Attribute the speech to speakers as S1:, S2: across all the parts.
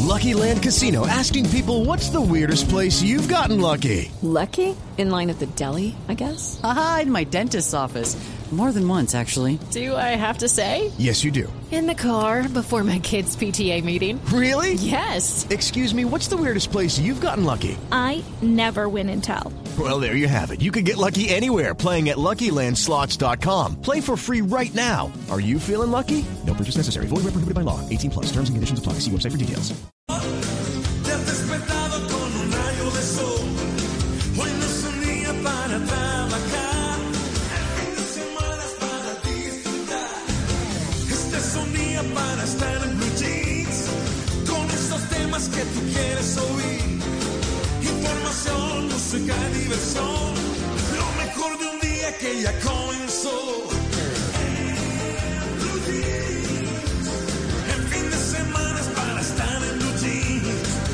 S1: Lucky Land Casino, asking people, what's the weirdest place you've gotten lucky?
S2: Lucky? In line at the deli, I guess?
S3: Aha, in my dentist's office. More than once, actually.
S2: Do I have to say?
S1: Yes, you do.
S2: In the car before my kids' PTA meeting.
S1: Really?
S2: Yes.
S1: Excuse me, what's the weirdest place you've gotten lucky?
S4: I never win and tell.
S1: Well, there you have it. You can get lucky anywhere, playing at LuckyLandSlots.com. Play for free right now. Are you feeling lucky? No purchase necessary. Void where prohibited by law. 18 plus. Terms and conditions apply. See website for details.
S5: Te has despertado con un rayo de sol. Hoy no es un día para trabajar. El fin de semana es para disfrutar. Este es un día para estar en blue jeans, con esos temas que tú quieres oír. Información, música, diversión. Lo mejor de un día que ya comenzó. Blue jeans. El fin de semana es para estar en blue jeans.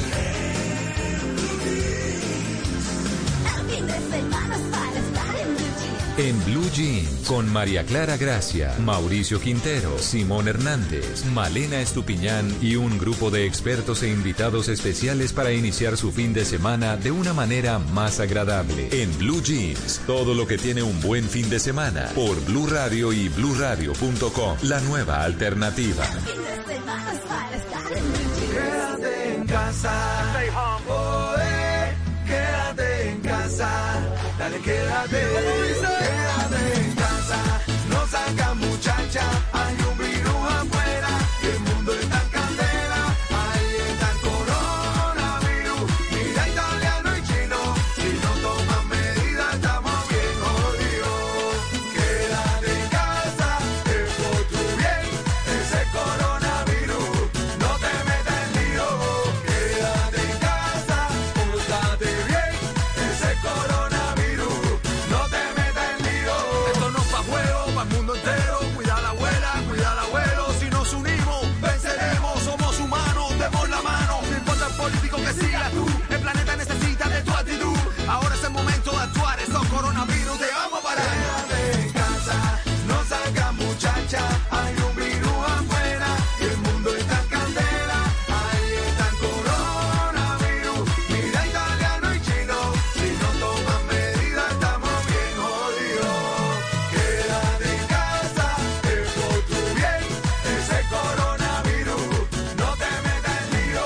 S6: El fin de semana es para estar en blue jeans.
S7: En Blue Jeans, con María Clara Gracia, Mauricio Quintero, Simón Hernández, Malena Estupiñán y un grupo de expertos e invitados especiales para iniciar su fin de semana de una manera más agradable. En Blue Jeans, todo lo que tiene un buen fin de semana, por Blue Radio y bluradio.com, la nueva alternativa.
S6: El fin de semana es para estar en blue jeans.
S5: Quédate en casa. Stay home. Quédate en casa. Dale, quédate. Quédate en casa. No saca muchacha. Hay un virus afuera. Y el mundo está en candela. Ahí está el coronavirus. Mira italiano y chino. Si no toman medidas estamos bien jodidos. Quédate en casa. Es por tu bien. Ese coronavirus no te metas en lío. Quédate en casa. Pórtate bien. Ese coronavirus no te metas en lío. Esto no es pa' juego, pa' el mundo entero. Cuida a la abuela, cuida al abuelo. Si nos unimos, venceremos. Somos humanos, demos la mano. No importa el político que sigas tú. El planeta necesita de tu actitud. Ahora es el momento de actuar. Esos coronavirus te vamos a parar. Quédate en casa, no salgas muchacha. Hay un virus afuera y el mundo está en candela. Ahí está el coronavirus. Mira italiano y chino. Si no toman medidas estamos bien jodidos. Quédate en casa, es por tu bien. Ese coronavirus no te metas en lío.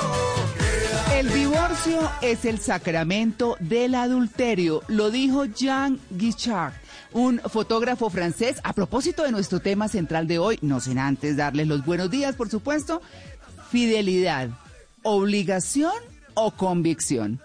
S8: El divorcio es el sacramento del adulterio, lo dijo Jean Guichard, un fotógrafo francés, a propósito de nuestro tema central de hoy, no sin antes darles los buenos días, por supuesto. Fidelidad, obligación o convicción.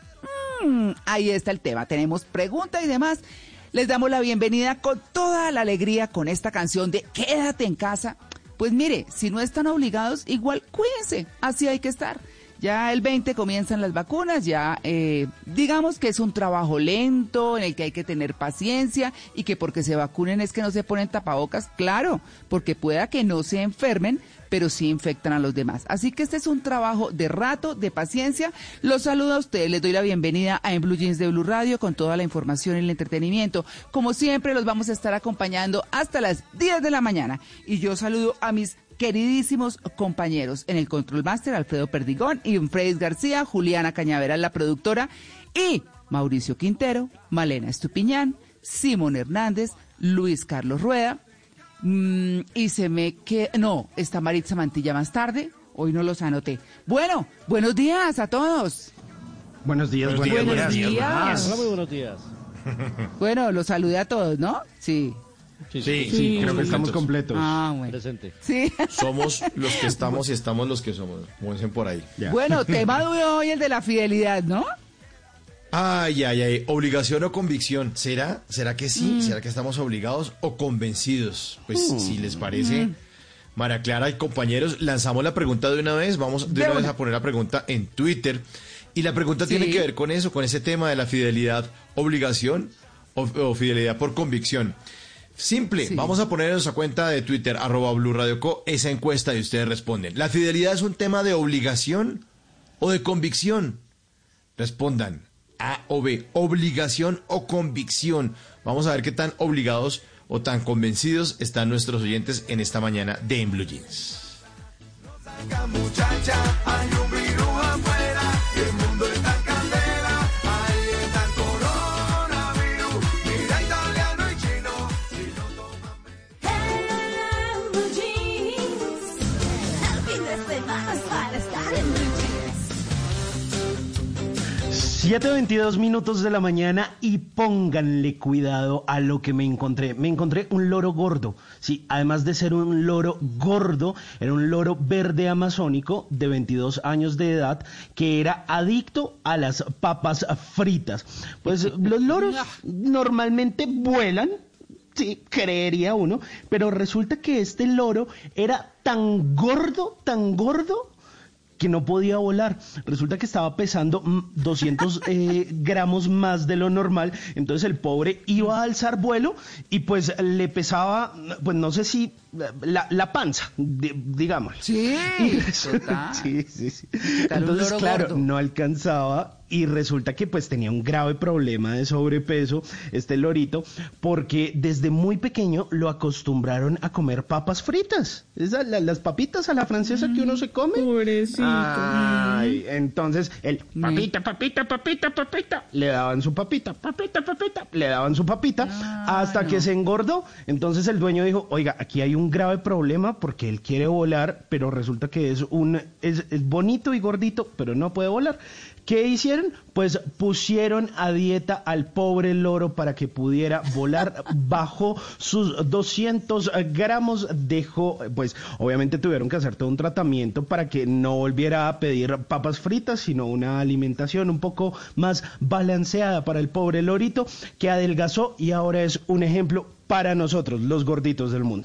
S8: Ahí está el tema, tenemos pregunta y demás. Les damos la bienvenida con toda la alegría con esta canción de Quédate en casa. Pues mire, si no están obligados, igual cuídense, así hay que estar. Ya el 20 comienzan las vacunas, ya digamos que es un trabajo lento en el que hay que tener paciencia y que porque se vacunen es que no se ponen tapabocas, claro, porque pueda que no se enfermen, pero sí infectan a los demás. Así que este es un trabajo de rato, de paciencia. Los saludo a ustedes, les doy la bienvenida a En Blue Jeans de Blue Radio con toda la información y el entretenimiento. Como siempre, los vamos a estar acompañando hasta las 10 de la mañana. Y yo saludo a mis queridísimos compañeros en el Control Master, Alfredo Perdigón y Freddy García, Juliana Cañaveral, la productora, y Mauricio Quintero, Malena Estupiñán, Simón Hernández, Luis Carlos Rueda, y se me queda... No, está Maritza Mantilla más tarde, hoy no los anoté. Bueno, buenos días a todos.
S9: Buenos días,
S8: Buenos días.
S10: Hola, muy buenos días.
S8: Bueno, los saludé a todos, ¿no? Sí.
S9: Sí, creo que estamos completos.
S8: Ah, bueno.
S10: Presente.
S8: Sí.
S11: Somos los que estamos y estamos los que somos, como dicen por ahí.
S9: Ya.
S8: Bueno, tema de hoy el de la fidelidad, ¿no?
S11: Ay, obligación o convicción. ¿Será que sí? ¿Será que estamos obligados o convencidos? Pues si les parece, María Clara y compañeros, lanzamos la pregunta de una vez. Vamos de una vez a poner la pregunta en Twitter. Y la pregunta tiene que ver con eso, con ese tema de la fidelidad, obligación o fidelidad por convicción. Simple, vamos a poner en nuestra cuenta de Twitter, @BluRadioCo, esa encuesta y ustedes responden. ¿La fidelidad es un tema de obligación o de convicción? Respondan A o B, obligación o convicción. Vamos a ver qué tan obligados o tan convencidos están nuestros oyentes en esta mañana de En Blue Jeans.
S5: Muchacha, hay un virus
S9: 7:22 minutos de la mañana y pónganle cuidado a lo que me encontré. Me encontré un loro gordo. Sí, además de ser un loro gordo, era un loro verde amazónico de 22 años de edad que era adicto a las papas fritas. Pues los loros normalmente vuelan. Sí, creería uno, pero resulta que este loro era tan gordo, que no podía volar. Resulta que estaba pesando 200 gramos más de lo normal, entonces el pobre iba a alzar vuelo y pues le pesaba, pues no sé si la panza, digamos.
S8: Sí,
S9: total. Sí. Entonces, claro, gordo. No alcanzaba y resulta que pues tenía un grave problema de sobrepeso este lorito, porque desde muy pequeño lo acostumbraron a comer papas fritas. Las papitas a la francesa que uno se come.
S4: Pobrecito.
S9: Ay, entonces el papita, le daban su papita, le daban su papita, hasta que se engordó. Entonces el dueño dijo, oiga, aquí hay un grave problema porque él quiere volar, pero resulta que es bonito y gordito, pero no puede volar. ¿Qué hicieron? Pues pusieron a dieta al pobre loro para que pudiera volar. Bajó sus 200 gramos, dejó, pues obviamente tuvieron que hacer todo un tratamiento para que no volviera a pedir papas fritas, sino una alimentación un poco más balanceada para el pobre lorito, que adelgazó y ahora es un ejemplo para nosotros, los gorditos del mundo.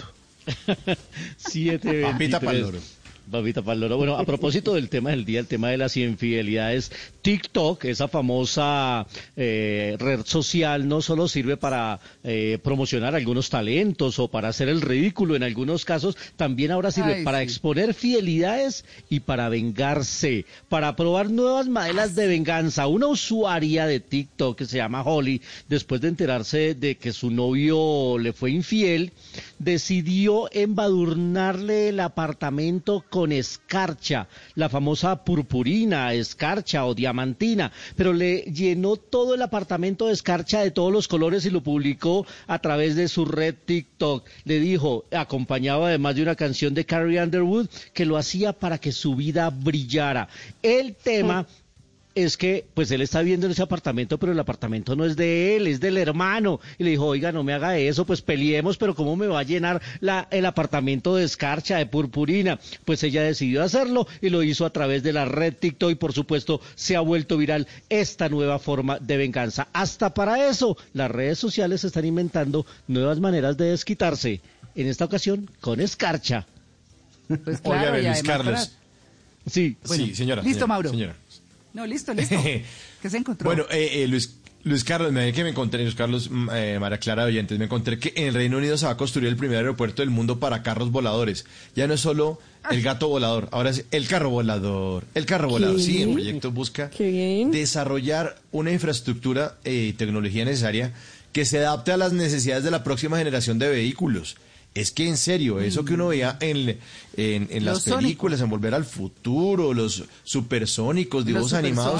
S10: 7:23.
S11: Papita para el loro.
S10: Papita para el loro. Bueno, a propósito del tema del día, el tema de las infidelidades, TikTok, esa famosa red social, no solo sirve para promocionar algunos talentos o para hacer el ridículo en algunos casos, también ahora sirve para exponer fidelidades y para vengarse, para probar nuevas maneras de venganza. Una usuaria de TikTok que se llama Holly, después de enterarse de que su novio le fue infiel, decidió embadurnarle el apartamento con escarcha, la famosa purpurina, escarcha o diamantina, pero le llenó todo el apartamento de escarcha de todos los colores y lo publicó a través de su red TikTok. Le dijo, acompañado además de una canción de Carrie Underwood, que lo hacía para que su vida brillara. El tema es que, pues él está viviendo en ese apartamento, pero el apartamento no es de él, es del hermano. Y le dijo, oiga, no me haga eso, pues peleemos, pero ¿cómo me va a llenar el apartamento de escarcha, de purpurina? Pues ella decidió hacerlo y lo hizo a través de la red TikTok y, por supuesto, se ha vuelto viral esta nueva forma de venganza. Hasta para eso, las redes sociales están inventando nuevas maneras de desquitarse. En esta ocasión, con escarcha.
S8: Pues claro,
S11: Oiga, Luis Carlos.
S10: Sí.
S8: Bueno,
S11: Sí, señora.
S8: Listo,
S11: señora,
S8: Mauro.
S11: Señora.
S8: No, listo. ¿Qué se encontró?
S11: Bueno, Luis Carlos, Luis Carlos, María Clara de Oyentes, me encontré que en el Reino Unido se va a construir el primer aeropuerto del mundo para carros voladores. Ya no es solo el gato volador, ahora es el carro volador. El carro volador, sí, el proyecto busca desarrollar una infraestructura y tecnología necesaria que se adapte a las necesidades de la próxima generación de vehículos. Es que en serio, eso que uno veía en las películas, en Volver al Futuro, los supersónicos, dibujos animados.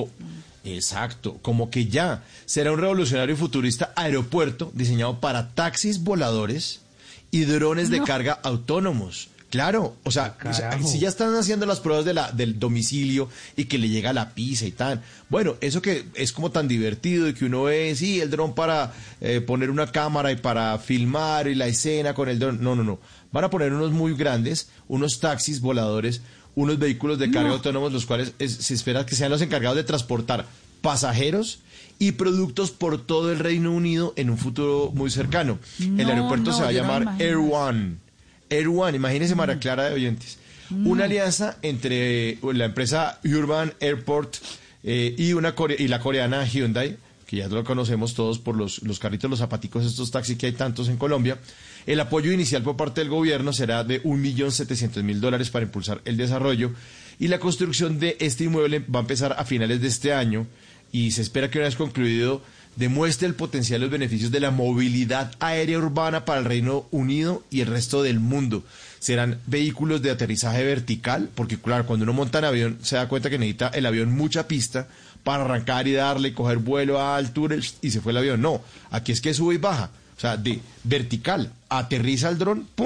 S11: Exacto, como que ya será un revolucionario y futurista aeropuerto diseñado para taxis voladores y drones de carga autónomos. Claro, o sea, si ya están haciendo las pruebas del domicilio y que le llega la pizza y tal, bueno, eso que es como tan divertido y que uno ve, sí, el dron para poner una cámara y para filmar y la escena con el dron, no, van a poner unos muy grandes, unos taxis voladores, unos vehículos de carga autónomos, los cuales se espera que sean los encargados de transportar pasajeros y productos por todo el Reino Unido en un futuro muy cercano. El aeropuerto se va a llamar Air One, imagínense, María Clara de Oyentes. Una alianza entre la empresa Urban Airport y la coreana Hyundai, que ya lo conocemos todos por los carritos, los zapaticos, estos taxis que hay tantos en Colombia. El apoyo inicial por parte del gobierno será de $1.700.000 para impulsar el desarrollo, y la construcción de este inmueble va a empezar a finales de este año, y se espera que una vez concluido demuestre el potencial y los beneficios de la movilidad aérea urbana para el Reino Unido y el resto del mundo. Serán vehículos de aterrizaje vertical, porque claro, cuando uno monta en avión se da cuenta que necesita el avión mucha pista para arrancar y darle y coger vuelo a altura y se fue el avión. No, aquí es que sube y baja, o sea, de vertical, aterriza el dron, pum,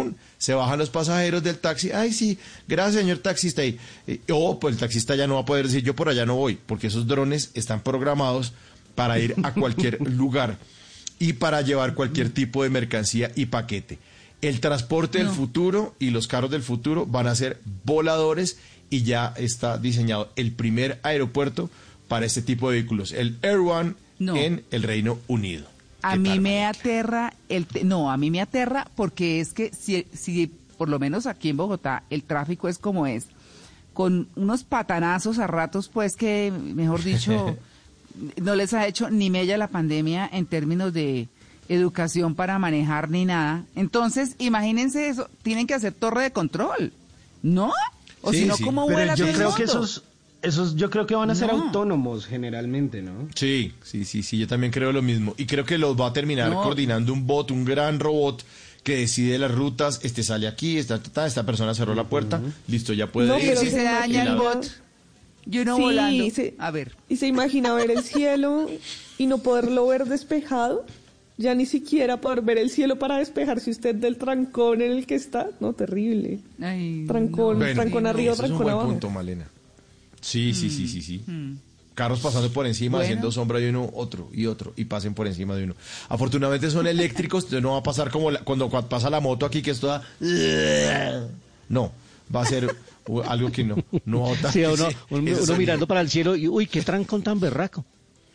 S11: Se bajan los pasajeros del taxi. Ay, sí, gracias, señor taxista. Pues el taxista ya no va a poder decir, yo por allá no voy, porque esos drones están programados para ir a cualquier lugar y para llevar cualquier tipo de mercancía y paquete. El transporte del futuro y los carros del futuro van a ser voladores y ya está diseñado el primer aeropuerto para este tipo de vehículos, el Air One en el Reino Unido.
S8: A mí me aterra a mí me aterra porque es que si por lo menos aquí en Bogotá el tráfico es como es, con unos patanazos a ratos, pues que, mejor dicho, no les ha hecho ni mella la pandemia en términos de educación para manejar ni nada. Entonces, imagínense eso, tienen que hacer torre de control, ¿no? O si no, ¿cómo vuela todo el mundo?
S9: Esos yo creo que van a ser autónomos generalmente, ¿no?
S11: Sí, yo también creo lo mismo. Y creo que los va a terminar coordinando un bot, un gran robot que decide las rutas, sale aquí, esta persona cerró la puerta, listo, ya puede ir.
S8: Pero si se daña el bot, volando. A ver.
S12: ¿Y se imagina ver el cielo y no poderlo ver despejado? Ya ni siquiera poder ver el cielo para despejarse usted del trancón en el que está. No, terrible.
S8: Ay,
S12: trancón arriba, trancón abajo.
S11: Es un buen punto, Malena. Sí. Carros pasando por encima, haciendo sombra de uno, otro, y pasen por encima de uno. Afortunadamente son eléctricos, entonces no va a pasar como cuando pasa la moto aquí, que es toda... No, va a ser algo que no va a...
S10: Sí, uno mirando para el cielo y, uy, qué trancón tan berraco.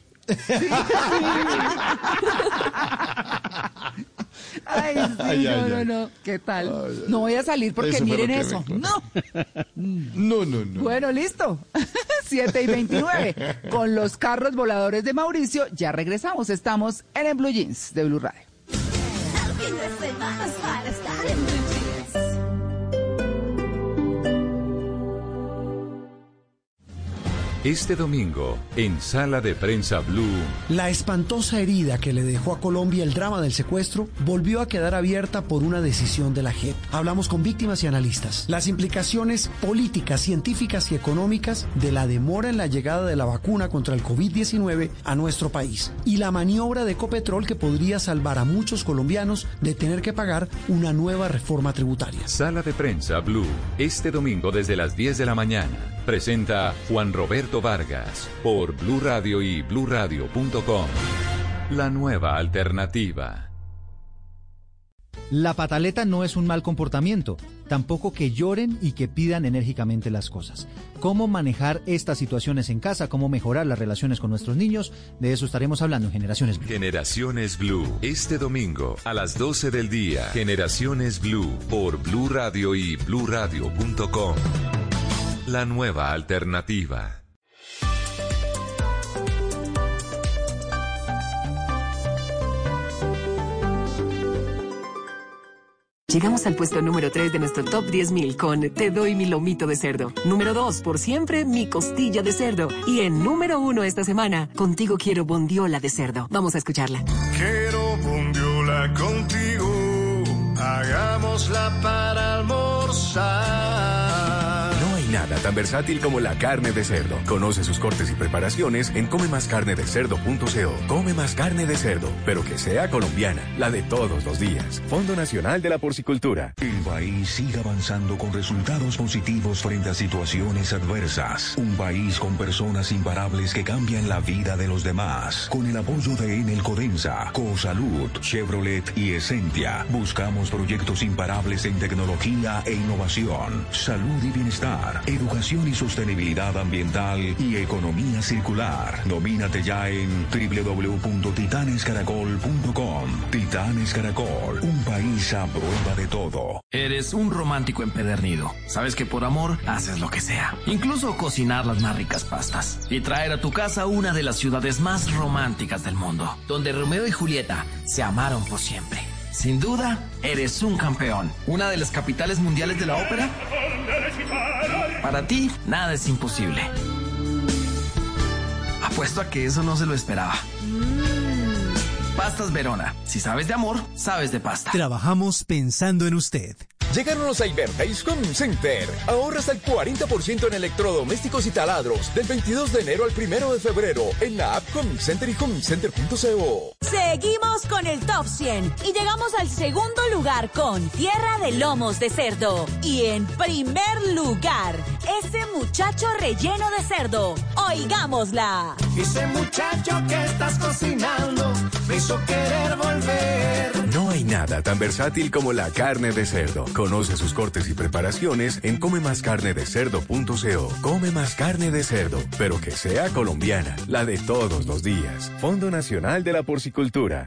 S8: Ay, sí, no. ¿Qué tal? No voy a salir porque eso miren eso. No. Bueno, listo. 7:29. Con los carros voladores de Mauricio, ya regresamos. Estamos en el Blue Jeans de Blue Radio.
S6: El fin de semana es para estar en Blue Jeans.
S7: Este domingo, en Sala de Prensa Blue.
S13: La espantosa herida que le dejó a Colombia el drama del secuestro volvió a quedar abierta por una decisión de la JEP. Hablamos con víctimas y analistas. Las implicaciones políticas, científicas y económicas de la demora en la llegada de la vacuna contra el COVID-19 a nuestro país. Y la maniobra de Ecopetrol que podría salvar a muchos colombianos de tener que pagar una nueva reforma tributaria.
S7: Sala de Prensa Blue. Este domingo desde las 10 de la mañana. Presenta Juan Roberto Vargas por Blue Radio y bluradio.com. La nueva alternativa.
S14: La pataleta no es un mal comportamiento, tampoco que lloren y que pidan enérgicamente las cosas. ¿Cómo manejar estas situaciones en casa? ¿Cómo mejorar las relaciones con nuestros niños? De eso estaremos hablando en Generaciones Blue.
S7: Generaciones Blue, este domingo a las 12 del día. Generaciones Blue por Blue Radio y bluradio.com. La nueva alternativa.
S15: Llegamos al puesto número 3 de nuestro Top 10,000 con Te doy mi lomito de cerdo. Número 2, por siempre, mi costilla de cerdo. Y en número 1 esta semana, Contigo quiero bondiola de cerdo. Vamos a escucharla.
S5: Quiero bondiola contigo, hagámosla para almorzar.
S16: No hay nada tan versátil como la carne de cerdo. Conoce sus cortes y preparaciones en comemascarnedecerdo.co. Come más carne de cerdo, pero que sea colombiana, la de todos los días. Fondo Nacional de la Porcicultura.
S17: El país sigue avanzando con resultados positivos frente a situaciones adversas. Un país con personas imparables que cambian la vida de los demás. Con el apoyo de Enel Codensa, Cosalud, Chevrolet y Essentia, buscamos proyectos imparables en tecnología e innovación, salud y bienestar, educación y sostenibilidad ambiental y economía circular. Domínate ya en www.titanescaracol.com. Titanes Caracol, un país a prueba de todo.
S18: Eres un romántico empedernido. Sabes que por amor haces lo que sea, incluso cocinar las más ricas pastas y traer a tu casa una de las ciudades más románticas del mundo, donde Romeo y Julieta se amaron por siempre. Sin duda, eres un campeón. Una de las capitales mundiales de la ópera. Para ti, nada es imposible. Apuesto a que eso no se lo esperaba. Pastas Verona. Si sabes de amor, sabes de pasta.
S19: Trabajamos pensando en usted. Llegaron los Cyberdays Home Center. Ahorras al 40% en electrodomésticos y taladros del 22 de enero al 1 de febrero en la app Home Center y homecenter.co.
S20: Seguimos con el Top 100 y llegamos al segundo lugar con Tierra de Lomos de Cerdo. Y en primer lugar, ese muchacho relleno de cerdo. Oigámosla.
S5: Ese muchacho que estás cocinando me hizo querer volver.
S16: No hay nada tan versátil como la carne de cerdo. Conoce sus cortes y preparaciones en comemascarnedecerdo.co. Come más carne de cerdo, pero que sea colombiana, la de todos los días. Fondo Nacional de la Porcicultura.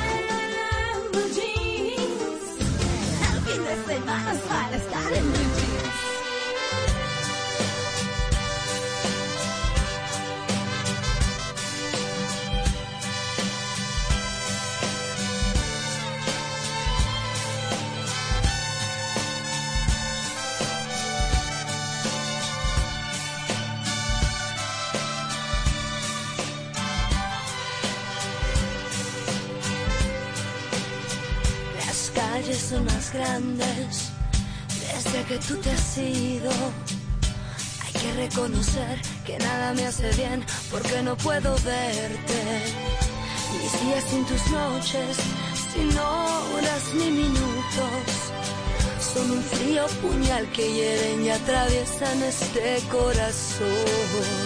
S21: Son más grandes desde que tú te has ido. Hay que reconocer que nada me hace bien porque no puedo verte. Mis días sin tus noches, sin horas ni minutos, son un frío puñal que hieren y atraviesan este corazón.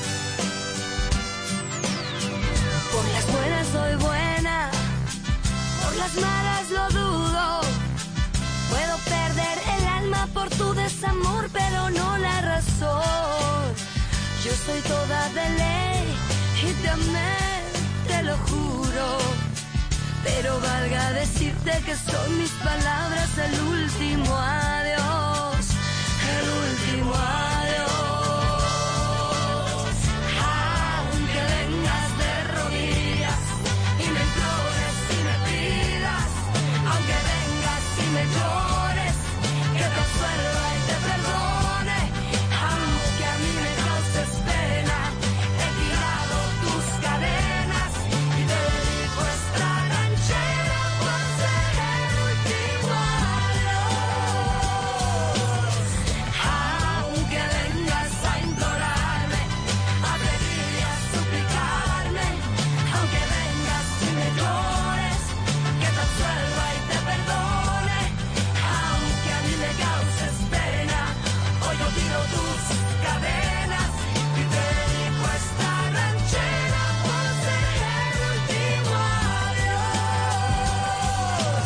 S21: Por las buenas soy buena, por las malas lo dudo. Puedo perder el alma por tu desamor, pero no la razón. Yo soy toda de ley y te amé, te lo juro. Pero valga decirte que son mis palabras el último adiós, el último adiós. Aunque vengas de rodillas y me implores y me pidas, aunque vengas y me llores, que te absuelva y te perdone, aunque a mí me causes pena, he tirado tus cadenas y te dedico esta ranchera por ser el último adiós. Aunque vengas a implorarme, a pedir y a suplicarme, aunque vengas y me llores, que te absuelva y te perdone, aunque a mí me causes pena, hoy yo tiro tus cadenas y te dedico esta ranchera por ser el último adiós.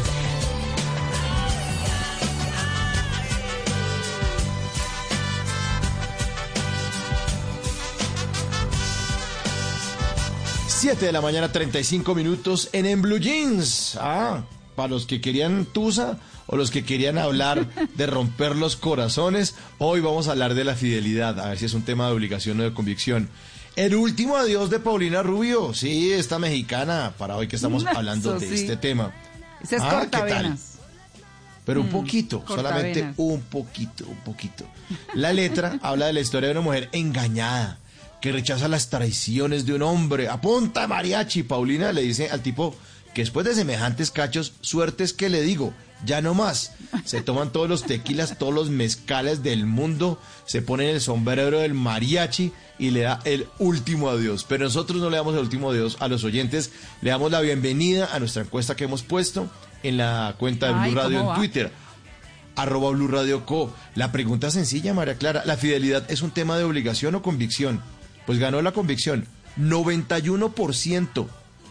S11: 7 de la mañana, 35 minutos en Blue Jeans. Para los que querían tusa o los que querían hablar de romper los corazones, hoy vamos a hablar de la fidelidad, a ver si es un tema de obligación o de convicción. El último adiós de Paulina Rubio, sí, esta mexicana, para hoy que estamos hablando de este tema.
S8: Ese es
S11: ¿qué tal?
S8: cortavenas.
S11: Pero un poquito, solamente un poquito. La letra habla de la historia de una mujer engañada, que rechaza las traiciones de un hombre. A punta de mariachi, Paulina le dice al tipo que después de semejantes cachos, suerte es que le digo, ya no más. Se toman todos los tequilas, todos los mezcales del mundo, se ponen el sombrero del mariachi y le da el último adiós. Pero nosotros no le damos el último adiós a los oyentes, le damos la bienvenida a nuestra encuesta que hemos puesto en la cuenta de Blue Radio en Twitter, @Blue Radio Co. La pregunta sencilla, María Clara, ¿la fidelidad es un tema de obligación o convicción? Pues ganó la convicción, 91%.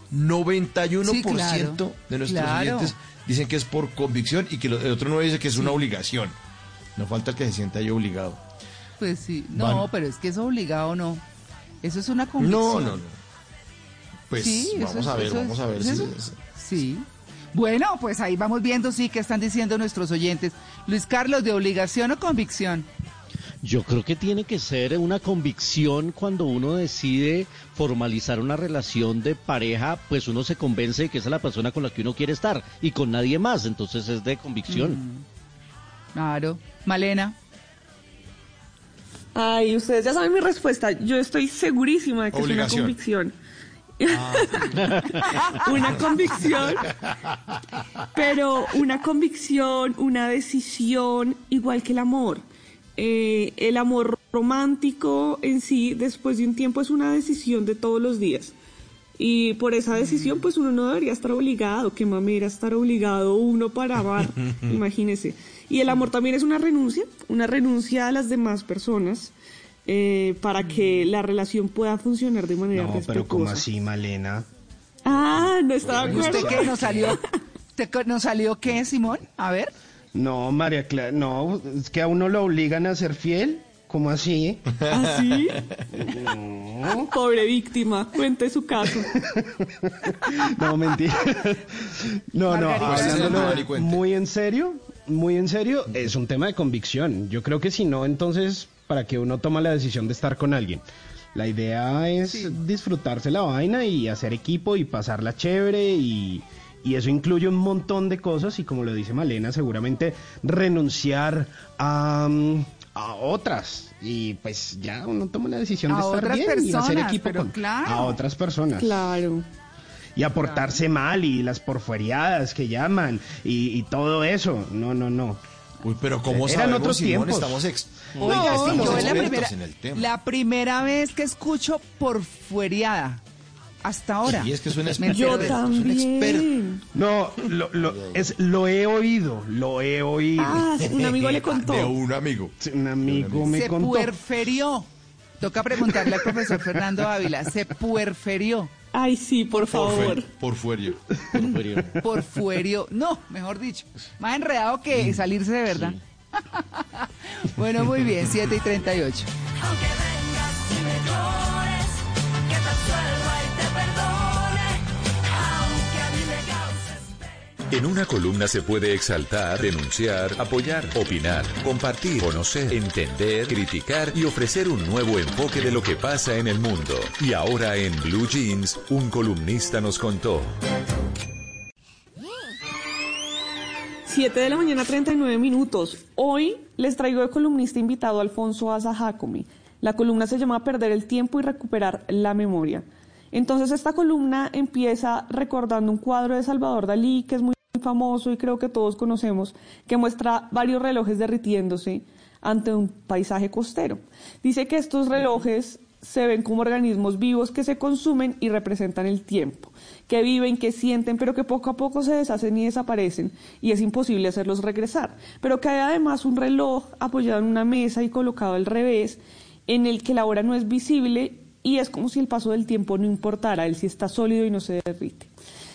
S11: 91% de nuestros oyentes dicen que es por convicción y que el otro no dice que es una obligación. No falta el que se sienta yo obligado.
S8: Pues sí, no, pero es que es obligado, no. Eso es una convicción.
S11: No. Pues sí, vamos a ver si...
S8: Sí. Bueno, pues ahí vamos viendo, sí, qué están diciendo nuestros oyentes. Luis Carlos, ¿de obligación o convicción?
S10: Yo creo que tiene que ser una convicción cuando uno decide formalizar una relación de pareja, pues uno se convence de que esa es la persona con la que uno quiere estar y con nadie más, entonces es de convicción.
S8: Claro. Malena.
S12: Ay, ustedes ya saben mi respuesta. Yo estoy segurísima de que es una convicción. Una convicción, pero una convicción, una decisión, igual que el amor. El amor romántico en sí, después de un tiempo, es una decisión de todos los días. Y por esa decisión, pues uno no debería estar obligado. Qué mamera estar obligado uno para amar, imagínese. Y el amor también es una renuncia a las demás personas para que la relación pueda funcionar de manera respetuosa.
S9: Pero ¿cómo así, Malena?
S12: No estaba de acuerdo.
S8: ¿Usted qué nos salió qué, Simón? A ver.
S9: No, María Clara, no, es que a uno lo obligan a ser fiel. ¿Cómo así?
S12: ¿Así?
S9: No.
S12: Pobre víctima, cuente su caso.
S9: No, mentira. No, hablándolo muy en serio, es un tema de convicción. Yo creo que si no, entonces, ¿para qué uno toma la decisión de estar con alguien? La idea es disfrutarse la vaina y hacer equipo y pasarla chévere y eso incluye un montón de cosas y como lo dice Malena, seguramente renunciar a otras y pues ya uno toma la decisión de estar bien y hacer equipo a otras personas.
S12: Claro.
S9: Y a portarse mal y las porfueriadas que llaman y todo eso. No.
S11: Uy, pero ¿cómo
S9: eran
S11: sabemos,
S9: otros
S11: Simón?
S9: tiempos.
S8: Oiga, sí, yo
S11: expertos en el tema.
S8: la primera vez que escucho porfueriada. Hasta ahora.
S11: Y es que es un experto.
S12: Yo también.
S9: No, lo he oído.
S12: Un amigo le contó.
S11: De un amigo.
S9: Un amigo me contó.
S8: Se puerferió. Toca preguntarle al profesor Fernando Ávila. Se puerferió.
S12: Ay, sí, por favor.
S11: Porfuerio.
S8: Porfuerio. No, mejor dicho. Más enredado que salirse de verdad. Sí. Bueno, muy bien, 7:38.
S21: Aunque vengas y me llores, que te absuelva y te perdone, aunque a mí me causes.
S7: En una columna se puede exaltar, denunciar, apoyar, opinar, compartir, conocer, entender, criticar y ofrecer un nuevo enfoque de lo que pasa en el mundo. Y ahora en Blue Jeans, un columnista nos contó.
S12: 7:39 a.m. Hoy les traigo de columnista invitado a Alfonso Asa Jacome. La columna se llama Perder el tiempo y recuperar la memoria. Entonces esta columna empieza recordando un cuadro de Salvador Dalí que es muy famoso y creo que todos conocemos, que muestra varios relojes derritiéndose ante un paisaje costero. Dice que estos relojes se ven como organismos vivos que se consumen y representan el tiempo, que viven, que sienten, pero que poco a poco se deshacen y desaparecen y es imposible hacerlos regresar. Pero que hay además un reloj apoyado en una mesa y colocado al revés, en el que la hora no es visible y es como si el paso del tiempo no importara, él sí está sólido y no se derrite.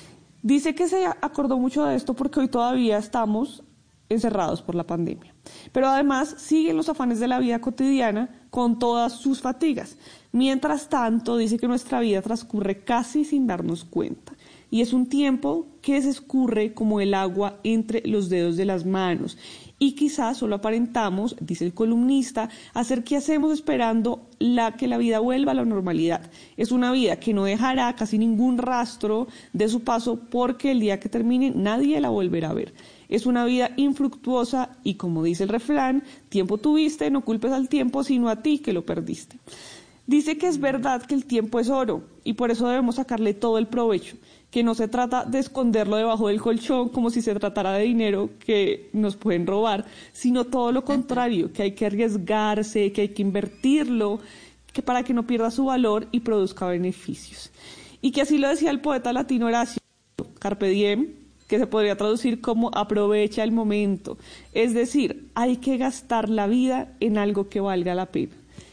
S12: Dice que se acordó mucho de esto porque hoy todavía estamos encerrados por la pandemia. Pero además siguen los afanes de la vida cotidiana con todas sus fatigas. Mientras tanto, dice que nuestra vida transcurre casi sin darnos cuenta. Y es un tiempo que se escurre como el agua entre los dedos de las manos. Y quizás solo aparentamos, dice el columnista, hacer qué hacemos esperando que la vida vuelva a la normalidad. Es una vida que no dejará casi ningún rastro de su paso porque el día que termine nadie la volverá a ver. Es una vida infructuosa y, como dice el refrán, tiempo tuviste, no culpes al tiempo, sino a ti que lo perdiste. Dice que es verdad que el tiempo es oro y por eso debemos sacarle todo el provecho, que no se trata de esconderlo debajo del colchón como si se tratara de dinero que nos pueden robar, sino todo lo contrario, que hay que arriesgarse, que hay que invertirlo, que para que no pierda su valor y produzca beneficios. Y que así lo decía el poeta latino Horacio, Carpe diem, que se podría traducir como aprovecha el momento. Es decir, hay que gastar la vida en algo que valga la pena.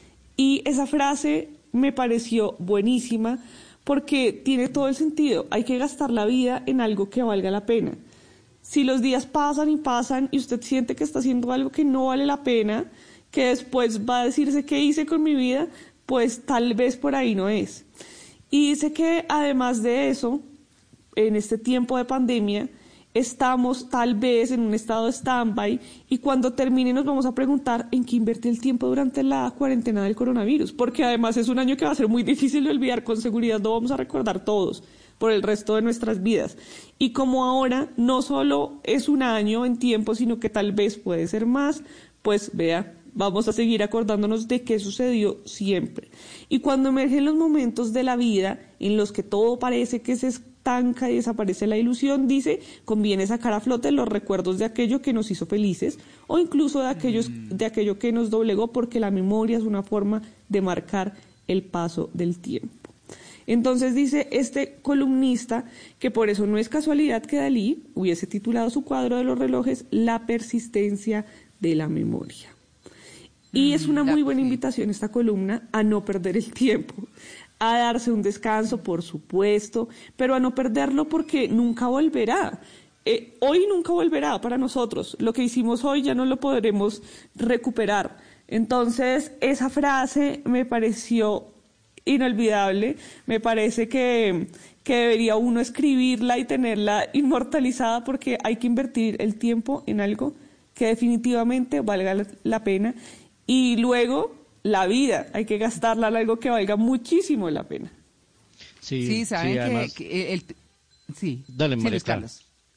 S12: Y esa frase me pareció buenísima porque tiene todo el sentido. Hay que gastar la vida en algo que valga la pena. Si los días pasan y usted siente que está haciendo algo que no vale la pena, que después va a decirse qué hice con mi vida, pues tal vez por ahí no es. Y dice que además de eso, en este tiempo de pandemia, estamos tal vez en un estado de stand-by y cuando termine nos vamos a preguntar en qué invertí el tiempo durante la cuarentena del coronavirus, porque además es un año que va a ser muy difícil de olvidar, con seguridad lo vamos a recordar todos por el resto de nuestras vidas. Y como ahora no solo es un año en tiempo, sino que tal vez puede ser más, pues vea, vamos a seguir acordándonos de qué sucedió siempre. Y cuando emergen los momentos de la vida en los que todo parece que se estanca y desaparece la ilusión, dice, conviene sacar a flote los recuerdos de aquello que nos hizo felices o incluso de aquello que nos doblegó, porque la memoria es una forma de marcar el paso del tiempo. Entonces dice este columnista que por eso no es casualidad que Dalí hubiese titulado su cuadro de los relojes La persistencia de la memoria. Y es una muy buena invitación esta columna a no perder el tiempo, a darse un descanso, por supuesto, pero a no perderlo porque nunca volverá. Hoy nunca volverá para nosotros. Lo que hicimos hoy ya no lo podremos recuperar. Entonces, esa frase me pareció inolvidable. Me parece que debería uno escribirla y tenerla inmortalizada, porque hay que invertir el tiempo en algo que definitivamente valga la pena. Y luego, la vida, hay que gastarla en algo que valga muchísimo la pena.
S8: Sí, saben
S10: además...
S8: Sí,
S10: dale, María Clara.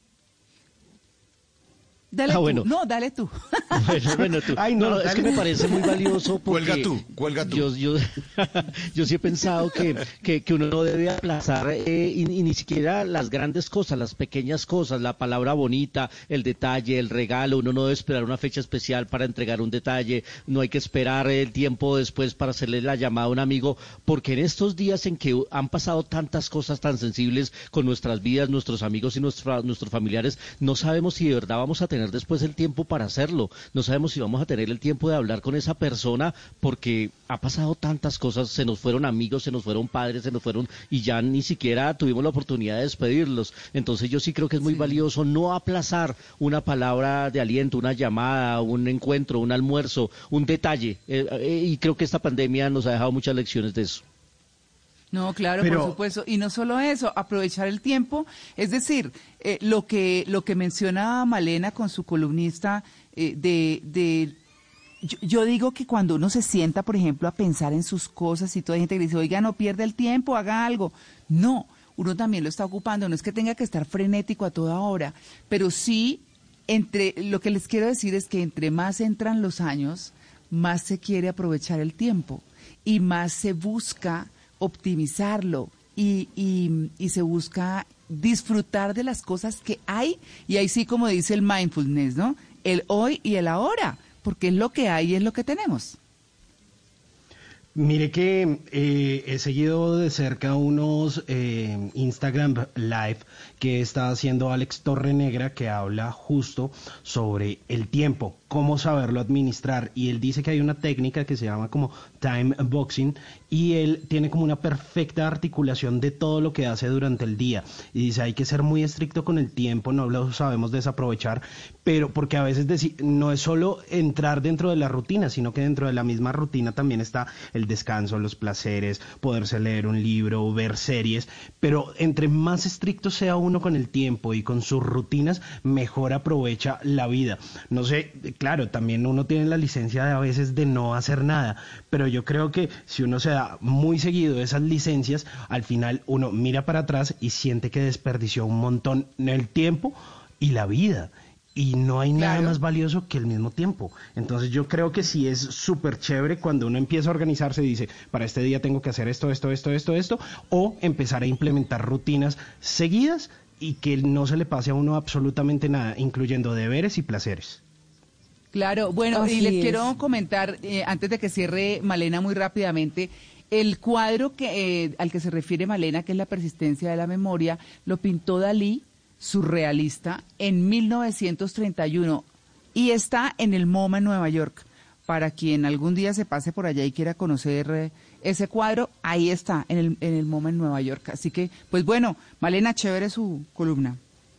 S8: Dale tú.
S10: Bueno.
S8: No, dale tú.
S10: Bueno, tú.
S9: Ay,
S10: no, es que me parece muy valioso porque...
S11: Cuelga tú.
S10: Yo sí he pensado que uno no debe aplazar y ni siquiera las grandes cosas, las pequeñas cosas, la palabra bonita, el detalle, el regalo. Uno no debe esperar una fecha especial para entregar un detalle, no hay que esperar el tiempo después para hacerle la llamada a un amigo, porque en estos días en que han pasado tantas cosas tan sensibles con nuestras vidas, nuestros amigos y nuestros familiares, no sabemos si de verdad vamos a tener después el tiempo para hacerlo, no sabemos si vamos a tener el tiempo de hablar con esa persona, porque ha pasado tantas cosas, se nos fueron amigos, se nos fueron padres, se nos fueron y ya ni siquiera tuvimos la oportunidad de despedirlos. Entonces yo sí creo que es muy valioso no aplazar una palabra de aliento, una llamada, un encuentro, un almuerzo, un detalle, y creo que esta pandemia nos ha dejado muchas lecciones de eso.
S8: No, claro, por supuesto. Y no solo eso, aprovechar el tiempo. Es decir, lo que menciona Malena con su columnista, yo digo que cuando uno se sienta, por ejemplo, a pensar en sus cosas y toda gente que dice, oiga, no pierda el tiempo, haga algo. No, uno también lo está ocupando. No es que tenga que estar frenético a toda hora, pero sí, lo que les quiero decir es que entre más entran los años, más se quiere aprovechar el tiempo y más se busca optimizarlo y se busca disfrutar de las cosas que hay, y ahí sí, como dice el mindfulness, ¿no? El hoy y el ahora, porque es lo que hay y es lo que tenemos.
S9: Mire que he seguido de cerca unos Instagram Live que está haciendo Alex Torrenegra, que habla justo sobre el tiempo, cómo saberlo administrar, y él dice que hay una técnica que se llama como time boxing, y él tiene como una perfecta articulación de todo lo que hace durante el día, y dice hay que ser muy estricto con el tiempo, no lo sabemos desaprovechar, pero porque a veces no es solo entrar dentro de la rutina, sino que dentro de la misma rutina también está el descanso, los placeres, poderse leer un libro, ver series, pero entre más estricto sea uno con el tiempo y con sus rutinas, mejor aprovecha la vida. No sé, claro, también uno tiene la licencia de a veces de no hacer nada, pero yo creo que si uno se da muy seguido esas licencias, al final uno mira para atrás y siente que desperdició un montón el tiempo y la vida. Y no hay nada más valioso que el mismo tiempo. Entonces yo creo que sí es súper chévere cuando uno empieza a organizarse y dice, para este día tengo que hacer esto, o empezar a implementar rutinas seguidas y que no se le pase a uno absolutamente nada, incluyendo deberes y placeres.
S8: Claro, bueno, y les quiero comentar, antes de que cierre Malena muy rápidamente, el cuadro al que se refiere Malena, que es La persistencia de la memoria, lo pintó Dalí, surrealista, en 1931, y está en el MoMA en Nueva York. Para quien algún día se pase por allá y quiera conocer ese cuadro, ahí está, en el MoMA en Nueva York. Así que, pues bueno, Malena, chévere su columna.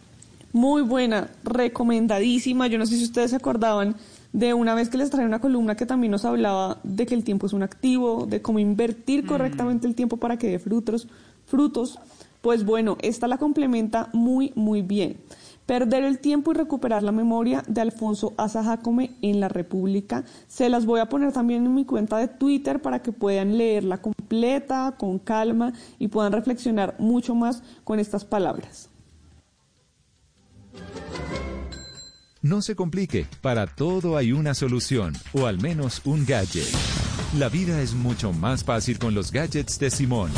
S12: Muy buena, recomendadísima. Yo no sé si ustedes se acordaban de una vez que les traje una columna que también nos hablaba de que el tiempo es un activo, de cómo invertir correctamente el tiempo para que dé frutos. Pues bueno, esta la complementa muy, muy bien. Perder el tiempo y recuperar la memoria, de Alfonso Asa Jácome, en La República. Se las voy a poner también en mi cuenta de Twitter para que puedan leerla completa, con calma, y puedan reflexionar mucho más con estas palabras.
S7: No se complique, para todo hay una solución, o al menos un gadget. La vida es mucho más fácil con los gadgets de Simón.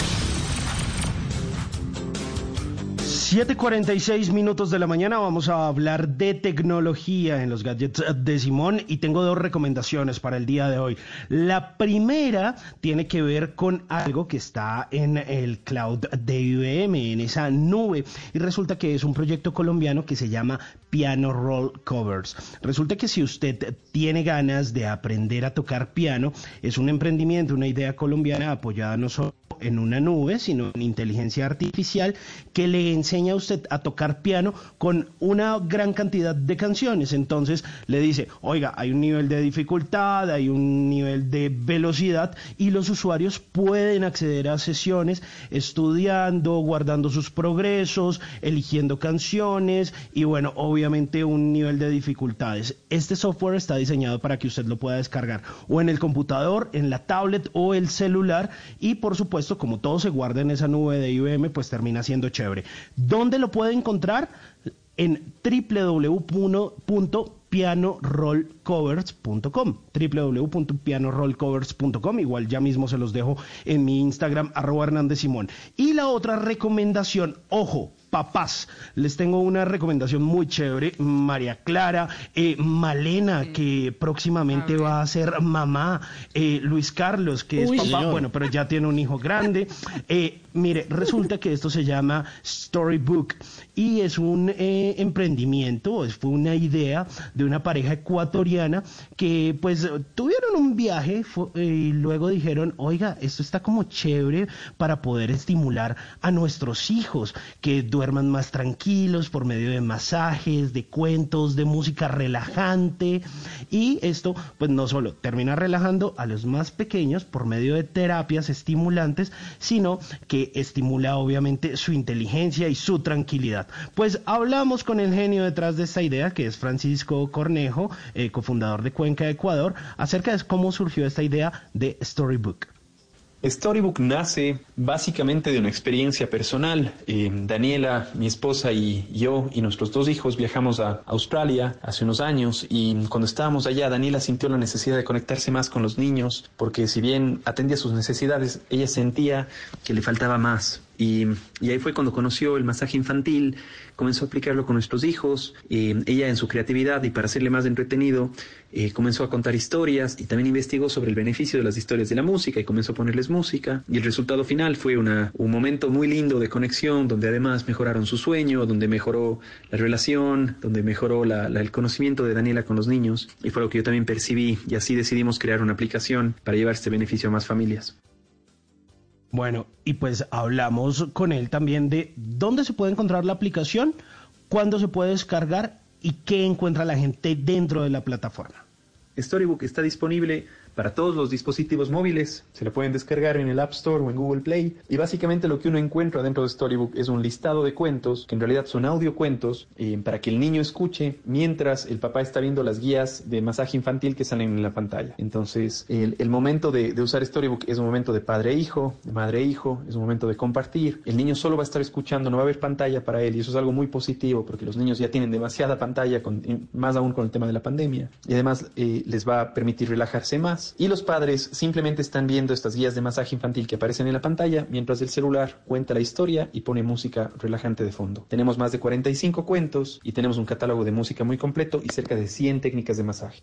S9: 7:46 minutos de la mañana, vamos a hablar de tecnología en los gadgets de Simón y tengo dos recomendaciones para el día de hoy. La primera tiene que ver con algo que está en el cloud de IBM, en esa nube, y resulta que es un proyecto colombiano que se llama Piano Roll Covers. Resulta que si usted tiene ganas de aprender a tocar piano, es un emprendimiento, una idea colombiana apoyada no solo en una nube, sino en inteligencia artificial que le enseña a usted a tocar piano con una gran cantidad de canciones. Entonces le dice, oiga, hay un nivel de dificultad, hay un nivel de velocidad y los usuarios pueden acceder a sesiones estudiando, guardando sus progresos, eligiendo canciones y bueno, obviamente un nivel de dificultades. Este software está diseñado para que usted lo pueda descargar o en el computador, en la tablet o el celular y por supuesto como todo se guarda en esa nube de IBM, pues termina siendo chévere. ¿Dónde lo puede encontrar? En www.pianorollcovers.com, www.pianorollcovers.com. Igual ya mismo se los dejo en mi Instagram, @HernandezSimón. Y la otra recomendación, ojo, papás, les tengo una recomendación muy chévere. María Clara, Malena, que próximamente va a ser mamá, Luis Carlos, que es papá, señor. Bueno, pero ya tiene un hijo grande. Mire, resulta que esto se llama Storybook y es un emprendimiento, fue una idea de una pareja ecuatoriana que pues tuvieron un viaje y luego dijeron, oiga, esto está como chévere para poder estimular a nuestros hijos que duerman más tranquilos por medio de masajes, de cuentos, de música relajante y esto pues no solo termina relajando a los más pequeños por medio de terapias estimulantes, sino que estimula obviamente su inteligencia y su tranquilidad. Pues hablamos con el genio detrás de esta idea, que es Francisco Cornejo, cofundador de Cuenca, Ecuador, acerca de cómo surgió esta idea de Storybook.
S3: Storybook nace básicamente de una experiencia personal. Daniela, mi esposa y yo y nuestros 2 hijos viajamos a Australia hace unos años y cuando estábamos allá Daniela sintió la necesidad de conectarse más con los niños porque si bien atendía sus necesidades, ella sentía que le faltaba más. Y ahí fue cuando conoció el masaje infantil, comenzó a aplicarlo con nuestros hijos, ella en su creatividad y para hacerle más entretenido, comenzó a contar historias y también investigó sobre el beneficio de las historias de la música y comenzó a ponerles música y el resultado final fue un momento muy lindo de conexión donde además mejoraron su sueño, donde mejoró la relación, donde mejoró el conocimiento de Daniela con los niños y fue lo que yo también percibí y así decidimos crear una aplicación para llevar este beneficio a más familias.
S9: Bueno, y pues hablamos con él también de dónde se puede encontrar la aplicación, cuándo se puede descargar y qué encuentra la gente dentro de la plataforma.
S3: Storybook está disponible para todos los dispositivos móviles, se lo pueden descargar en el App Store o en Google Play y básicamente lo que uno encuentra dentro de Storybook es un listado de cuentos que en realidad son audiocuentos para que el niño escuche mientras el papá está viendo las guías de masaje infantil que salen en la pantalla. Entonces el momento de usar Storybook es un momento de padre e hijo, de madre e hijo, es un momento de compartir. El niño solo va a estar escuchando, no va a haber pantalla para él y eso es algo muy positivo porque los niños ya tienen demasiada pantalla, más aún con el tema de la pandemia y además les va a permitir relajarse más. Y los padres simplemente están viendo estas guías de masaje infantil que aparecen en la pantalla mientras el celular cuenta la historia y pone música relajante de fondo. Tenemos más de 45 cuentos y tenemos un catálogo de música muy completo y cerca de 100 técnicas de masaje.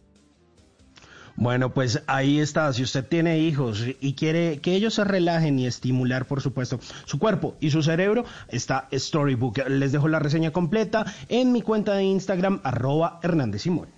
S9: Bueno, pues ahí está. Si usted tiene hijos y quiere que ellos se relajen y estimular, por supuesto, su cuerpo y su cerebro, está Storybook. Les dejo la reseña completa en mi cuenta de Instagram, @HernandezSimón.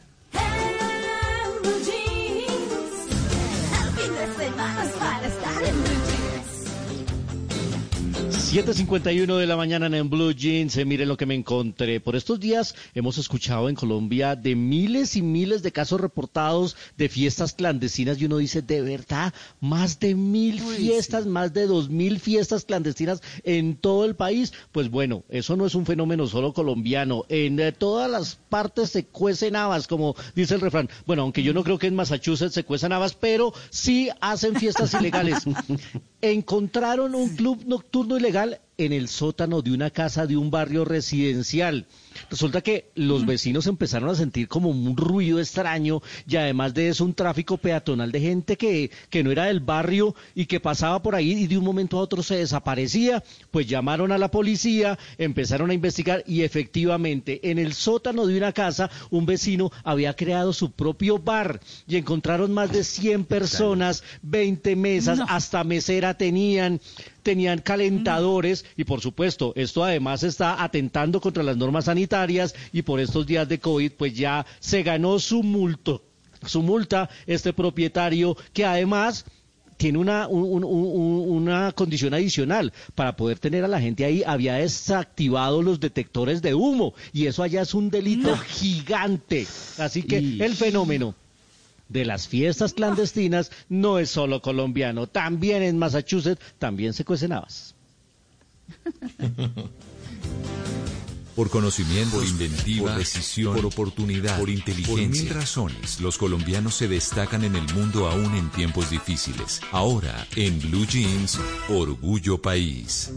S10: 7:51 de la mañana en Blue Jeans. Miren lo que me encontré. Por estos días hemos escuchado en Colombia de miles y miles de casos reportados de fiestas clandestinas y uno dice, de verdad, más de 1000 fiestas, sí. Más de 2000 fiestas clandestinas en todo el país. Pues bueno, eso no es un fenómeno solo colombiano. En todas las partes se cuecen habas, como dice el refrán. Bueno, aunque yo no creo que en Massachusetts se cuecen habas, pero sí hacen fiestas ilegales. Encontraron un club nocturno ilegal en el sótano de una casa de un barrio residencial. Resulta que los vecinos empezaron a sentir como un ruido extraño y además de eso un tráfico peatonal de gente que no era del barrio y que pasaba por ahí y de un momento a otro se desaparecía. Pues llamaron a la policía, empezaron a investigar y efectivamente en el sótano de una casa un vecino había creado su propio bar y encontraron más de 100 personas, 20 mesas, hasta mesera tenían calentadores y por supuesto esto además está atentando contra las normas sanitarias y por estos días de COVID pues ya se ganó su multa este propietario que además tiene una condición adicional. Para poder tener a la gente ahí había desactivado los detectores de humo y eso allá es un delito gigante. Así que el fenómeno de las fiestas clandestinas no es solo colombiano, también en Massachusetts también se cuecen habas.
S7: Por conocimiento, por inventiva, por decisión, por oportunidad, por inteligencia. Por 1000 razones, los colombianos se destacan en el mundo aún en tiempos difíciles. Ahora, en Blue Jeans, Orgullo País.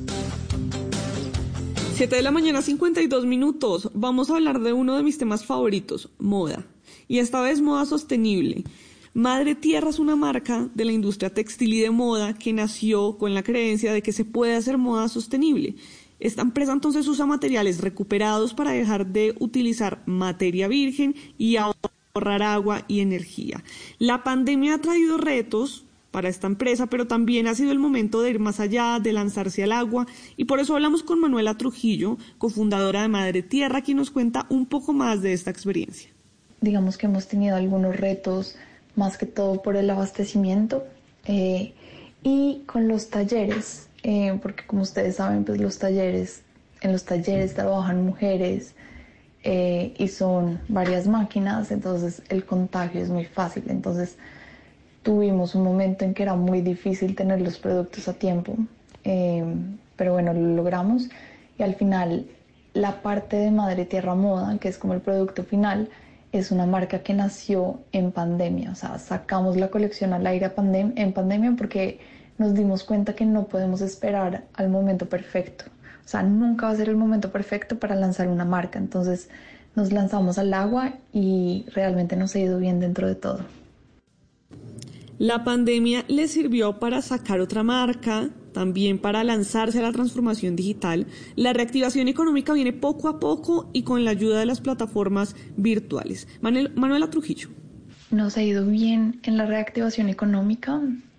S12: 7 de la mañana, 52 minutos. Vamos a hablar de uno de mis temas favoritos, moda. Y esta vez moda sostenible. Madre Tierra es una marca de la industria textil y de moda que nació con la creencia de que se puede hacer moda sostenible. Esta empresa entonces usa materiales recuperados para dejar de utilizar materia virgen y ahorrar agua y energía. La pandemia ha traído retos para esta empresa, pero también ha sido el momento de ir más allá, de lanzarse al agua, y por eso hablamos con Manuela Trujillo, cofundadora de Madre Tierra, quien nos cuenta un poco más de esta experiencia.
S2: Digamos que hemos tenido algunos retos, más que todo por el abastecimiento y con los talleres, porque como ustedes saben, pues en los talleres trabajan mujeres y son varias máquinas, entonces el contagio es muy fácil. Entonces tuvimos un momento en que era muy difícil tener los productos a tiempo, pero bueno, lo logramos y al final la parte de Madre Tierra Moda, que es como el producto final, es una marca que nació en pandemia. O sea, sacamos la colección al aire en pandemia porque nos dimos cuenta que no podemos esperar al momento perfecto. O sea, nunca va a ser el momento perfecto para lanzar una marca. Entonces nos lanzamos al agua y realmente nos ha ido bien dentro de todo.
S12: La pandemia le sirvió para sacar otra marca, también para lanzarse a la transformación digital. La reactivación económica viene poco a poco y con la ayuda de las plataformas virtuales. Manuela Trujillo.
S2: Nos ha ido bien en la reactivación económica,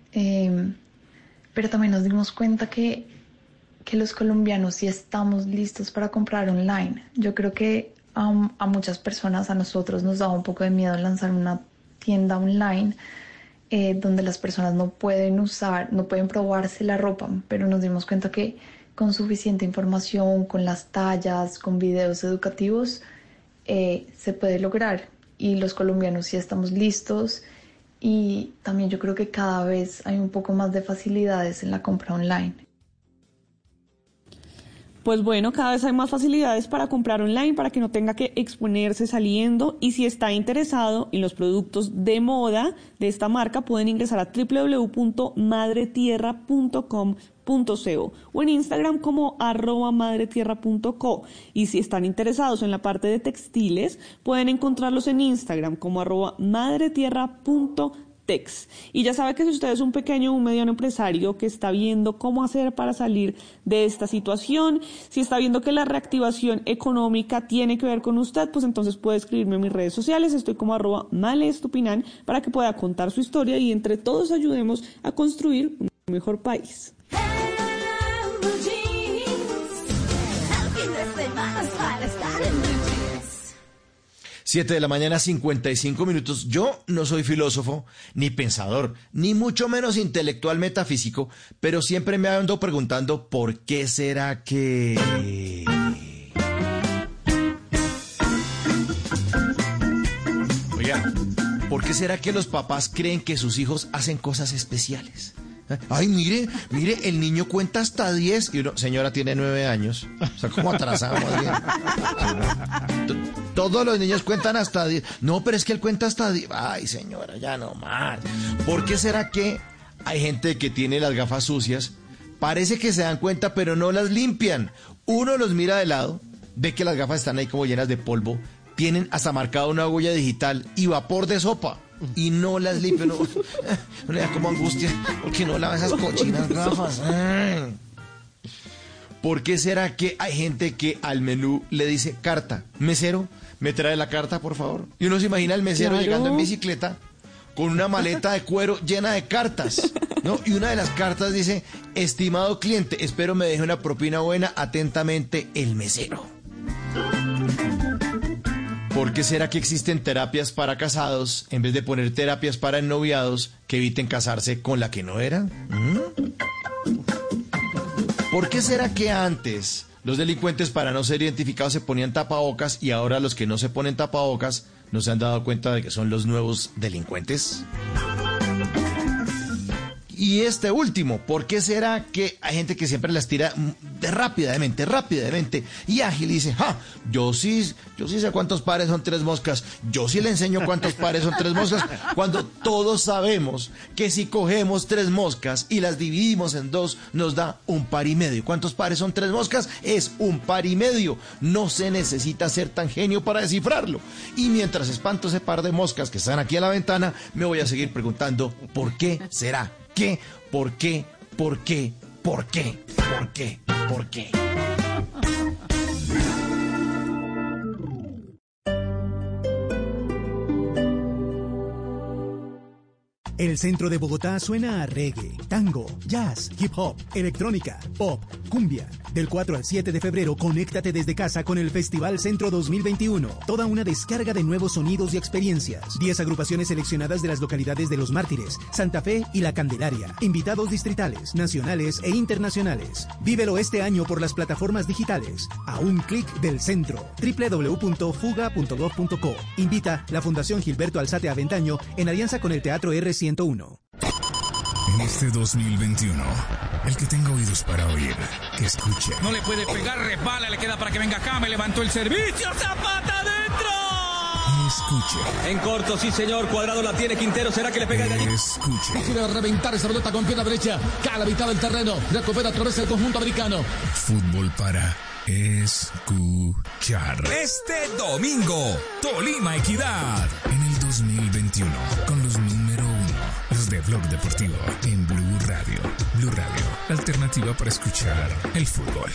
S2: pero también nos dimos cuenta que los colombianos sí estamos listos para comprar online. Yo creo que a muchas personas, a nosotros nos daba un poco de miedo lanzar una tienda online donde las personas no pueden probarse la ropa, pero nos dimos cuenta que con suficiente información, con las tallas, con videos educativos, se puede lograr y los colombianos sí estamos listos y también yo creo que cada vez hay un poco más de facilidades en la compra online.
S12: Pues bueno, cada vez hay más facilidades para comprar online, para que no tenga que exponerse saliendo. Y si está interesado en los productos de moda de esta marca, pueden ingresar a www.madretierra.com.co o en Instagram como @madretierra.co. Y si están interesados en la parte de textiles, pueden encontrarlos en Instagram como @madretierra.tex. Y ya sabe que si usted es un pequeño o un mediano empresario que está viendo cómo hacer para salir de esta situación, si está viendo que la reactivación económica tiene que ver con usted, pues entonces puede escribirme en mis redes sociales, estoy como @malestupinan, para que pueda contar su historia y entre todos ayudemos a construir un mejor país.
S11: 7 de la mañana, 55 minutos. Yo no soy filósofo, ni pensador, ni mucho menos intelectual metafísico, pero siempre me ando preguntando ¿por qué será que...? Oiga, ¿por qué será que los papás creen que sus hijos hacen cosas especiales? Ay, mire, el niño cuenta hasta 10 y uno, señora, tiene 9 años. O sea, como atrasado más bien. Todos los niños cuentan hasta 10. No, pero es que él cuenta hasta 10. Ay, señora, ya no más. ¿Por qué será que hay gente que tiene las gafas sucias Parece que se dan cuenta, pero no las limpian. Uno los mira de lado, ve que las gafas están ahí como llenas de polvo, tienen hasta marcada una huella digital y vapor de sopa. Y no las limpian. No le da como angustia, porque no lavan esas cochinas gafas. ¿Por qué será que hay gente que al menú le dice carta? Mesero, ¿me trae la carta, por favor? Y uno se imagina al mesero llegando en bicicleta con una maleta de cuero llena de cartas, ¿no? Y una de las cartas dice, estimado cliente, espero me deje una propina buena, atentamente, el mesero. ¿Por qué será que existen terapias para casados en vez de poner terapias para ennoviados que eviten casarse con la que no era? ¿Por qué será que antes los delincuentes para no ser identificados se ponían tapabocas y ahora los que no se ponen tapabocas no se han dado cuenta de que son los nuevos delincuentes? Y este último, ¿por qué será que hay gente que siempre las tira rápidamente y ágil y dice, yo sí sé cuántos pares son 3 moscas, yo sí le enseño cuántos pares son 3 moscas, cuando todos sabemos que si cogemos 3 moscas y las dividimos en 2 nos da 1,5 pares? ¿Cuántos pares son 3 moscas? Es 1,5 pares. No se necesita ser tan genio para descifrarlo. Y mientras espanto ese par de moscas que están aquí a la ventana, me voy a seguir preguntando, ¿por qué será? ¿Qué? ¿Por qué? ¿Por qué? ¿Por qué? ¿Por qué? ¿Por qué?
S1: El centro de Bogotá suena a reggae, tango, jazz, hip hop, electrónica, pop, cumbia. Del 4 al 7 de febrero, conéctate desde casa con el Festival Centro 2021. Toda una descarga de nuevos sonidos y experiencias. 10 agrupaciones seleccionadas de las localidades de Los Mártires, Santa Fe y La Candelaria. Invitados distritales, nacionales e internacionales. Vívelo este año por las plataformas digitales. A un clic del centro. www.fuga.gov.co. Invita la Fundación Gilberto Alzate Aventaño en alianza con el Teatro R101.
S22: En este 2021, el que tenga oídos para oír, que escuche.
S23: No le puede pegar, resbala, le queda para que venga acá, me levantó el servicio, Zapata adentro.
S22: Escuche.
S23: En corto, sí señor, Cuadrado la tiene, Quintero, ¿será que le pega el gallito?
S22: Escuche.
S23: Quiere reventar esa pelota con pierna derecha, cae a la mitad del terreno, recupera a través del conjunto americano.
S22: Fútbol para escuchar.
S19: Este domingo, Tolima Equidad.
S22: En el 2021, con los número 1, los de Blog Deportivo, en Blue Radio. Blue Radio, la alternativa para escuchar el fútbol.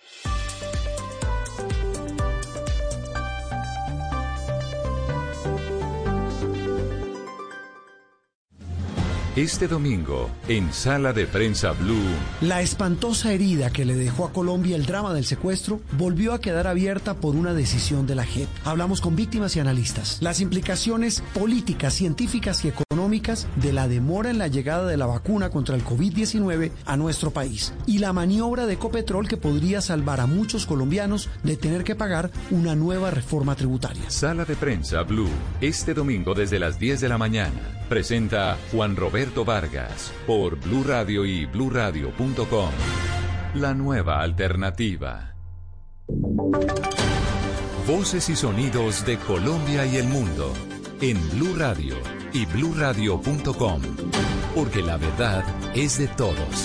S7: Este domingo, en Sala de Prensa Blue.
S13: La espantosa herida que le dejó a Colombia el drama del secuestro volvió a quedar abierta por una decisión de la JEP. Hablamos con víctimas y analistas. Las implicaciones políticas, científicas y económicas de la demora en la llegada de la vacuna contra el COVID-19 a nuestro país. Y la maniobra de Ecopetrol que podría salvar a muchos colombianos de tener que pagar una nueva reforma tributaria.
S7: Sala de Prensa Blue. Este domingo desde las 10 de la mañana. Presenta Juan Roberto Vargas por Blue Radio y bluradio.com. La nueva alternativa. Voces y sonidos de Colombia y el mundo en Blue Radio y bluradio.com. Porque la verdad es de todos.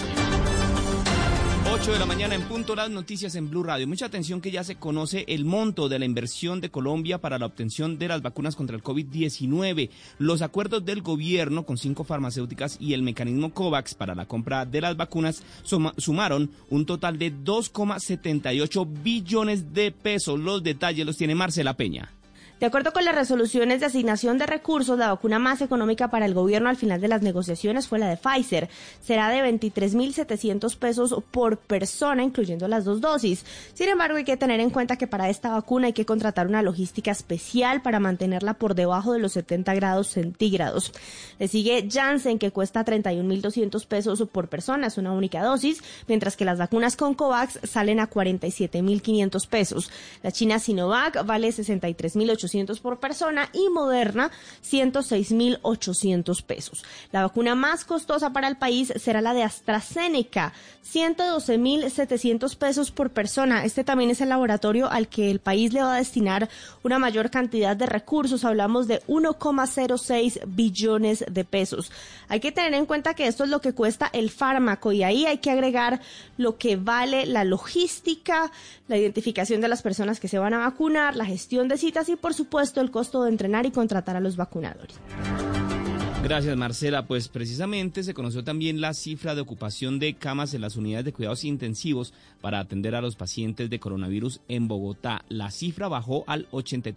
S24: 8 de la mañana en punto, las noticias en Blue Radio. Mucha atención que ya se conoce el monto de la inversión de Colombia para la obtención de las vacunas contra el COVID-19. Los acuerdos del gobierno con 5 farmacéuticas y el mecanismo COVAX para la compra de las vacunas sumaron un total de 2,78 billones de pesos. Los detalles los tiene Marcela Peña.
S25: De acuerdo con las resoluciones de asignación de recursos, la vacuna más económica para el gobierno al final de las negociaciones fue la de Pfizer. Será de 23.700 pesos por persona, incluyendo las 2 dosis. Sin embargo, hay que tener en cuenta que para esta vacuna hay que contratar una logística especial para mantenerla por debajo de los 70 grados centígrados. Le sigue Janssen, que cuesta 31.200 pesos por persona, es una única dosis, mientras que las vacunas con COVAX salen a 47.500 pesos. La china Sinovac vale 63.800 $106.800 por persona y Moderna 106.800 pesos. La vacuna más costosa para el país será la de AstraZeneca, 112.700 pesos por persona. Este también es el laboratorio al que el país le va a destinar una mayor cantidad de recursos. Hablamos de 1,06 billones de pesos. Hay que tener en cuenta que esto es lo que cuesta el fármaco y ahí hay que agregar lo que vale la logística, la identificación de las personas que se van a vacunar, la gestión de citas y por supuesto el costo de entrenar y contratar a los vacunadores.
S24: Gracias, Marcela. Pues precisamente se conoció también la cifra de ocupación de camas en las unidades de cuidados intensivos para atender a los pacientes de coronavirus en Bogotá. La cifra bajó al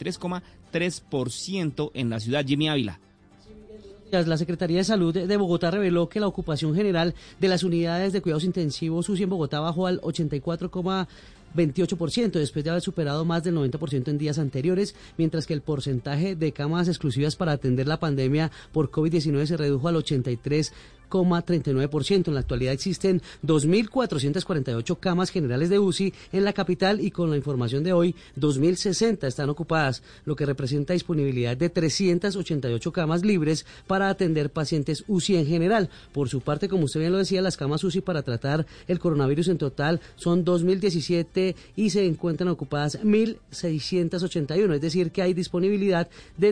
S24: 83,3% en la ciudad. Jimmy Ávila.
S4: La Secretaría de Salud de Bogotá reveló que la ocupación general de las unidades de cuidados intensivos UCI en Bogotá bajó al 84,28% después de haber superado más del 90% en días anteriores, mientras que el porcentaje de camas exclusivas para atender la pandemia por COVID-19 se redujo al 83,39%. En la actualidad existen 2.448 camas generales de UCI en la capital y con la información de hoy, 2.060 están ocupadas, lo que representa disponibilidad de 388 camas libres para atender pacientes UCI en general. Por su parte, como usted bien lo decía, las camas UCI para tratar el coronavirus en total son 2.017 y se encuentran ocupadas 1.681, es decir, que hay disponibilidad de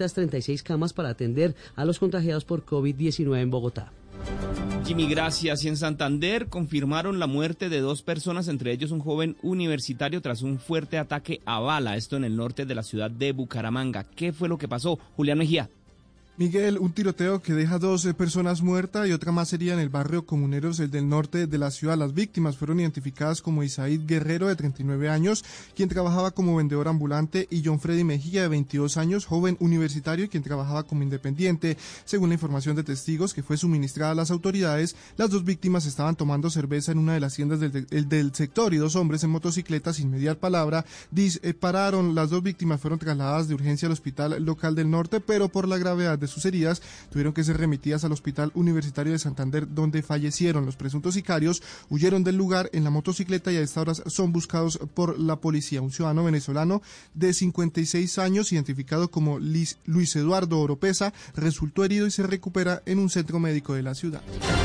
S4: 336 camas para atender a los contagiados por COVID-19 en Bogotá.
S24: Jimmy, gracias. Y en Santander confirmaron la muerte de 2 personas, entre ellos un joven universitario, tras un fuerte ataque a bala, esto en el norte de la ciudad de Bucaramanga. ¿Qué fue lo que pasó? Julián Mejía.
S6: Miguel, un tiroteo que deja 2 personas muertas y otra más herida en el barrio Comuneros, el del norte de la ciudad. Las víctimas fueron identificadas como Isaid Guerrero, de 39 años, quien trabajaba como vendedor ambulante, y John Freddy Mejía, de 22 años, joven universitario, quien trabajaba como independiente. Según la información de testigos que fue suministrada a las autoridades, las 2 víctimas estaban tomando cerveza en una de las tiendas del sector y 2 hombres en motocicleta, sin mediar palabra, dispararon. Las 2 víctimas fueron trasladadas de urgencia al hospital local del norte, pero por la gravedad de sus heridas tuvieron que ser remitidas al Hospital Universitario de Santander, donde fallecieron. Los presuntos sicarios huyeron del lugar en la motocicleta y a esta hora son buscados por la policía. Un ciudadano venezolano de 56 años, identificado como Luis Eduardo Oropesa, resultó herido y se recupera en un centro médico de la ciudad.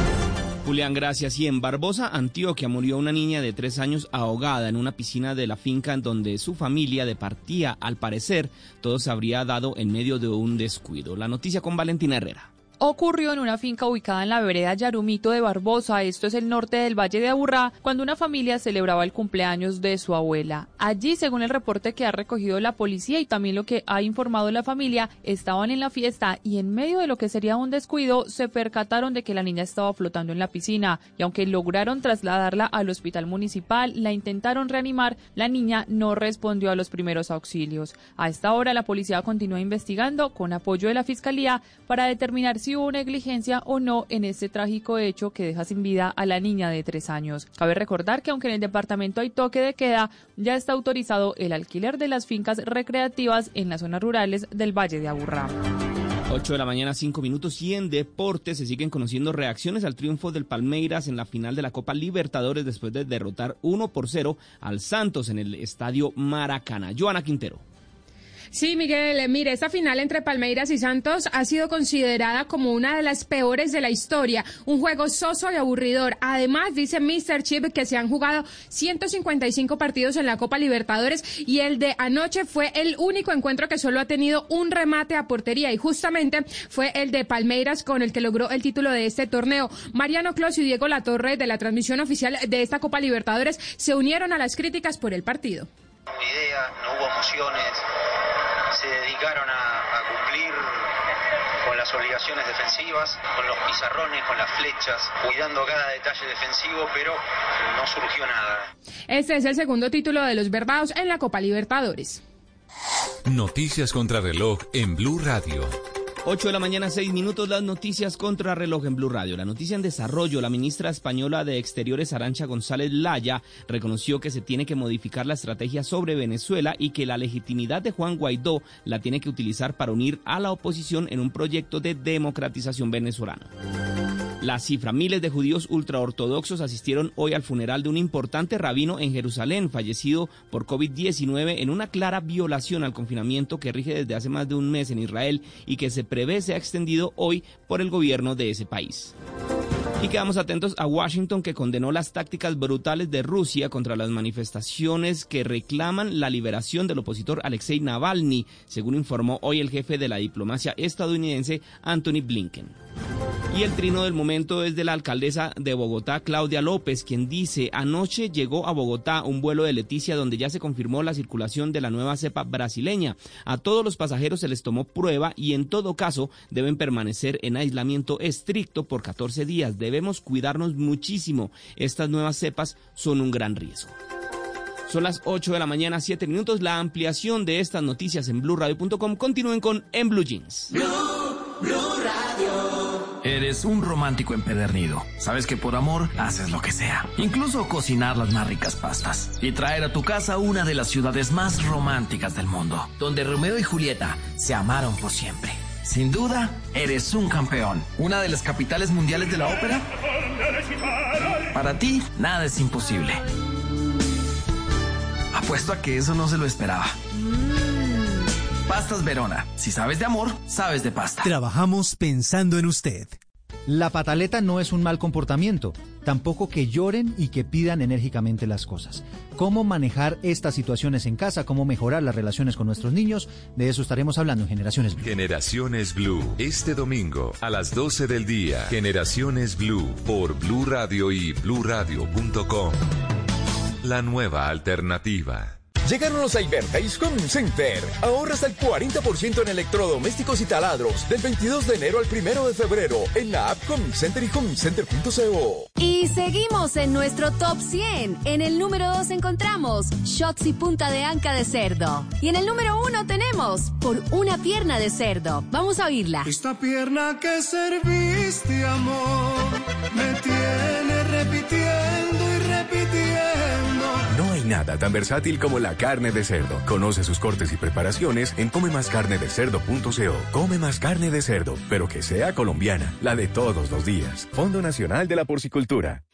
S24: Julián, gracias. Y en Barbosa, Antioquia, murió una niña de 3 años ahogada en una piscina de la finca en donde su familia departía. Al parecer, todo se habría dado en medio de un descuido. La noticia con Valentina Herrera.
S14: Ocurrió en una finca ubicada en la vereda Yarumito de Barbosa, esto es el norte del Valle de Aburrá, cuando una familia celebraba el cumpleaños de su abuela. Allí, según el reporte que ha recogido la policía y también lo que ha informado la familia, estaban en la fiesta y en medio de lo que sería un descuido, se percataron de que la niña estaba flotando en la piscina y aunque lograron trasladarla al hospital municipal, la intentaron reanimar, la niña no respondió a los primeros auxilios. A esta hora, la policía continúa investigando con apoyo de la fiscalía para determinar si hubo negligencia o no en este trágico hecho que deja sin vida a la niña de 3 años. Cabe recordar que aunque en el departamento hay toque de queda, ya está autorizado el alquiler de las fincas recreativas en las zonas rurales del Valle de Aburrá.
S24: 8 de la mañana, 5 minutos, y en deporte se siguen conociendo reacciones al triunfo del Palmeiras en la final de la Copa Libertadores después de derrotar 1-0 al Santos en el Estadio Maracaná. Joana Quintero.
S15: Sí, Miguel, mire, esta final entre Palmeiras y Santos ha sido considerada como una de las peores de la historia, un juego soso y aburridor. Además, dice Mr. Chip que se han jugado 155 partidos en la Copa Libertadores y el de anoche fue el único encuentro que solo ha tenido un remate a portería y justamente fue el de Palmeiras con el que logró el título de este torneo. Mariano Clos y Diego Latorre de la transmisión oficial de esta Copa Libertadores se unieron a las críticas por el partido.
S17: No hubo idea, no hubo emociones. Se dedicaron a cumplir con las obligaciones defensivas, con los pizarrones, con las flechas, cuidando cada detalle defensivo, pero no surgió nada.
S15: Este es el segundo título de los verdados en la Copa Libertadores.
S7: Noticias contra reloj en Blue Radio.
S24: 8 de la mañana, 6 minutos, las noticias contra reloj en Blue Radio. La noticia en desarrollo: la ministra española de Exteriores, Arantxa González Laya, reconoció que se tiene que modificar la estrategia sobre Venezuela y que la legitimidad de Juan Guaidó la tiene que utilizar para unir a la oposición en un proyecto de democratización venezolano. la cifra. Miles de judíos ultraortodoxos asistieron hoy al funeral de un importante rabino en Jerusalén, fallecido por COVID-19 en una clara violación al confinamiento que rige desde hace más de un mes en Israel y que se prevé sea extendido hoy por el gobierno de ese país. Y quedamos atentos a Washington, que condenó las tácticas brutales de Rusia contra las manifestaciones que reclaman la liberación del opositor Alexei Navalny, según informó hoy el jefe de la diplomacia estadounidense, Antony Blinken. Y el trino del momento es de la alcaldesa de Bogotá, Claudia López, quien dice: anoche llegó a Bogotá un vuelo de Leticia donde ya se confirmó la circulación de la nueva cepa brasileña. A todos los pasajeros se les tomó prueba y en todo caso deben permanecer en aislamiento estricto por 14 días. Debemos cuidarnos muchísimo. Estas nuevas cepas son un gran riesgo. Son las 8 de la mañana, 7 minutos. La ampliación de estas noticias en BluRadio.com. Continúen con En Blue Jeans.
S5: Blue Radio. Eres un romántico empedernido. Sabes que por amor haces lo que sea. Incluso cocinar las más ricas pastas. Y traer a tu casa una de las ciudades más románticas del mundo, donde Romeo y Julieta se amaron por siempre. Sin duda, eres un campeón. Una de las capitales mundiales de la ópera. Para ti, nada es imposible. Apuesto a que eso no se lo esperaba. Pastas Verona. Si sabes de amor, sabes de pasta.
S1: Trabajamos pensando en usted.
S16: La pataleta no es un mal comportamiento, tampoco que lloren y que pidan enérgicamente las cosas. ¿Cómo manejar estas situaciones en casa? ¿Cómo mejorar las relaciones con nuestros niños? De eso estaremos hablando en Generaciones Blue.
S7: Generaciones Blue, este domingo a las 12 del día. Generaciones Blue por Blue Radio y BluRadio.com. La nueva alternativa.
S19: Llegaron los Iberdays Home Center. Ahorras al 40% en electrodomésticos y taladros del 22 de enero al 1 de febrero en la app Home Center y homecenter.co.
S18: Y seguimos en nuestro Top 100. En el número 2 encontramos Shots y punta de anca de cerdo. Y en el número 1 tenemos Por una pierna de cerdo. Vamos a oírla.
S20: Esta pierna que serviste, amor, me tiene repitiendo y repitiendo.
S21: No hay nada tan versátil como la carne de cerdo. Conoce sus cortes y preparaciones en comemascarnedecerdo.co. Come más carne de cerdo, pero que sea colombiana, la de todos los días. Fondo Nacional de la Porcicultura.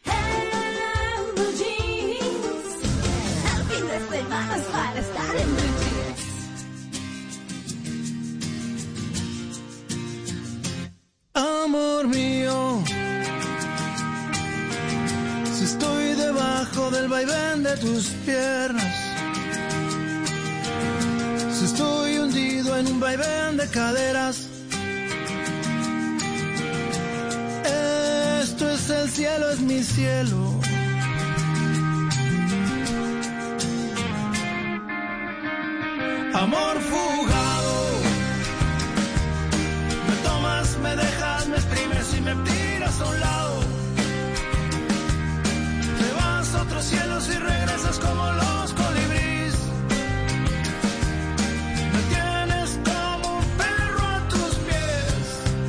S20: Amor mío, si estoy debajo del vaivén de tus piernas, si estoy hundido en un vaivén de caderas, esto es el cielo, es mi cielo. Amor fugado, me tomas, me dejas, me exprimes y me tiras a un lado. Te vas a otros cielos y regresas como los colibríes. Me tienes como un perro a tus pies.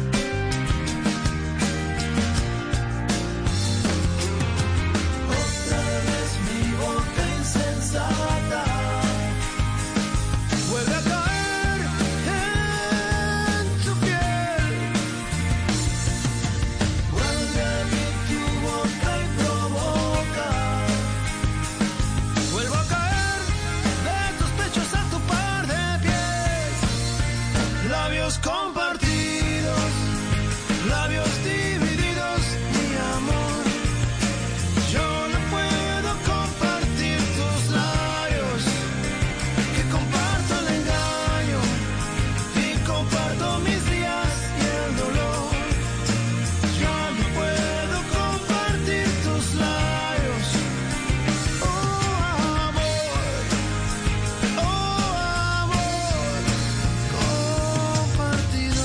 S20: Otra vez mi boca insensata vuelve a caer en tu piel. Vuelve a mí tu boca y provoca. Vuelvo a caer de tus pechos a tu par de pies. Labios compartidos, labios divididos, mi amor. Yo no puedo compartir tus labios, que comparto el engaño y comparto mis días y el dolor. Yo no puedo compartir tus labios. Oh amor, compartido.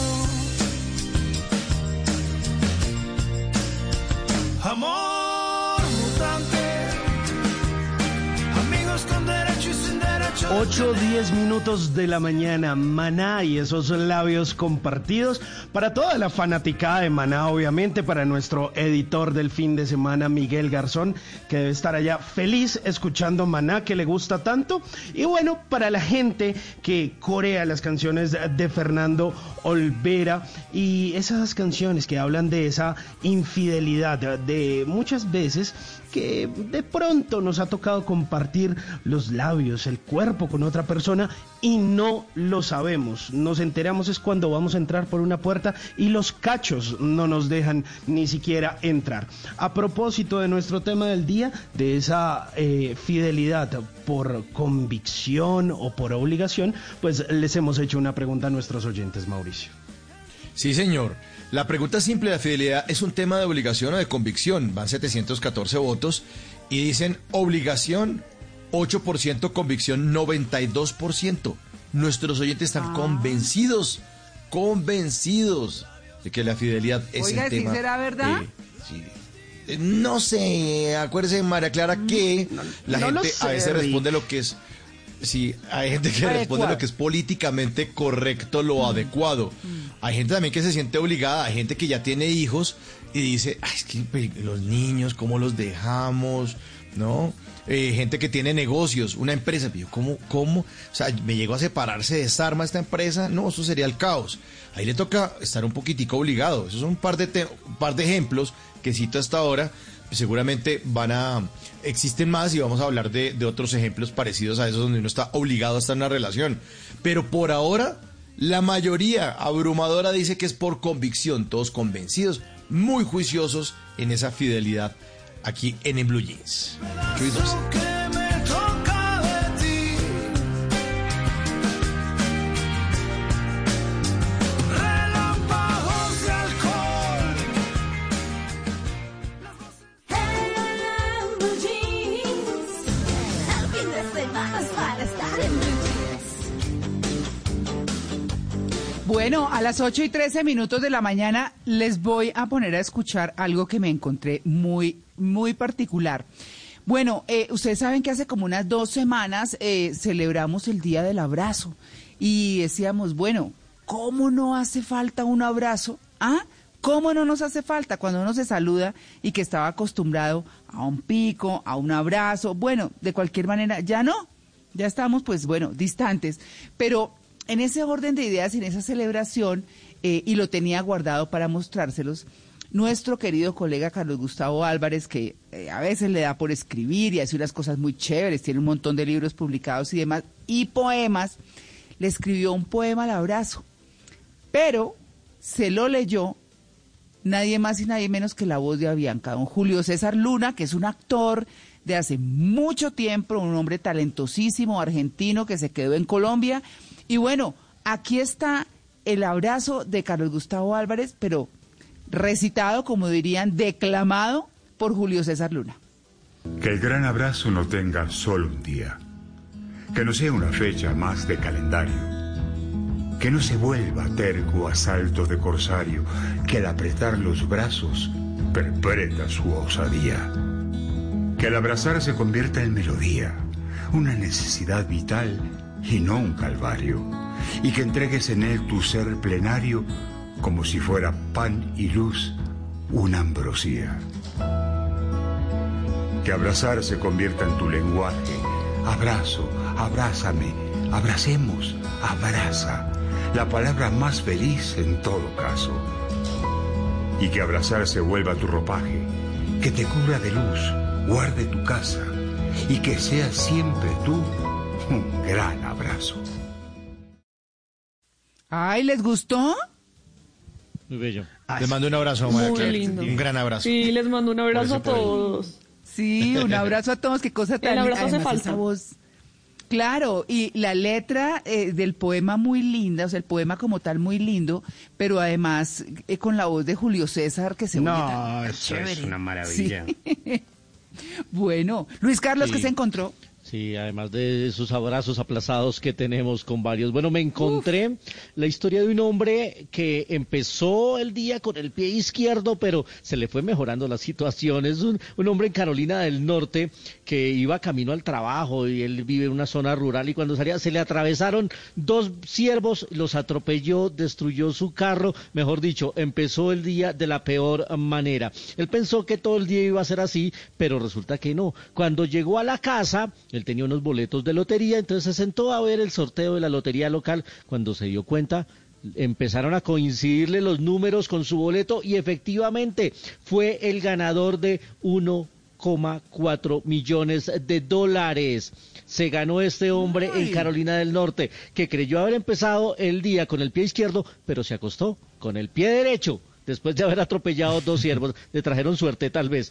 S20: Amor mutante, amigos con derecho y sin derecho.
S2: 8:10 minutos de la mañana, Maná y esos labios compartidos para toda la fanaticada de Maná, obviamente para nuestro editor del fin de semana, Miguel Garzón, que debe estar allá feliz escuchando Maná, que le gusta tanto, y bueno, para la gente que corea las canciones de Fernando Olvera y esas canciones que hablan de esa infidelidad, de muchas veces que de pronto nos ha tocado compartir los labios, el cuerpo con otra persona y no lo sabemos. Nos enteramos es cuando vamos a entrar por una puerta y los cachos no nos dejan ni siquiera entrar. A propósito de nuestro tema del día, de esa fidelidad por convicción o por obligación, pues les hemos hecho una pregunta a nuestros oyentes, Mauricio.
S11: Sí, señor. La pregunta simple de la fidelidad es un tema de obligación o de convicción. Van 714 votos y dicen obligación 8%, convicción 92%. Nuestros oyentes están convencidos de que la fidelidad es el tema.
S3: Oiga, ¿sí será verdad?
S11: Sí. No sé, acuérdese, María Clara, que la gente a veces responde lo que es... Sí, hay gente que responde lo que es políticamente correcto, lo adecuado. Hay gente también que se siente obligada, hay gente que ya tiene hijos y dice, ay, es que los niños, ¿cómo los dejamos? ¿No? Gente que tiene negocios, una empresa, ¿cómo? O sea, ¿me llego a separar, se desarma esta empresa? No, eso sería el caos. Ahí le toca estar un poquitico obligado. Esos son un par de ejemplos que cito hasta ahora. Seguramente existen más y vamos a hablar de otros ejemplos parecidos a esos donde uno está obligado a estar en una relación. Pero por ahora, la mayoría abrumadora dice que es por convicción, todos convencidos, muy juiciosos en esa fidelidad aquí en Blue Jeans.
S3: Bueno, a las 8:13 de la mañana les voy a poner a escuchar algo que me encontré muy, muy particular. Bueno, ustedes saben que hace como unas 2 semanas celebramos el Día del Abrazo y decíamos, bueno, ¿cómo no hace falta un abrazo? ¿Ah? ¿Cómo no nos hace falta cuando uno se saluda y que estaba acostumbrado a un pico, a un abrazo? Bueno, de cualquier manera, ya no, ya estamos pues, bueno, distantes, pero... En ese orden de ideas y en esa celebración, y lo tenía guardado para mostrárselos, nuestro querido colega Carlos Gustavo Álvarez, que a veces le da por escribir y hace unas cosas muy chéveres, tiene un montón de libros publicados y demás, y poemas, le escribió un poema al abrazo, pero se lo leyó nadie más y nadie menos que la voz de Avianca, don Julio César Luna, que es un actor de hace mucho tiempo, un hombre talentosísimo, argentino, que se quedó en Colombia. Y bueno, aquí está el abrazo de Carlos Gustavo Álvarez, pero recitado, como dirían, declamado por Julio César Luna.
S8: Que el gran abrazo no tenga solo un día, que no sea una fecha más de calendario, que no se vuelva terco asalto de corsario, que al apretar los brazos perpreta su osadía, que al abrazar se convierta en melodía, una necesidad vital y no un calvario, y que entregues en él tu ser plenario como si fuera pan y luz, una ambrosía. Que abrazar se convierta en tu lenguaje, abrazo, abrázame, abracemos, abraza, la palabra más feliz en todo caso. Y que abrazar se vuelva tu ropaje, que te cubra de luz, guarde tu casa, y que seas siempre tú un gran abrazo.
S3: Ay, ¿les gustó?
S11: Muy bello. Les mando un abrazo, María Clara.
S12: Muy lindo.
S11: Un gran abrazo.
S12: Sí, les mando un abrazo a todos.
S3: Sí, un abrazo a todos. Qué cosa tan...
S12: El abrazo hace falta.
S3: Esa voz... Claro, y la letra del poema muy linda, o sea, el poema como tal muy lindo, pero además con la voz de Julio César que se oye tan
S2: eso
S3: chévere.
S2: Es una maravilla.
S3: Sí. Bueno, Luis Carlos, ¿qué se encontró?
S9: Sí, Sí, además de esos abrazos aplazados que tenemos con varios. Bueno, me encontré la historia de un hombre que empezó el día con el pie izquierdo, pero se le fue mejorando la situación. Es un hombre en Carolina del Norte que iba camino al trabajo y él vive en una zona rural y cuando salía se le atravesaron 2 ciervos, los atropelló, destruyó su carro, mejor dicho, empezó el día de la peor manera. Él pensó que todo el día iba a ser así, pero resulta que no. Cuando llegó a la casa, él tenía unos boletos de lotería, entonces se sentó a ver el sorteo de la lotería local. Cuando se dio cuenta, empezaron a coincidirle los números con su boleto y efectivamente fue el ganador de 1,4 millones de dólares. Se ganó este hombre en Carolina del Norte, que creyó haber empezado el día con el pie izquierdo, pero se acostó con el pie derecho, después de haber atropellado 2 ciervos. Le trajeron suerte, tal vez.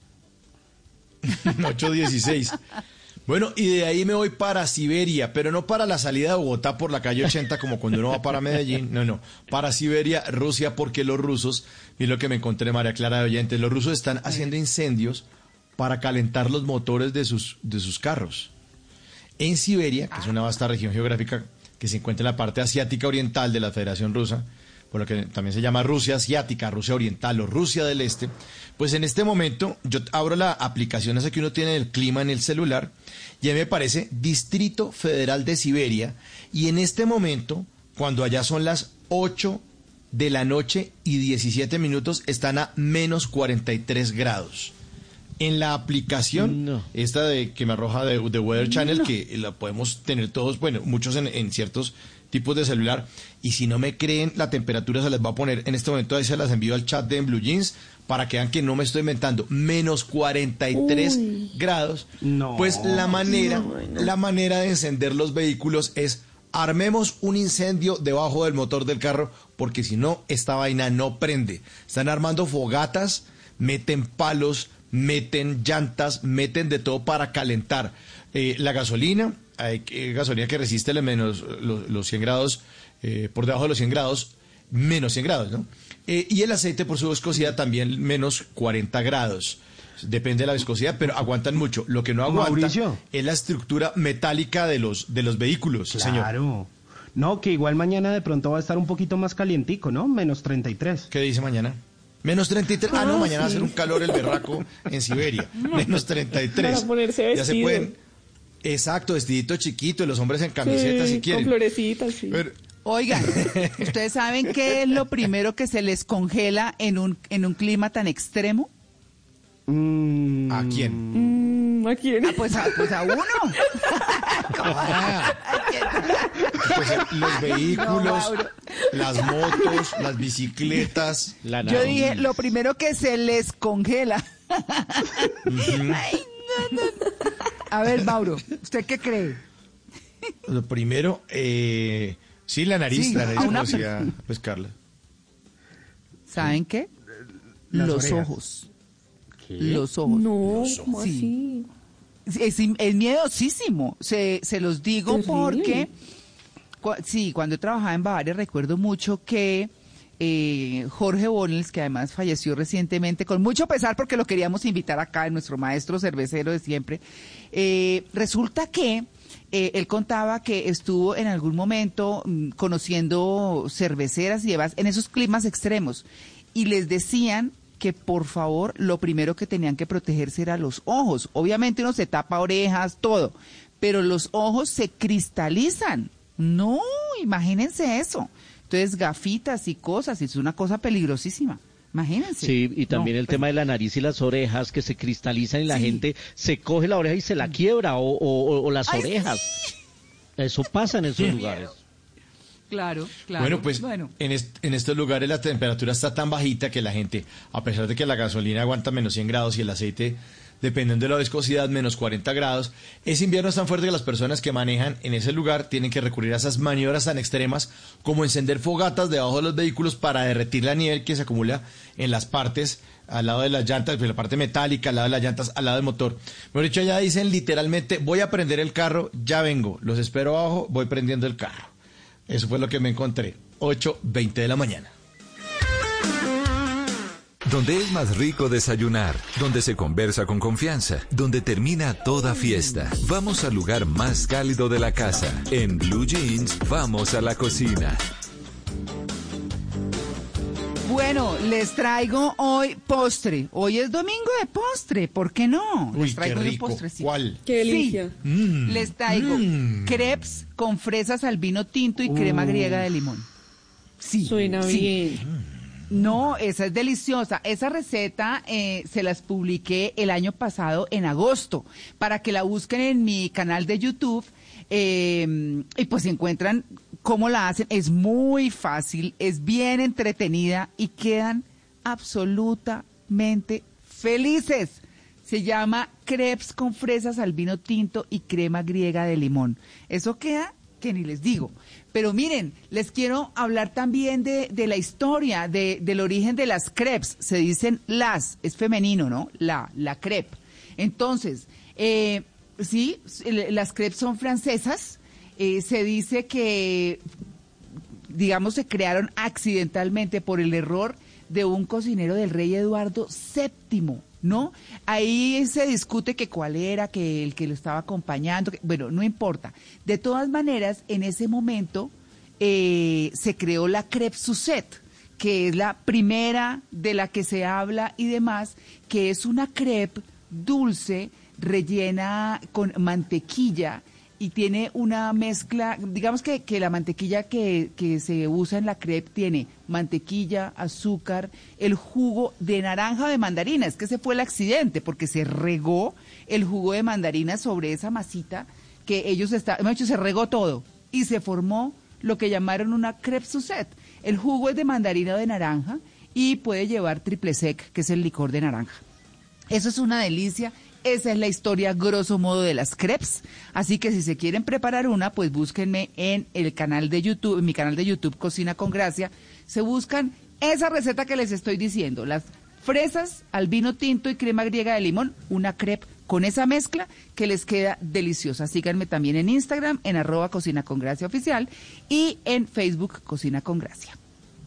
S11: 8:16. Bueno, y de ahí me voy para Siberia, pero no para la salida de Bogotá por la calle 80 como cuando uno va para Medellín, no, para Siberia, Rusia, porque los rusos, y lo que me encontré, María Clara de oyentes, los rusos están haciendo incendios para calentar los motores de sus carros. En Siberia, que es una vasta región geográfica que se encuentra en la parte asiática oriental de la Federación Rusa, por lo que también se llama Rusia Asiática, Rusia Oriental o Rusia del Este, pues en este momento yo abro la aplicación esa que uno tiene del clima en el celular y ahí me parece Distrito Federal de Siberia y en este momento, cuando allá son las 8 de la noche y 17 minutos, están a menos 43 grados. En la aplicación, esta de que me arroja de Weather Channel, que la podemos tener todos, bueno, muchos en ciertos tipos de celular, y si no me creen, la temperatura se les va a poner en este momento, ahí se las envío al chat de En Blue Jeans, para que vean que no me estoy inventando, menos 43 grados, pues la manera de encender los vehículos es armemos un incendio debajo del motor del carro, porque si no, esta vaina no prende. Están armando fogatas, meten palos, meten llantas, meten de todo para calentar la gasolina. Hay gasolina que resiste los 100 grados, por debajo de los 100 grados, menos 100 grados, ¿no? Y el aceite por su viscosidad también menos 40 grados. Depende de la viscosidad, pero aguantan mucho. Lo que no aguanta, Mauricio, es la estructura metálica de los vehículos, señor.
S2: Claro. No, que igual mañana de pronto va a estar un poquito más calientico, ¿no? Menos 33.
S11: ¿Qué dice mañana? Menos 33. No, mañana va a hacer un calor el berraco en Siberia. Menos 33.
S12: Para ponerse vestido.
S11: Ya se pueden. Exacto, vestidito chiquito, y los hombres en camisetas si quieren.
S12: Con florecitas, sí.
S11: Pero...
S3: Oigan, ¿ustedes saben qué es lo primero que se les congela en un clima tan extremo?
S11: ¿A quién?
S12: ¿A quién?
S3: Pues a uno.
S11: Pues los vehículos, las motos, las bicicletas.
S3: Yo dije, lo primero que se les congela. Ay, no. A ver, Mauro, ¿usted qué cree?
S11: Lo primero, sí, la nariz, como decía pues Carla.
S3: ¿Saben qué? Los ojos.
S9: ¿Qué?
S3: Los ojos.
S12: No, ¿cómo así?
S3: Es miedosísimo. Se los digo porque, cuando trabajaba en Bavaria recuerdo mucho que Jorge Bonels, que además falleció recientemente, con mucho pesar porque lo queríamos invitar acá, nuestro maestro cervecero de siempre, resulta que él contaba que estuvo en algún momento conociendo cerveceras y demás en esos climas extremos y les decían que por favor lo primero que tenían que protegerse era los ojos. Obviamente uno se tapa orejas, todo, pero los ojos se cristalizan. No, imagínense eso. Entonces gafitas y cosas, es una cosa peligrosísima. Imagínense.
S9: Sí, y también el tema de la nariz y las orejas que se cristalizan y la gente se coge la oreja y se la quiebra o las orejas. Sí. Eso pasa en esos lugares.
S3: Claro.
S11: Bueno, pues en estos lugares la temperatura está tan bajita que la gente, a pesar de que la gasolina aguanta menos 100 grados y el aceite, dependiendo de la viscosidad, menos 40 grados, ese invierno es tan fuerte que las personas que manejan en ese lugar tienen que recurrir a esas maniobras tan extremas como encender fogatas debajo de los vehículos para derretir la nieve que se acumula en las partes, al lado de las llantas, pues la parte metálica, al lado de las llantas, al lado del motor. Mejor dicho, allá dicen literalmente, voy a prender el carro, ya vengo, los espero abajo, voy prendiendo el carro. Eso fue lo que me encontré, 8:20 de la mañana.
S7: donde es más rico desayunar, donde se conversa con confianza, donde termina toda fiesta. Vamos al lugar más cálido de la casa. En Blue Jeans, vamos a la cocina.
S3: Bueno, les traigo hoy postre. Hoy es domingo de postre, ¿por qué no?
S11: Uy,
S3: Les traigo
S11: qué
S3: un
S11: rico.
S3: postrecito.
S11: ¿Cuál?
S12: Qué delicia.
S3: Sí. Les traigo crepes con fresas al vino tinto y crema griega de limón. Sí.
S12: Suena
S3: sí.
S12: bien.
S3: No, esa es deliciosa. Esa receta se las publiqué el año pasado en agosto para que la busquen en mi canal de YouTube y pues encuentran cómo la hacen. Es muy fácil, es bien entretenida y quedan absolutamente felices. Se llama crepes con fresas al vino tinto y crema griega de limón. Eso queda que ni les digo. Pero miren, les quiero hablar también de la historia, del origen de las crepes. Se dicen las, es femenino, ¿no? La crepe. Entonces, sí, las crepes son francesas. Se dice que, digamos, se crearon accidentalmente por el error de un cocinero del rey Eduardo VII, ¿no? Ahí se discute que cuál era, que el que lo estaba acompañando, bueno, no importa. De todas maneras, en ese momento se creó la crêpe Suzette, que es la primera de la que se habla y demás, que es una crêpe dulce, rellena con mantequilla y tiene una mezcla, digamos que la mantequilla que se usa en la crêpe tiene mantequilla, azúcar, el jugo de naranja o de mandarina. Es que ese fue el accidente, porque se regó el jugo de mandarina sobre esa masita que ellos estaban, de hecho se regó todo y se formó lo que llamaron una crêpe Suzette. El jugo es de mandarina o de naranja y puede llevar triple sec, que es el licor de naranja. Eso es una delicia. Esa es la historia, grosso modo, de las crepes. Así que si se quieren preparar una, pues búsquenme en el canal de YouTube, en mi canal de YouTube, Cocina con Gracia. Se buscan esa receta que les estoy diciendo, las fresas al vino tinto y crema griega de limón, una crepe con esa mezcla que les queda deliciosa. Síganme también en Instagram, en @Cocina con Gracia Oficial, y en Facebook, Cocina con Gracia.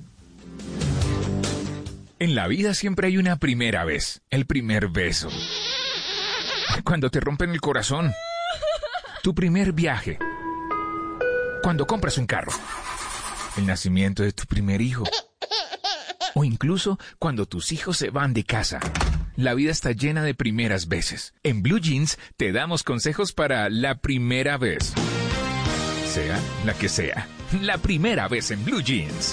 S10: En la vida siempre hay una primera vez, el primer beso. Cuando te rompen el corazón. Tu primer viaje. Cuando compras un carro. El nacimiento de tu primer hijo. O incluso cuando tus hijos se van de casa. La vida está llena de primeras veces. En Blue Jeans te damos consejos para la primera vez. Sea la que sea. La primera vez en Blue Jeans.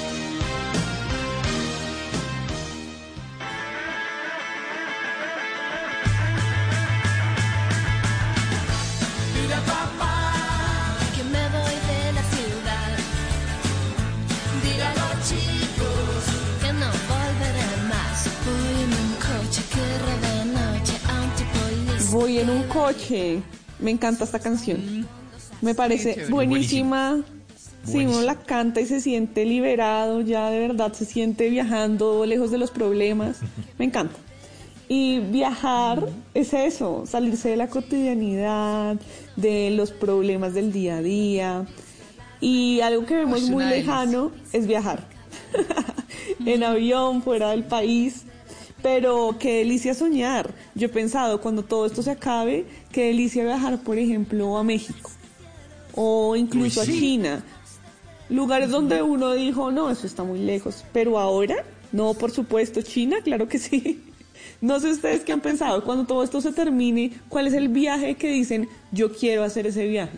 S12: Voy en un coche. Me encanta esta canción. Me parece buenísima. Si uno la canta y se siente liberado, ya de verdad se siente viajando lejos de los problemas. Me encanta. Y viajar es eso, salirse de la cotidianidad, de los problemas del día a día. Y algo que vemos muy lejano es viajar. En avión, fuera del país. Pero qué delicia soñar. Yo he pensado, cuando todo esto se acabe, qué delicia viajar, por ejemplo, a México. O incluso a China. Lugares donde uno dijo, no, eso está muy lejos. Pero ahora, no, por supuesto, China, claro que sí. No sé ustedes qué han pensado. Cuando todo esto se termine, ¿cuál es el viaje que dicen, yo quiero hacer ese viaje?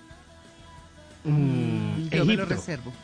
S3: Yo me lo reservo.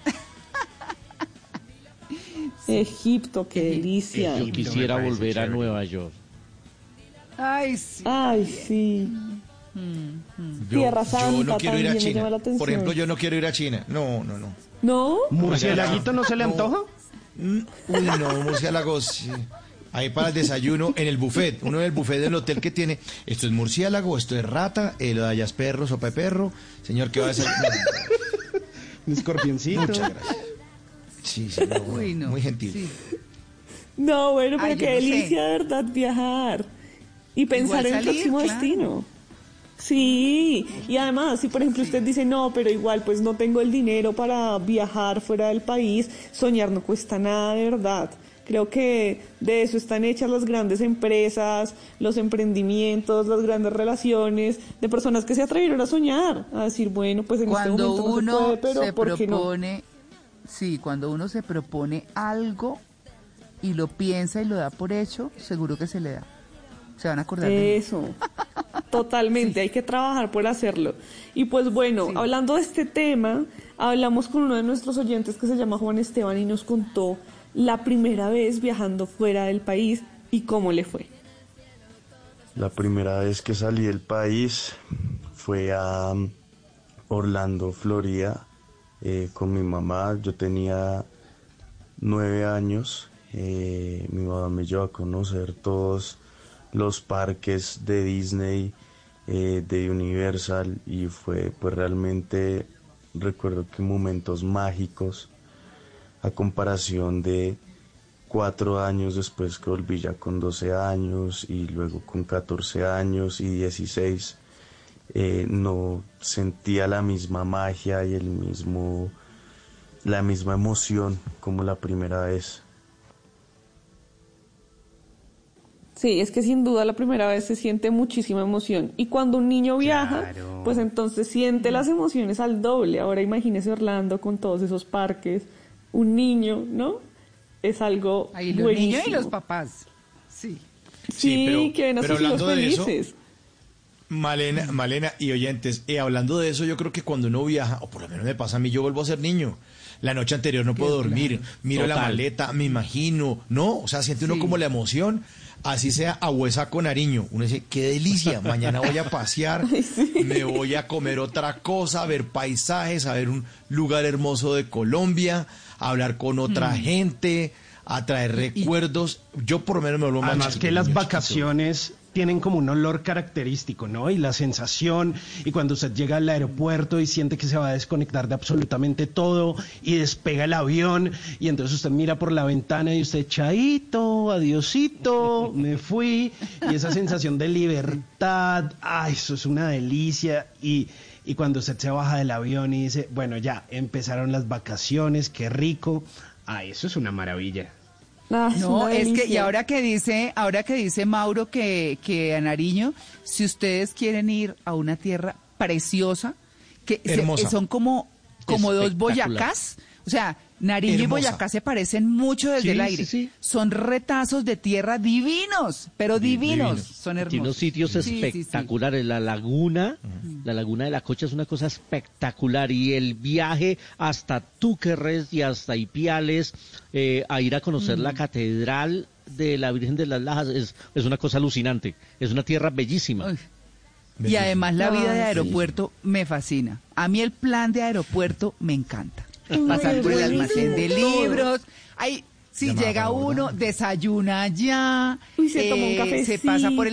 S12: Egipto, qué delicia.
S9: Yo quisiera volver a Nueva York.
S3: Ay, sí.
S12: Ay, sí. Tierra Santa,
S11: yo no quiero ir a
S12: también me llama
S11: China.
S12: la atención.
S11: Por ejemplo, yo no quiero ir a China. No.
S12: ¿No?
S2: ¿Murciélaguito no se le antoja?
S11: Uy, no, murciélagos. Sí. Ahí para el desayuno, en el buffet. Uno en el buffet del hotel que tiene, esto es murciélago, esto es rata, lo de allá es perro, sopa de perro. Señor, ¿qué va a hacer?
S2: Un escorpioncito.
S11: Muchas gracias. Sí, no, muy gentil.
S12: Sí. No, bueno, pero qué delicia, de verdad, viajar. Y pensar en el próximo destino. Sí, y además, si por ejemplo usted dice, no, pero igual pues no tengo el dinero para viajar fuera del país, soñar no cuesta nada, de verdad. Creo que de eso están hechas las grandes empresas, los emprendimientos, las grandes relaciones, de personas que se atrevieron a soñar, a decir, bueno, pues en este momento no se puede, pero ¿por qué no?
S3: Sí, cuando uno se propone algo y lo piensa y lo da por hecho, seguro que se le da. Se van a acordar de
S12: eso. Totalmente, hay que trabajar por hacerlo. Y pues bueno, hablando de este tema, hablamos con uno de nuestros oyentes que se llama Juan Esteban y nos contó la primera vez viajando fuera del país y cómo le fue.
S4: La primera vez que salí del país fue a Orlando, Florida, con mi mamá. Yo tenía 9 años. Mi mamá me llevó a conocer todos los parques de Disney, de Universal, y fue pues realmente, recuerdo que momentos mágicos, a comparación de 4 años después que volví ya con 12 años y luego con 14 años y 16, no sentía la misma magia y la misma emoción como la primera vez.
S12: Sí, es que sin duda la primera vez se siente muchísima emoción. Y cuando un niño viaja, pues entonces siente las emociones al doble. Ahora imagínese Orlando con todos esos parques, un niño, ¿no? Es algo
S3: ahí los
S12: buenísimo.
S3: Niños y los papás, sí.
S12: Sí, que ven a sus hijos felices.
S11: Malena y oyentes, hablando de eso, yo creo que cuando uno viaja, o por lo menos me pasa a mí, yo vuelvo a ser niño. La noche anterior no puedo dormir, miro la maleta, me imagino, ¿no? O sea, siente uno como la emoción, así sea a huesa con Nariño. Uno dice, qué delicia, mañana voy a pasear, me voy a comer otra cosa, a ver paisajes, a ver un lugar hermoso de Colombia, a hablar con otra gente, a traer recuerdos. Yo por lo menos me vuelvo más
S2: además que las vacaciones tienen como un olor característico, ¿no? Y la sensación, y cuando usted llega al aeropuerto y siente que se va a desconectar de absolutamente todo y despega el avión y entonces usted mira por la ventana y usted, chaito, adiosito, me fui, y esa sensación de libertad, eso es una delicia. Y cuando usted se baja del avión y dice, bueno, ya empezaron las vacaciones, qué rico, eso es una maravilla.
S3: No, es que, y ahora que dice Mauro que a Nariño, si ustedes quieren ir a una tierra preciosa, que son como dos Boyacás, o sea, Nariño y Boyacá se parecen mucho desde el aire. Sí. Son retazos de tierra divinos, pero divinos. Son hermosos.
S9: Tiene unos sitios espectaculares. La laguna de la Cocha es una cosa espectacular. Y el viaje hasta Túquerres y hasta Ipiales, a ir a conocer la catedral de la Virgen de las Lajas, es una cosa alucinante. Es una tierra bellísima.
S3: Y además la vida de aeropuerto me fascina. A mí el plan de aeropuerto me encanta. Pasar por el almacén de libros, si llega uno, desayuna allá,
S12: se toma un cafecito,
S3: se pasa por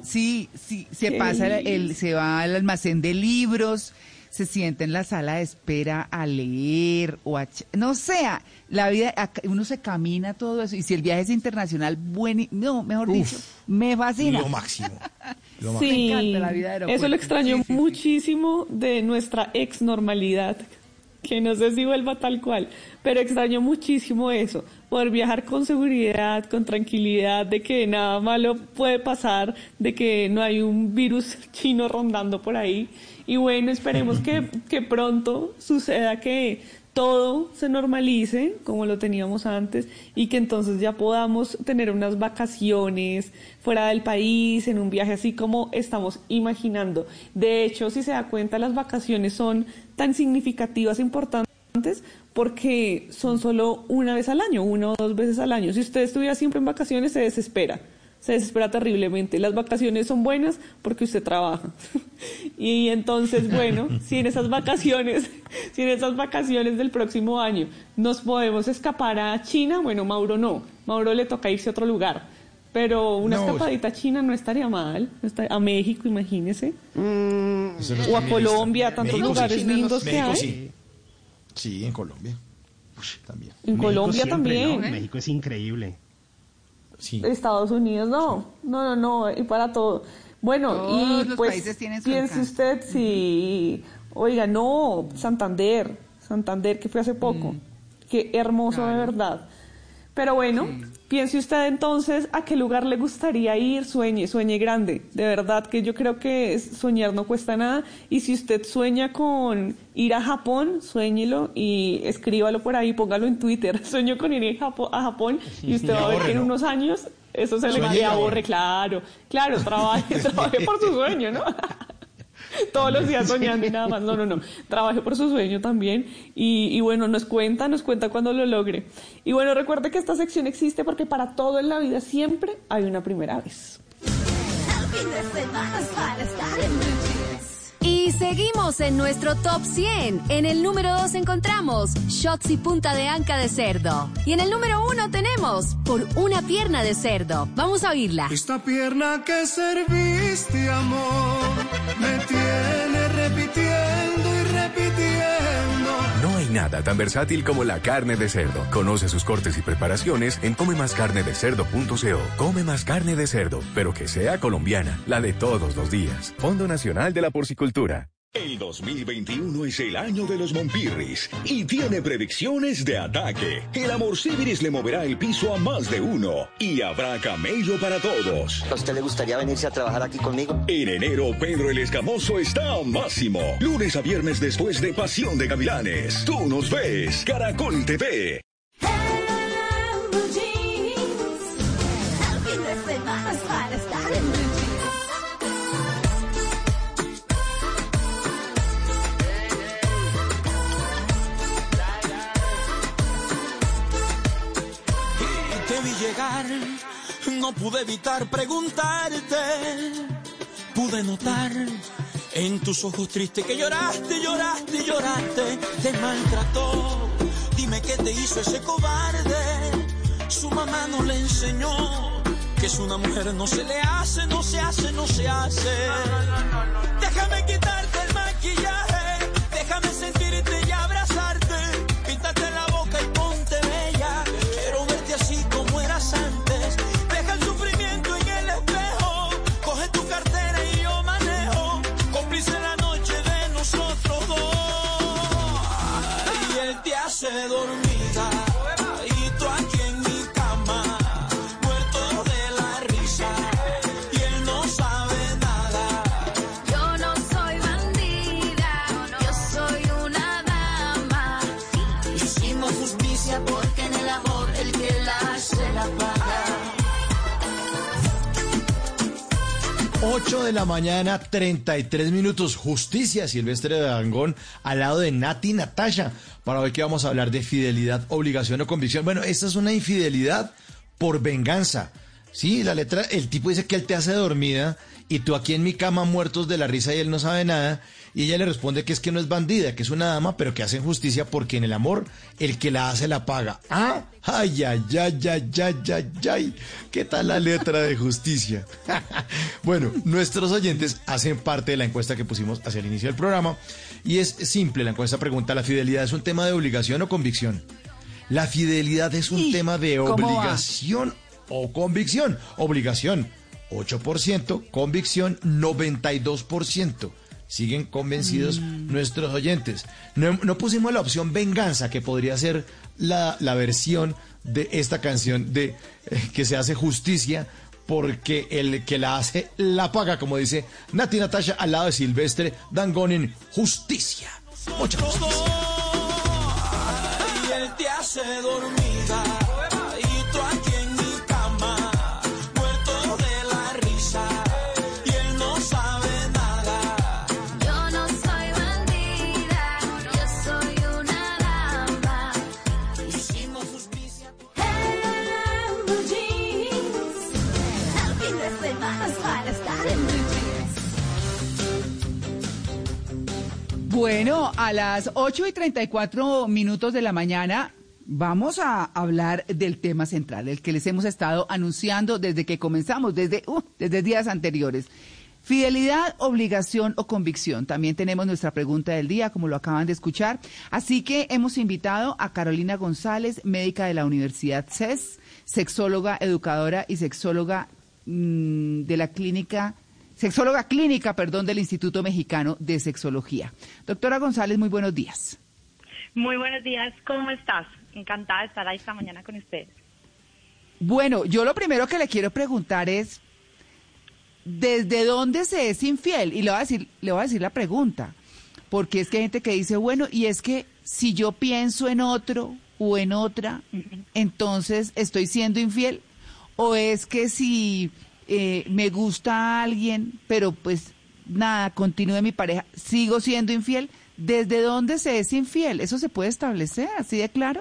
S3: se va al almacén de libros, se sienta en la sala de espera a leer no sé, la vida, uno se camina todo eso, y si el viaje es internacional, mejor dicho, me fascina.
S11: Lo máximo.
S12: Sí,
S3: me encanta la vida de aeropuerto.
S12: Eso lo extraño muchísimo de nuestra ex normalidad, que no sé si vuelva tal cual, pero extraño muchísimo eso, poder viajar con seguridad, con tranquilidad, de que nada malo puede pasar, de que no hay un virus chino rondando por ahí. Y bueno, esperemos que pronto suceda que todo se normalice como lo teníamos antes y que entonces ya podamos tener unas vacaciones fuera del país, en un viaje así como estamos imaginando. De hecho, si se da cuenta, las vacaciones son tan significativas e importantes porque son solo una vez al año, 1 o 2 veces al año. Si usted estuviera siempre en vacaciones, se desespera terriblemente. Las vacaciones son buenas porque usted trabaja. Y entonces, bueno, si en esas vacaciones del próximo año nos podemos escapar a China, bueno, Mauro no. Mauro le toca irse a otro lugar. Pero una escapadita a China no estaría mal. A México, imagínese. O a Colombia, tantos lugares lindos que hay.
S11: Sí, en Colombia. También.
S12: En Colombia siempre, también.
S2: ¿No? México es increíble.
S11: Sí.
S12: Estados Unidos no, y para todo. Bueno,
S3: todos
S12: y
S3: los
S12: pues
S3: países tienen su
S12: piense usted si, oiga, Santander, que fue hace poco, qué hermoso de verdad. Pero bueno, piense usted entonces a qué lugar le gustaría ir, sueñe grande. De verdad que yo creo que soñar no cuesta nada. Y si usted sueña con ir a Japón, suéñelo y escríbalo por ahí, póngalo en Twitter. Sueño con ir a Japón y usted va a ver que en unos años eso se le aburre. Claro, trabaje por su sueño, ¿no? Todos los días soñando y nada más. No. Trabaje por su sueño también. Y bueno, nos cuenta cuando lo logre. Y bueno, recuerde que esta sección existe porque para todo en la vida siempre hay una primera vez.
S18: Y seguimos en nuestro Top 100. En el número 2 encontramos Shots y punta de anca de cerdo. Y en el número 1 tenemos Por una pierna de cerdo. Vamos a oírla.
S20: Esta pierna que serviste, amor, me tiene repitiendo y repitiendo.
S21: No hay nada tan versátil como la carne de cerdo. Conoce sus cortes y preparaciones en comemascarnedecerdo.co. Come más carne de cerdo, pero que sea colombiana, la de todos los días. Fondo Nacional de la Porcicultura.
S6: El 2021 es el año de los Monpirris y tiene predicciones de ataque. El Amorcibiris le moverá el piso a más de uno y habrá camello para todos.
S13: ¿A usted le gustaría venirse a trabajar aquí conmigo?
S6: En enero, Pedro el Escamoso está a máximo. Lunes a viernes después de Pasión de Gavilanes. Tú nos ves, Caracol TV.
S20: Llegar, no pude evitar preguntarte, pude notar en tus ojos tristes que lloraste, te maltrató, dime qué te hizo ese cobarde, su mamá no le enseñó, que es una mujer no se le hace, déjame quitarte el maquillaje, déjame sentirte y abrazarte, píntate la boca y ponte bella, quiero verte así como eras antes, deja el sufrimiento en el espejo, coge tu cartera y yo manejo, cómplice la noche de nosotros dos, y él te hace dormida, y tú aquí en mi cama, muerto de la risa, y él no sabe nada.
S18: Yo no soy bandida, yo soy una dama.
S20: Hicimos justicia porque en el amor el que la hace la paga.
S11: 8 de la mañana, 33 minutos. Justicia, Silvestre Dangond, al lado de Nati Natasha. Para hoy que vamos a hablar de fidelidad, obligación o convicción. Bueno, esta es una infidelidad por venganza. Sí, la letra, el tipo dice que él te hace dormida y tú aquí en mi cama muertos de la risa y él no sabe nada. Y ella le responde que es que no es bandida, que es una dama, pero que hacen justicia porque en el amor el que la hace la paga. Ah, ay. ¿Qué tal la letra de justicia? Bueno, nuestros oyentes hacen parte de la encuesta que pusimos hacia el inicio del programa. Y es simple, la encuesta pregunta, ¿la fidelidad es un tema de obligación o convicción? La fidelidad es un tema de obligación o convicción. Obligación, 8%, convicción, 92%. Siguen convencidos nuestros oyentes. No pusimos la opción venganza, que podría ser la versión de esta canción de que se hace justicia porque el que la hace la paga, como dice Nati Natasha al lado de Silvestre Dangond en Justicia. Mucha justicia.
S20: Y él te hace dormida, y tú aquí en mi cama, muerto de la risa, y él no sabe nada.
S18: Yo no soy bandida, yo soy una dama.
S20: Hicimos justicia.
S3: Bueno, a las 8:34 de la mañana vamos a hablar del tema central, el que les hemos estado anunciando desde que comenzamos, desde días anteriores. Fidelidad, obligación o convicción. También tenemos nuestra pregunta del día, como lo acaban de escuchar. Así que hemos invitado a Carolina González, médica de la Universidad CES, sexóloga, educadora y sexóloga de la clínica... Sexóloga clínica, del Instituto Mexicano de Sexología. Doctora González, muy buenos días.
S22: Muy buenos días, ¿cómo estás? Encantada de estar ahí esta mañana con ustedes.
S3: Bueno, yo lo primero que le quiero preguntar es, ¿desde dónde se es infiel? Y le voy a decir la pregunta, porque es que hay gente que dice, bueno, y es que si yo pienso en otro o en otra, entonces estoy siendo infiel, o es que si me gusta a alguien, pero pues nada, continúe mi pareja, sigo siendo infiel. ¿Desde dónde se es infiel? ¿Eso se puede establecer así de claro?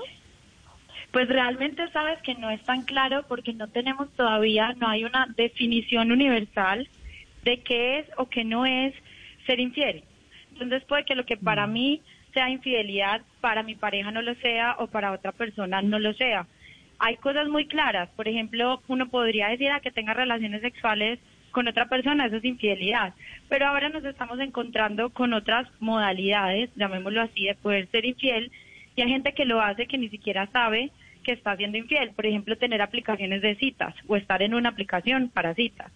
S14: Pues realmente sabes que no es tan claro porque no tenemos todavía, no hay una definición universal de qué es o qué no es ser infiel. Entonces puede que lo que para mí sea infidelidad, para mi pareja no lo sea o para otra persona no lo sea. Hay cosas muy claras, por ejemplo, uno podría decir que tenga relaciones sexuales con otra persona, eso es infidelidad. Pero ahora nos estamos encontrando con otras modalidades, llamémoslo así, de poder ser infiel, y hay gente que lo hace que ni siquiera sabe que está siendo infiel. Por ejemplo, tener aplicaciones de citas o estar en una aplicación para citas,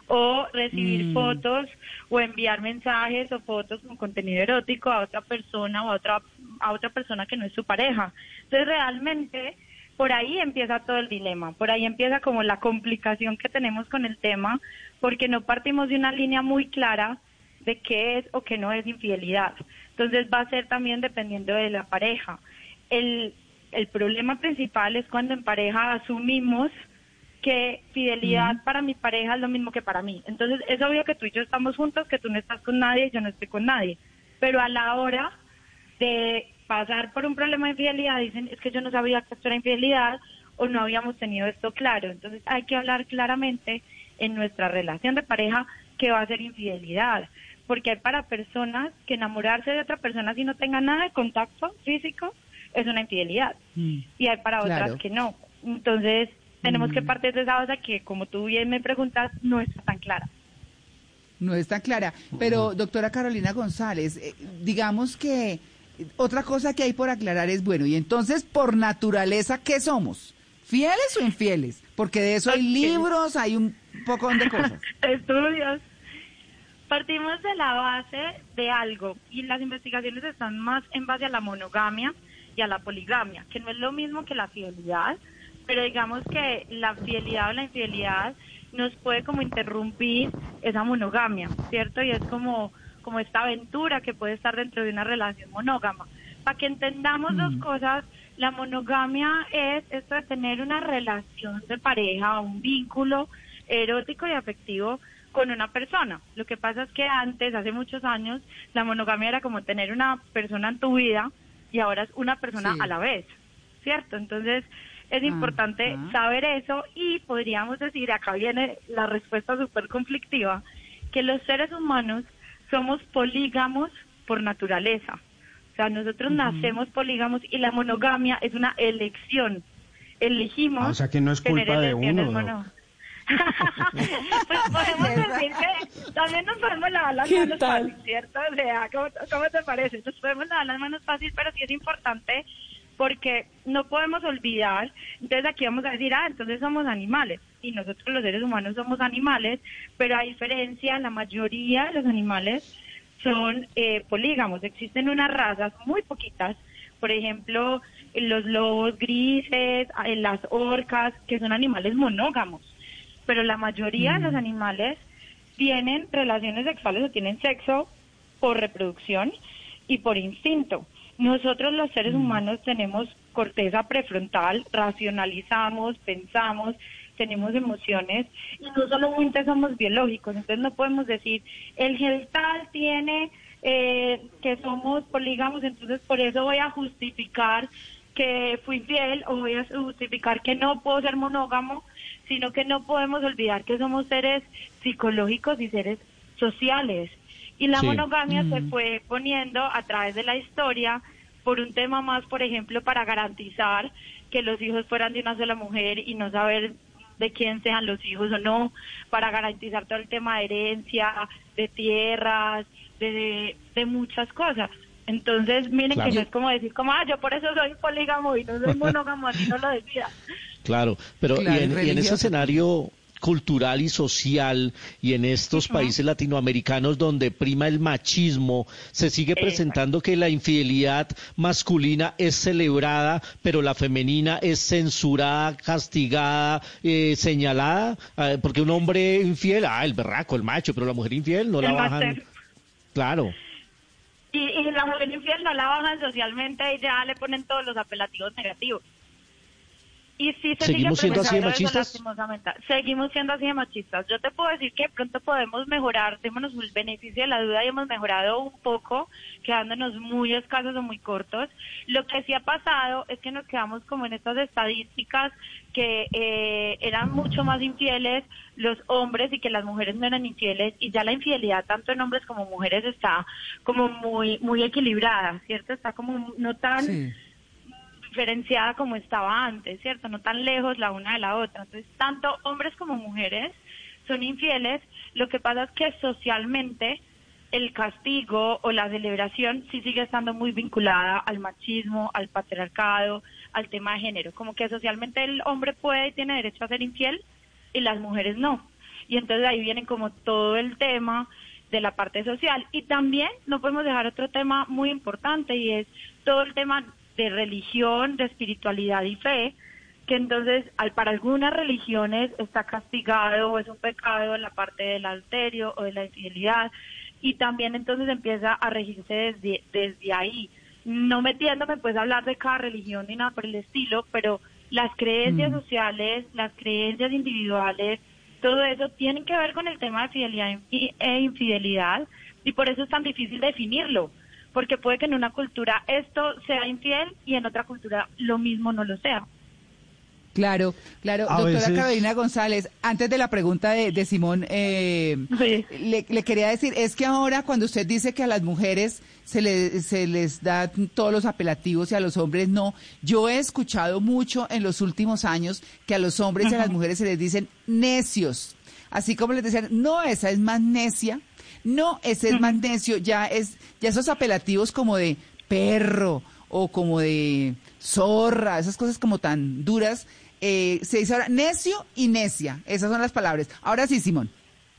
S14: o recibir fotos o enviar mensajes o fotos con contenido erótico a otra persona o a otra persona que no es su pareja. Entonces realmente por ahí empieza todo el dilema, por ahí empieza como la complicación que tenemos con el tema, porque no partimos de una línea muy clara de qué es o qué no es infidelidad. Entonces va a ser también dependiendo de la pareja. El problema principal es cuando en pareja asumimos que fidelidad para mi pareja es lo mismo que para mí. Entonces es obvio que tú y yo estamos juntos, que tú no estás con nadie y yo no estoy con nadie. Pero a la hora de pasar por un problema de infidelidad dicen, es que yo no sabía que esto era infidelidad o no habíamos tenido esto claro. Entonces hay que hablar claramente en nuestra relación de pareja qué va a ser infidelidad. Porque hay para personas que enamorarse de otra persona si no tenga nada de contacto físico es una infidelidad. Y hay para otras que no. Entonces tenemos que partir de esa base que, como tú bien me preguntas, no está tan clara.
S3: No está clara. Pero, doctora Carolina González, digamos que otra cosa que hay por aclarar es, bueno, y entonces, por naturaleza, ¿qué somos? ¿Fieles o infieles? Porque de eso hay libros, hay un poco de cosas.
S14: Estudios. Partimos de la base de algo, y las investigaciones están más en base a la monogamia y a la poligamia, que no es lo mismo que la fidelidad, pero digamos que la fidelidad o la infidelidad nos puede como interrumpir esa monogamia, ¿cierto? Y es como esta aventura que puede estar dentro de una relación monógama. Para que entendamos dos cosas, la monogamia es esto de tener una relación de pareja, un vínculo erótico y afectivo con una persona. Lo que pasa es que antes, hace muchos años, la monogamia era como tener una persona en tu vida y ahora es una persona a la vez, ¿cierto? Entonces es importante saber eso y podríamos decir, acá viene la respuesta súper conflictiva, que los seres humanos somos polígamos por naturaleza. O sea, nosotros nacemos polígamos y la monogamia es una elección. Elegimos
S2: o sea que no es culpa de uno, ¿no?
S14: Pues podemos decir que también nos podemos lavar las manos fácil, ¿cierto? O sea, ¿cómo te parece? Nos podemos lavar las manos fácil, pero sí es importante porque no podemos olvidar, entonces aquí vamos a decir, entonces somos animales, y nosotros los seres humanos somos animales, pero a diferencia, la mayoría de los animales son polígamos. Existen unas razas muy poquitas, por ejemplo, los lobos grises, las orcas, que son animales monógamos, pero la mayoría de los animales tienen relaciones sexuales o tienen sexo por reproducción y por instinto. Nosotros los seres humanos tenemos corteza prefrontal, racionalizamos, pensamos, tenemos emociones y no solamente somos biológicos, entonces no podemos decir el genital tiene que somos polígamos, entonces por eso voy a justificar que fui infiel o voy a justificar que no puedo ser monógamo, sino que no podemos olvidar que somos seres psicológicos y seres sociales. Y la monogamia se fue poniendo a través de la historia por un tema más, por ejemplo, para garantizar que los hijos fueran de una sola mujer y no saber de quién sean los hijos o no, para garantizar todo el tema de herencia, de tierras, de muchas cosas. Entonces, miren que no es como decir, como, yo por eso soy polígamo y no soy monógamo, así no lo decía.
S9: Claro, pero y en ese escenario, cultural y social, y en estos países latinoamericanos donde prima el machismo, se sigue presentando que la infidelidad masculina es celebrada, pero la femenina es censurada, castigada, señalada, porque un hombre infiel, el berraco, el macho, pero la mujer infiel no la bajan. Claro.
S14: Y la mujer infiel no la bajan socialmente y ya le ponen todos los apelativos negativos. Y sí
S9: ¿Seguimos siendo así de machistas?
S14: Seguimos siendo así de machistas. Yo te puedo decir que de pronto podemos mejorar, démonos el beneficio de la duda y hemos mejorado un poco, quedándonos muy escasos o muy cortos. Lo que sí ha pasado es que nos quedamos como en estas estadísticas que eran mucho más infieles los hombres y que las mujeres no eran infieles, y ya la infidelidad tanto en hombres como mujeres está como muy equilibrada, ¿cierto? Está como no tan... Sí, diferenciada como estaba antes, ¿cierto? No tan lejos la una de la otra. Entonces, tanto hombres como mujeres son infieles. Lo que pasa es que socialmente el castigo o la celebración sí sigue estando muy vinculada al machismo, al patriarcado, al tema de género. Como que socialmente el hombre puede y tiene derecho a ser infiel y las mujeres no. Y entonces ahí viene como todo el tema de la parte social. Y también no podemos dejar otro tema muy importante, y es todo el tema de religión, de espiritualidad y fe, que entonces para algunas religiones está castigado o es un pecado la parte del adulterio o de la infidelidad, y también entonces empieza a regirse desde ahí, no metiéndome pues a hablar de cada religión ni nada por el estilo, pero las creencias sociales, las creencias individuales, todo eso tiene que ver con el tema de fidelidad e infidelidad, y por eso es tan difícil definirlo, porque puede que en una cultura esto sea infiel y en otra cultura lo mismo no lo sea.
S3: Claro. Doctora Carolina González, antes de la pregunta de Simón, sí, le quería decir, es que ahora cuando usted dice que a las mujeres se les da todos los apelativos y a los hombres no, yo he escuchado mucho en los últimos años que a los hombres y a las mujeres se les dicen necios, así como les decían, no, esa es más necia. No, ese es más necio, ya esos apelativos como de perro o como de zorra, esas cosas como tan duras, se dice ahora necio y necia, esas son las palabras. Ahora sí, Simón.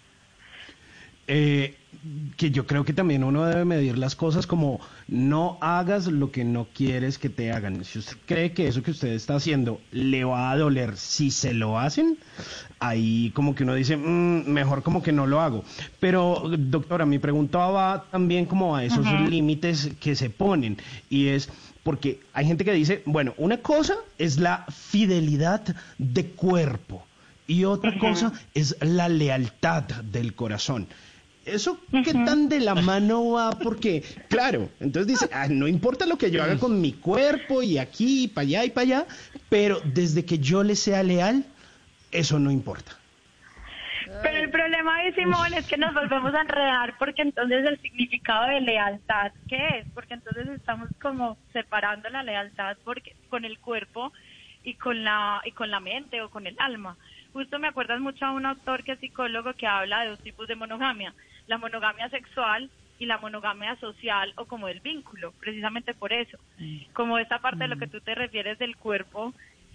S2: Que yo creo que también uno debe medir las cosas como no hagas lo que no quieres que te hagan. Si usted cree que eso que usted está haciendo le va a doler si se lo hacen, ahí como que uno dice, mejor como que no lo hago. Pero, doctora, mi pregunta va también como a esos límites que se ponen, y es porque hay gente que dice, bueno, una cosa es la fidelidad de cuerpo y otra cosa es la lealtad del corazón. ¿Eso qué tan de la mano va? Porque, claro, entonces dice, no importa lo que yo haga con mi cuerpo y aquí, y para allá y para allá, pero desde que yo le sea leal, eso no importa.
S14: Pero el problema ahí, Simón, es que nos volvemos a enredar, porque entonces el significado de lealtad, ¿qué es? Porque entonces estamos como separando la lealtad con el cuerpo y con la mente o con el alma. Justo me acuerdas mucho a un autor que es psicólogo que habla de dos tipos de monogamia, la monogamia sexual y la monogamia social o como del vínculo, precisamente por eso, como esta parte de lo que tú te refieres del cuerpo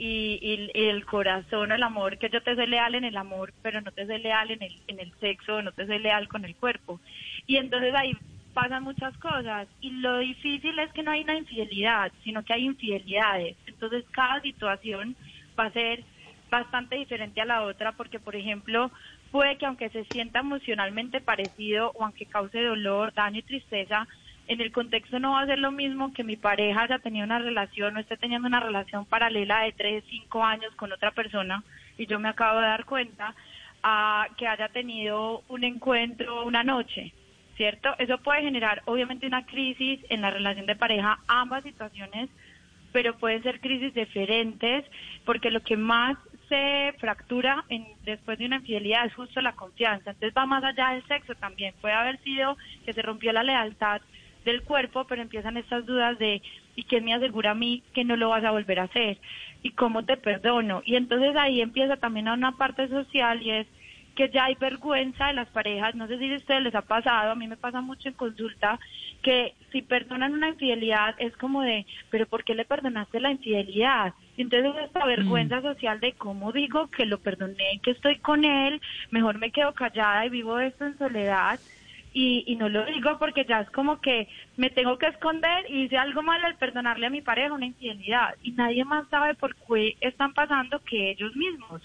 S14: y el corazón, el amor, que yo te soy leal en el amor, pero no te soy leal en el sexo, no te soy leal con el cuerpo. Y entonces ahí pasan muchas cosas, y lo difícil es que no hay una infidelidad, sino que hay infidelidades. Entonces cada situación va a ser bastante diferente a la otra, porque por ejemplo puede que aunque se sienta emocionalmente parecido o aunque cause dolor, daño y tristeza, en el contexto no va a ser lo mismo que mi pareja haya tenido una relación o esté teniendo una relación paralela de 3, 5 años con otra persona, y yo me acabo de dar cuenta, a que haya tenido un encuentro una noche, ¿cierto? Eso puede generar obviamente una crisis en la relación de pareja, ambas situaciones, pero pueden ser crisis diferentes, porque lo que más se fractura después de una infidelidad es justo la confianza. Entonces va más allá del sexo también. Puede haber sido que se rompió la lealtad del cuerpo, pero empiezan estas dudas de ¿y quién me asegura a mí que no lo vas a volver a hacer? ¿Y cómo te perdono? Y entonces ahí empieza también a una parte social, y es que ya hay vergüenza de las parejas. No sé si a ustedes les ha pasado, a mí me pasa mucho en consulta, que si perdonan una infidelidad es como de, pero ¿por qué le perdonaste la infidelidad? Y entonces esta vergüenza social de cómo digo que lo perdoné, que estoy con él, mejor me quedo callada y vivo esto en soledad. Y no lo digo porque ya es como que me tengo que esconder y hice algo mal al perdonarle a mi pareja una infidelidad. Y nadie más sabe por qué están pasando que ellos mismos.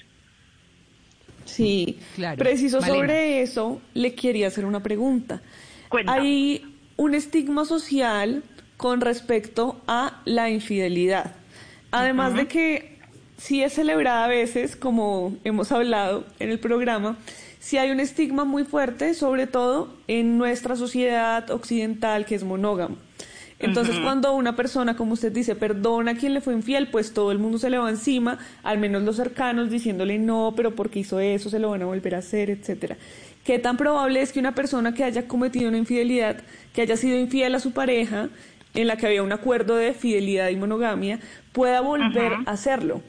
S12: Sí,
S3: claro.
S12: Preciso
S3: Malena.
S12: sobre eso, le quería hacer una pregunta.
S14: Cuenta.
S12: Hay un estigma social con respecto a la infidelidad. Además de que sí es celebrada a veces, como hemos hablado en el programa, sí hay un estigma muy fuerte, sobre todo en nuestra sociedad occidental que es monógama. Entonces, cuando una persona, como usted dice, perdona a quien le fue infiel, pues todo el mundo se le va encima, al menos los cercanos, diciéndole no, pero porque hizo eso, se lo van a volver a hacer, etcétera. ¿Qué tan probable es que una persona que haya cometido una infidelidad, que haya sido infiel a su pareja, en la que había un acuerdo de fidelidad y monogamia, pueda volver a hacerlo?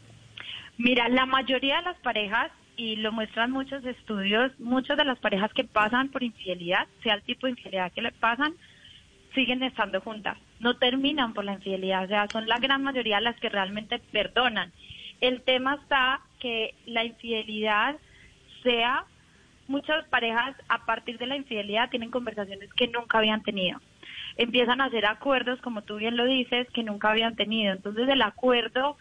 S14: Mira, la mayoría de las parejas, y lo muestran muchos estudios, muchas de las parejas que pasan por infidelidad, sea el tipo de infidelidad que le pasan, siguen estando juntas, no terminan por la infidelidad, o sea, son la gran mayoría las que realmente perdonan. El tema está que la infidelidad sea, muchas parejas a partir de la infidelidad tienen conversaciones que nunca habían tenido. Empiezan a hacer acuerdos, como tú bien lo dices, que nunca habían tenido. Entonces el acuerdo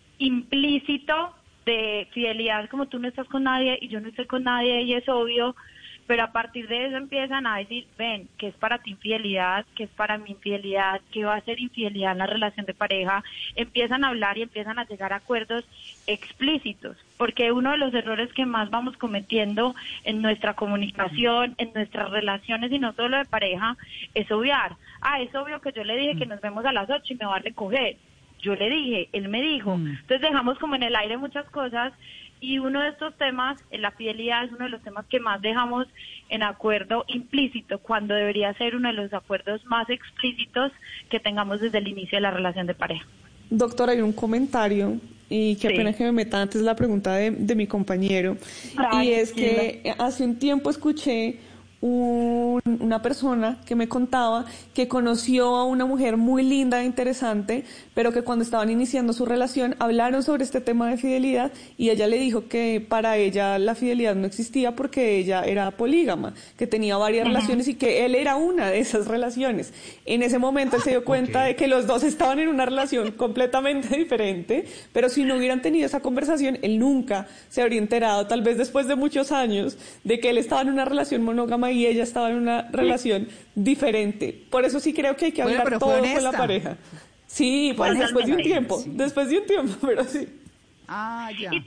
S14: implícito de fidelidad, como tú no estás con nadie y yo no estoy con nadie y es obvio, pero a partir de eso empiezan a decir, ven, ¿qué es para ti infidelidad? ¿Qué es para mí infidelidad? ¿Qué va a ser infidelidad en la relación de pareja? Empiezan a hablar y empiezan a llegar a acuerdos explícitos, porque uno de los errores que más vamos cometiendo en nuestra comunicación, en nuestras relaciones y no solo de pareja, es obviar. Es obvio que yo le dije que nos vemos a las 8 y me va a recoger. Yo le dije, él me dijo. Entonces dejamos como en el aire muchas cosas y uno de estos temas, la fidelidad, es uno de los temas que más dejamos en acuerdo implícito, cuando debería ser uno de los acuerdos más explícitos que tengamos desde el inicio de la relación de pareja.
S12: Doctora, hay un comentario, y qué pena que me meta antes la pregunta de mi compañero, y es que hace un tiempo escuché una persona que me contaba que conoció a una mujer muy linda e interesante, pero que cuando estaban iniciando su relación hablaron sobre este tema de fidelidad y ella le dijo que para ella la fidelidad no existía porque ella era polígama, que tenía varias relaciones y que él era una de esas relaciones. En ese momento él se dio cuenta de que los dos estaban en una relación completamente diferente, pero si no hubieran tenido esa conversación, él nunca se habría enterado, tal vez después de muchos años, de que él estaba en una relación monógama y ella estaba en una relación diferente. Por eso sí creo que hay que hablar todo con la pareja. Sí, pues después de un tiempo, pero sí.
S14: Ya. Y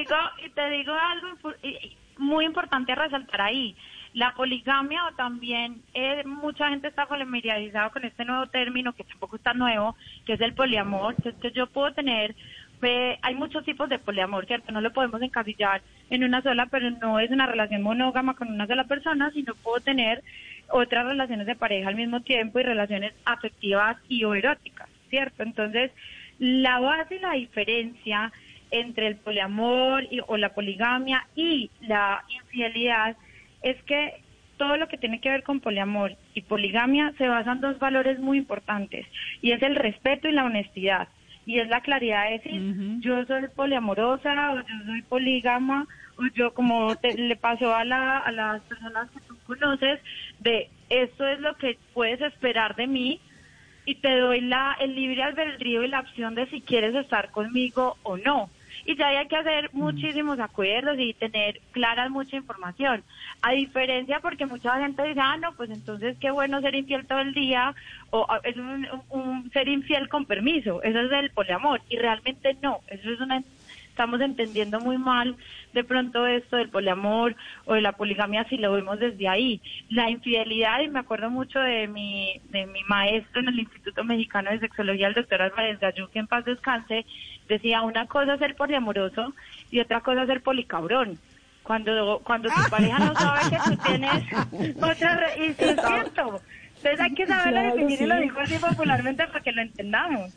S14: te digo algo muy importante a resaltar ahí. La poligamia, o también mucha gente está familiarizada con este nuevo término, que tampoco está nuevo, que es el poliamor. Es que yo puedo tener, hay muchos tipos de poliamor, ¿cierto? No lo podemos encasillar en una sola, pero no es una relación monógama con una sola persona, sino puedo tener otras relaciones de pareja al mismo tiempo y relaciones afectivas y o eróticas, ¿cierto? Entonces, la base y la diferencia entre el poliamor o la poligamia y la infidelidad es que todo lo que tiene que ver con poliamor y poligamia se basa en dos valores muy importantes, y es el respeto y la honestidad. Y es la claridad de decir, yo soy poliamorosa, o yo soy polígama, o yo, como le pasó a las personas que tú conoces, de esto es lo que puedes esperar de mí, y te doy el libre albedrío y la opción de si quieres estar conmigo o no. Y ya hay que hacer muchísimos acuerdos y tener clara mucha información. A diferencia, porque mucha gente dice, no, pues entonces qué bueno ser infiel todo el día, o es un ser infiel con permiso, eso es el poliamor, y realmente no, eso es estamos entendiendo muy mal de pronto esto del poliamor o de la poligamia si lo vemos desde ahí. La infidelidad, y me acuerdo mucho de mi maestro en el Instituto Mexicano de Sexología, el doctor Álvarez Gallú, que en paz descanse, decía, una cosa es ser poliamoroso y otra cosa es ser policabrón. Cuando tu pareja no sabe que tú tienes otra... Y sí es cierto. Entonces hay que saberlo definir, y lo digo así popularmente para que lo entendamos.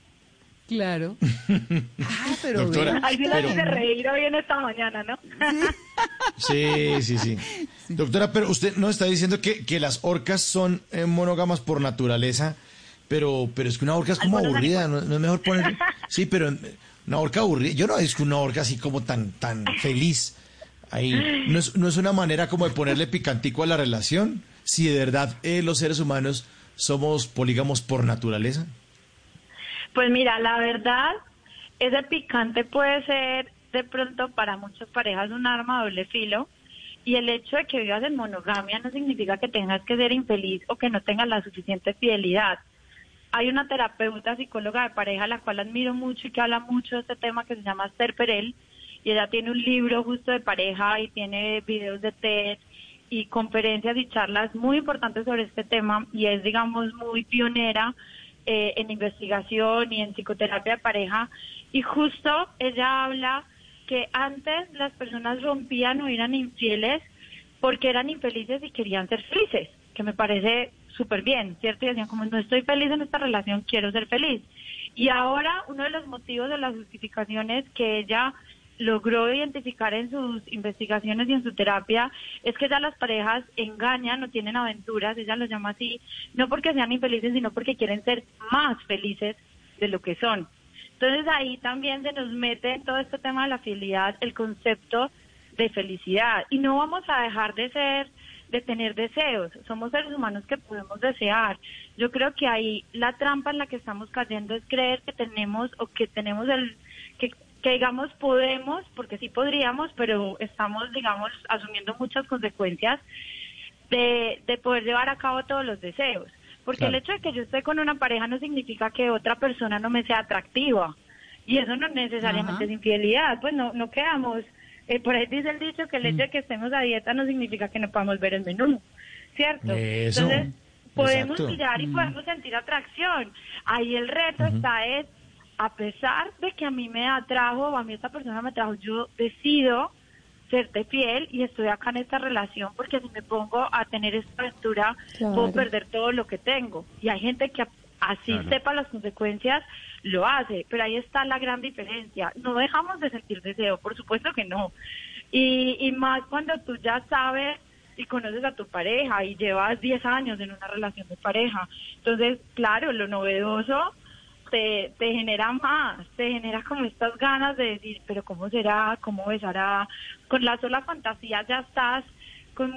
S3: Claro. Pero
S11: doctora,
S14: al final se reír hoy en esta mañana, ¿no?
S11: Sí. Doctora, pero usted nos está diciendo que las orcas son monógamas por naturaleza, pero es que una orca es como aburrida, ¿no es mejor poner Sí, pero una horca aburrida. Yo no es que una horca así como tan feliz. Ahí no es una manera como de ponerle picantico a la relación. Si de verdad los seres humanos somos polígamos por naturaleza.
S14: Pues mira, la verdad, ese picante puede ser de pronto para muchas parejas un arma de doble filo. Y el hecho de que vivas en monogamia no significa que tengas que ser infeliz o que no tengas la suficiente fidelidad. Hay una terapeuta psicóloga de pareja a la cual admiro mucho y que habla mucho de este tema, que se llama Esther Perel, y ella tiene un libro justo de pareja y tiene videos de TED y conferencias y charlas muy importantes sobre este tema, y es, digamos, muy pionera en investigación y en psicoterapia de pareja. Y justo ella habla que antes las personas rompían o eran infieles porque eran infelices y querían ser felices, que me parece súper bien, ¿cierto? Y decían, como no estoy feliz en esta relación, quiero ser feliz. Y ahora uno de los motivos de las justificaciones que ella logró identificar en sus investigaciones y en su terapia es que ya las parejas engañan o tienen aventuras, ella lo llama así, no porque sean infelices, sino porque quieren ser más felices de lo que son. Entonces ahí también se nos mete en todo este tema de la fidelidad el concepto de felicidad. Y no vamos a dejar de tener deseos. Somos seres humanos que podemos desear. Yo creo que ahí la trampa en la que estamos cayendo es creer que tenemos que digamos podemos, porque sí podríamos, pero estamos, digamos, asumiendo muchas consecuencias de poder llevar a cabo todos los deseos. Porque claro, el hecho de que yo esté con una pareja no significa que otra persona no me sea atractiva. Y eso no necesariamente es infidelidad. Pues no quedamos. Por ahí dice el dicho que el hecho de que estemos a dieta no significa que no podamos ver el menú. ¿Cierto?
S11: Eso.
S14: Entonces, podemos
S11: Exacto.
S14: mirar y podemos sentir atracción. Ahí el reto está es, a pesar de que a mí me atrajo o a mí esta persona me atrajo, yo decido serte fiel y estoy acá en esta relación, porque si me pongo a tener esta aventura, puedo perder todo lo que tengo. Y hay gente que así sepa las consecuencias, lo hace, pero ahí está la gran diferencia. No dejamos de sentir deseo, por supuesto que no. Y más cuando tú ya sabes y conoces a tu pareja y llevas 10 años en una relación de pareja. Entonces, claro, lo novedoso te genera más, te genera como estas ganas de decir, pero ¿cómo será? ¿Cómo besará? Con la sola fantasía ya estás con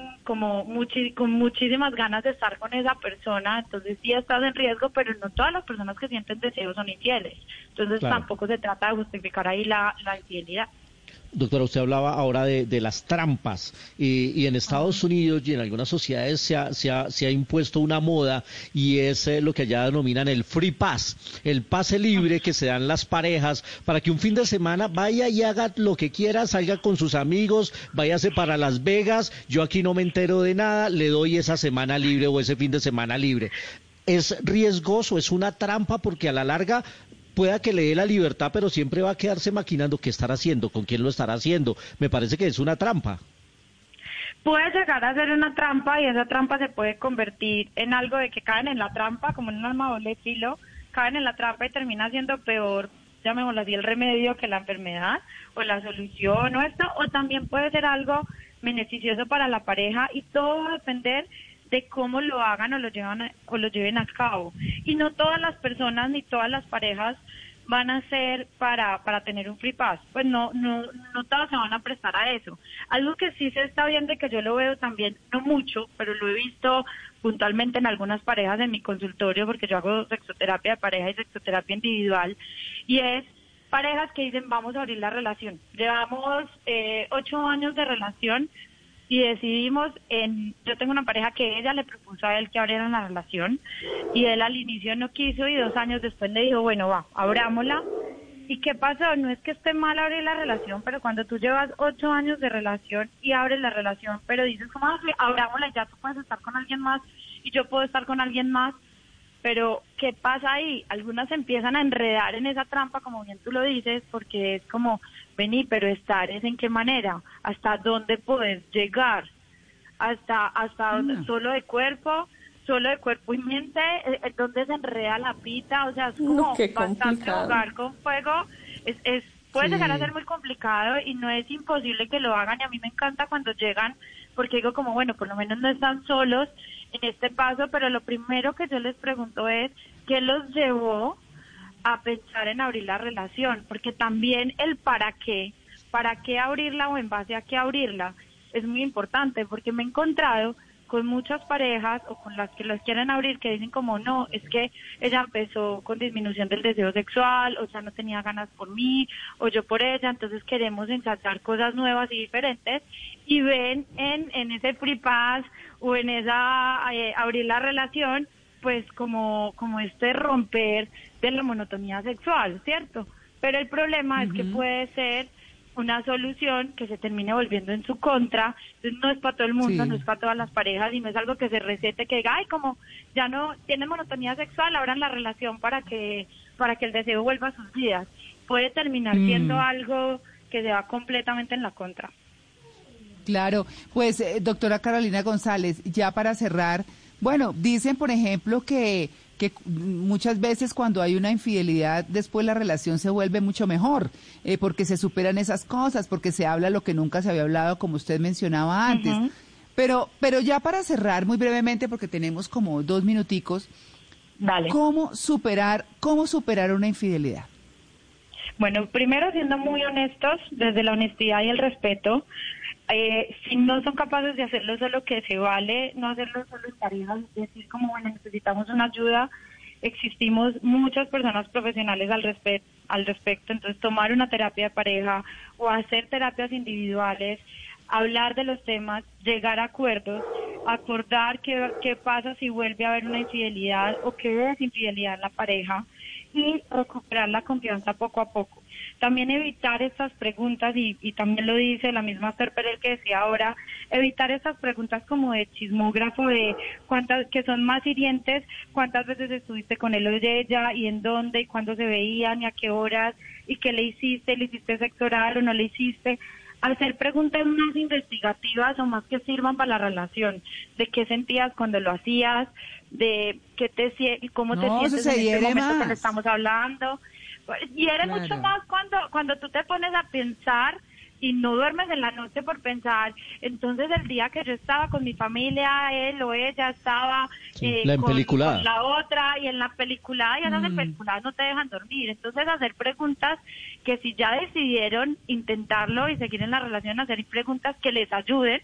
S14: muchísimas ganas de estar con esa persona, entonces sí estás en riesgo, pero no todas las personas que sienten deseo son infieles. Entonces tampoco se trata de justificar ahí la infidelidad.
S9: Doctora, usted hablaba ahora de las trampas y en Estados Unidos y en algunas sociedades se ha impuesto una moda y es lo que allá denominan el free pass, el pase libre que se dan las parejas para que un fin de semana vaya y haga lo que quiera, salga con sus amigos, váyase para Las Vegas, yo aquí no me entero de nada, le doy esa semana libre o ese fin de semana libre. ¿Es riesgoso, es una trampa porque a la larga pueda que le dé la libertad, pero siempre va a quedarse maquinando qué estará haciendo, con quién lo estará haciendo? Me parece que es una trampa.
S14: Puede llegar a ser una trampa y esa trampa se puede convertir en algo de que caen en la trampa, como en un arma de doble filo, caen en la trampa y termina siendo peor, llamémoslo así, el remedio que la enfermedad o la solución o esto, o también puede ser algo beneficioso para la pareja y todo va a depender de cómo lo hagan o lo lleven a cabo. Y no todas las personas ni todas las parejas van a ser para tener un free pass. Pues no todas se van a prestar a eso. Algo que sí se está viendo y que yo lo veo también, no mucho, pero lo he visto puntualmente en algunas parejas en mi consultorio, porque yo hago sexoterapia de pareja y sexoterapia individual, y es parejas que dicen, vamos a abrir la relación. Llevamos 8 años de relación, y decidimos, yo tengo una pareja que ella le propuso a él que abrieran la relación, y él al inicio no quiso, y 2 años después le dijo, bueno, va, abrámosla. ¿Y qué pasó? No es que esté mal abrir la relación, pero cuando tú llevas 8 años de relación y abres la relación, pero dices, ¿cómo abrámosla? Ya tú puedes estar con alguien más, y yo puedo estar con alguien más. Pero, ¿qué pasa ahí? Algunas empiezan a enredar en esa trampa, como bien tú lo dices, porque es como, vení, pero estar es en qué manera, hasta dónde puedes llegar, hasta dónde, solo de cuerpo y mente, dónde se enreda la pita, o sea, es como bastante jugar con fuego, puede llegar a ser muy complicado y no es imposible que lo hagan, y a mí me encanta cuando llegan, porque digo como, bueno, por lo menos no están solos en este paso, pero lo primero que yo les pregunto es, ¿qué los llevó a pensar en abrir la relación, porque también el para qué abrirla o en base a qué abrirla es muy importante, porque me he encontrado con muchas parejas o con las que los quieren abrir que dicen como no, es que ella empezó con disminución del deseo sexual, o ya no tenía ganas por mí, o yo por ella, entonces queremos ensayar cosas nuevas y diferentes, y ven en ese free pass o en esa abrir la relación, pues como este romper de la monotonía sexual, ¿cierto? Pero el problema es que puede ser una solución que se termine volviendo en su contra. Entonces no es para todo el mundo, no es para todas las parejas, y no es algo que se recete, que diga, ay, como ya no tienen monotonía sexual, abran la relación para que el deseo vuelva a sus vidas. Puede terminar siendo algo que se va completamente en la contra.
S3: Claro, pues doctora Carolina González, ya para cerrar, bueno, dicen por ejemplo que muchas veces cuando hay una infidelidad, después la relación se vuelve mucho mejor, porque se superan esas cosas, porque se habla lo que nunca se había hablado, como usted mencionaba antes. Pero ya para cerrar muy brevemente, porque tenemos como 2 minuticos,
S14: Dale.
S3: ¿Cómo superar una infidelidad?
S14: Bueno, primero siendo muy honestos, desde la honestidad y el respeto. Si no son capaces de hacerlo solo, que se vale no hacerlo solo en pareja, decir como, bueno, necesitamos una ayuda. Existimos muchas personas profesionales al respecto, entonces tomar una terapia de pareja o hacer terapias individuales, hablar de los temas, llegar a acuerdos, acordar qué pasa si vuelve a haber una infidelidad o qué es infidelidad en la pareja, y recuperar la confianza poco a poco. También evitar estas preguntas, y también lo dice la misma Esther Perel que decía ahora, evitar estas preguntas como de chismógrafo, de cuántas, que son más hirientes, cuántas veces estuviste con él o ella, y en dónde, y cuándo se veían, y a qué horas, y qué le hiciste sexo oral o no le hiciste. Hacer preguntas más investigativas o más que sirvan para la relación, de qué sentías cuando lo hacías, de cómo te sientes en este momento que le estamos hablando. Y eres mucho más cuando tú te pones a pensar y no duermes en la noche por pensar. Entonces el día que yo estaba con mi familia, él o ella estaba con la otra, y en la peliculada, y esas peliculadas no te dejan dormir. Entonces hacer preguntas que, si ya decidieron intentarlo y seguir en la relación, hacer preguntas que les ayuden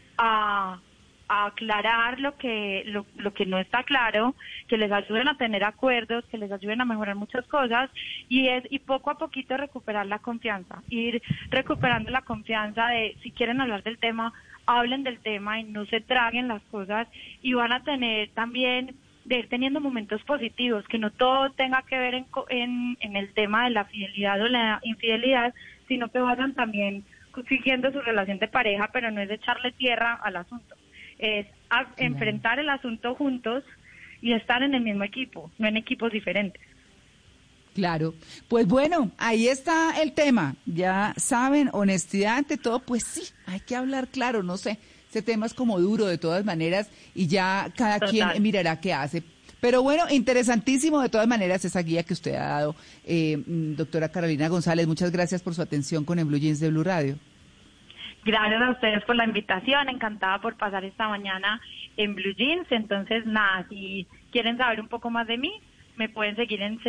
S14: a aclarar lo que no está claro, que les ayuden a tener acuerdos, que les ayuden a mejorar muchas cosas, y poco a poquito recuperar la confianza, ir recuperando la confianza de, si quieren hablar del tema, hablen del tema y no se traguen las cosas, y van a tener también de ir teniendo momentos positivos, que no todo tenga que ver en el tema de la fidelidad o la infidelidad, sino que vayan también siguiendo su relación de pareja, pero no es echarle tierra al asunto. Es enfrentar el asunto juntos y estar en el mismo equipo, no en equipos diferentes.
S3: Claro, pues bueno, ahí está el tema, ya saben, honestidad ante todo, pues sí, hay que hablar claro, no sé, ese tema es como duro de todas maneras, y ya cada quien mirará qué hace. Pero bueno, interesantísimo de todas maneras esa guía que usted ha dado, doctora Carolina González. Muchas gracias por su atención con el Blue Jeans de Blue Radio.
S14: Gracias a ustedes por la invitación, encantada por pasar esta mañana en Blue Jeans. Entonces, nada, si quieren saber un poco más de mí, me pueden seguir en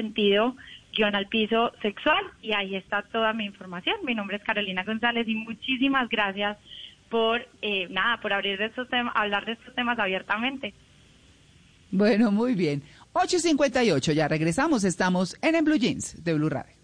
S14: sentido_sexual, y ahí está toda mi información. Mi nombre es Carolina González, y muchísimas gracias por hablar de estos temas abiertamente.
S3: Bueno, muy bien. 8:58, ya regresamos, estamos en el Blue Jeans de Blue Radio.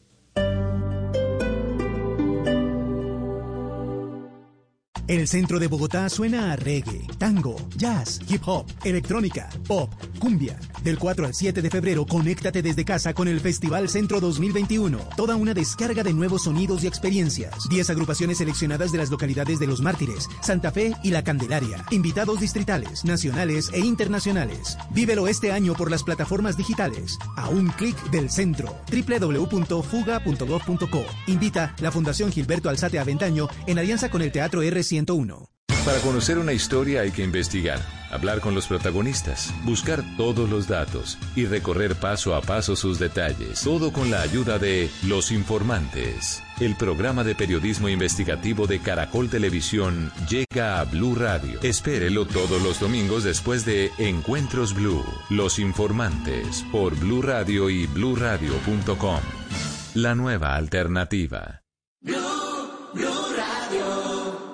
S1: El centro de Bogotá suena a reggae, tango, jazz, hip hop, electrónica, pop, cumbia. Del 4 al 7 de febrero, conéctate desde casa con el Festival Centro 2021. Toda una descarga de nuevos sonidos y experiencias. 10 agrupaciones seleccionadas de las localidades de Los Mártires, Santa Fe y La Candelaria. Invitados distritales, nacionales e internacionales. Vívelo este año por las plataformas digitales. A un clic del centro. www.fuga.gov.co. Invita la Fundación Gilberto Alzate Aventaño en alianza con el Teatro R101.
S7: Para conocer una historia hay que investigar. hablar con los protagonistas, buscar todos los datos y recorrer paso a paso sus detalles. Todo con la ayuda de Los Informantes. El programa de periodismo investigativo de Caracol Televisión llega a Blue Radio. Espérelo todos los domingos después de Encuentros Blue. Los Informantes por Blue Radio y bluradio.com. La nueva alternativa.
S20: Blue Radio.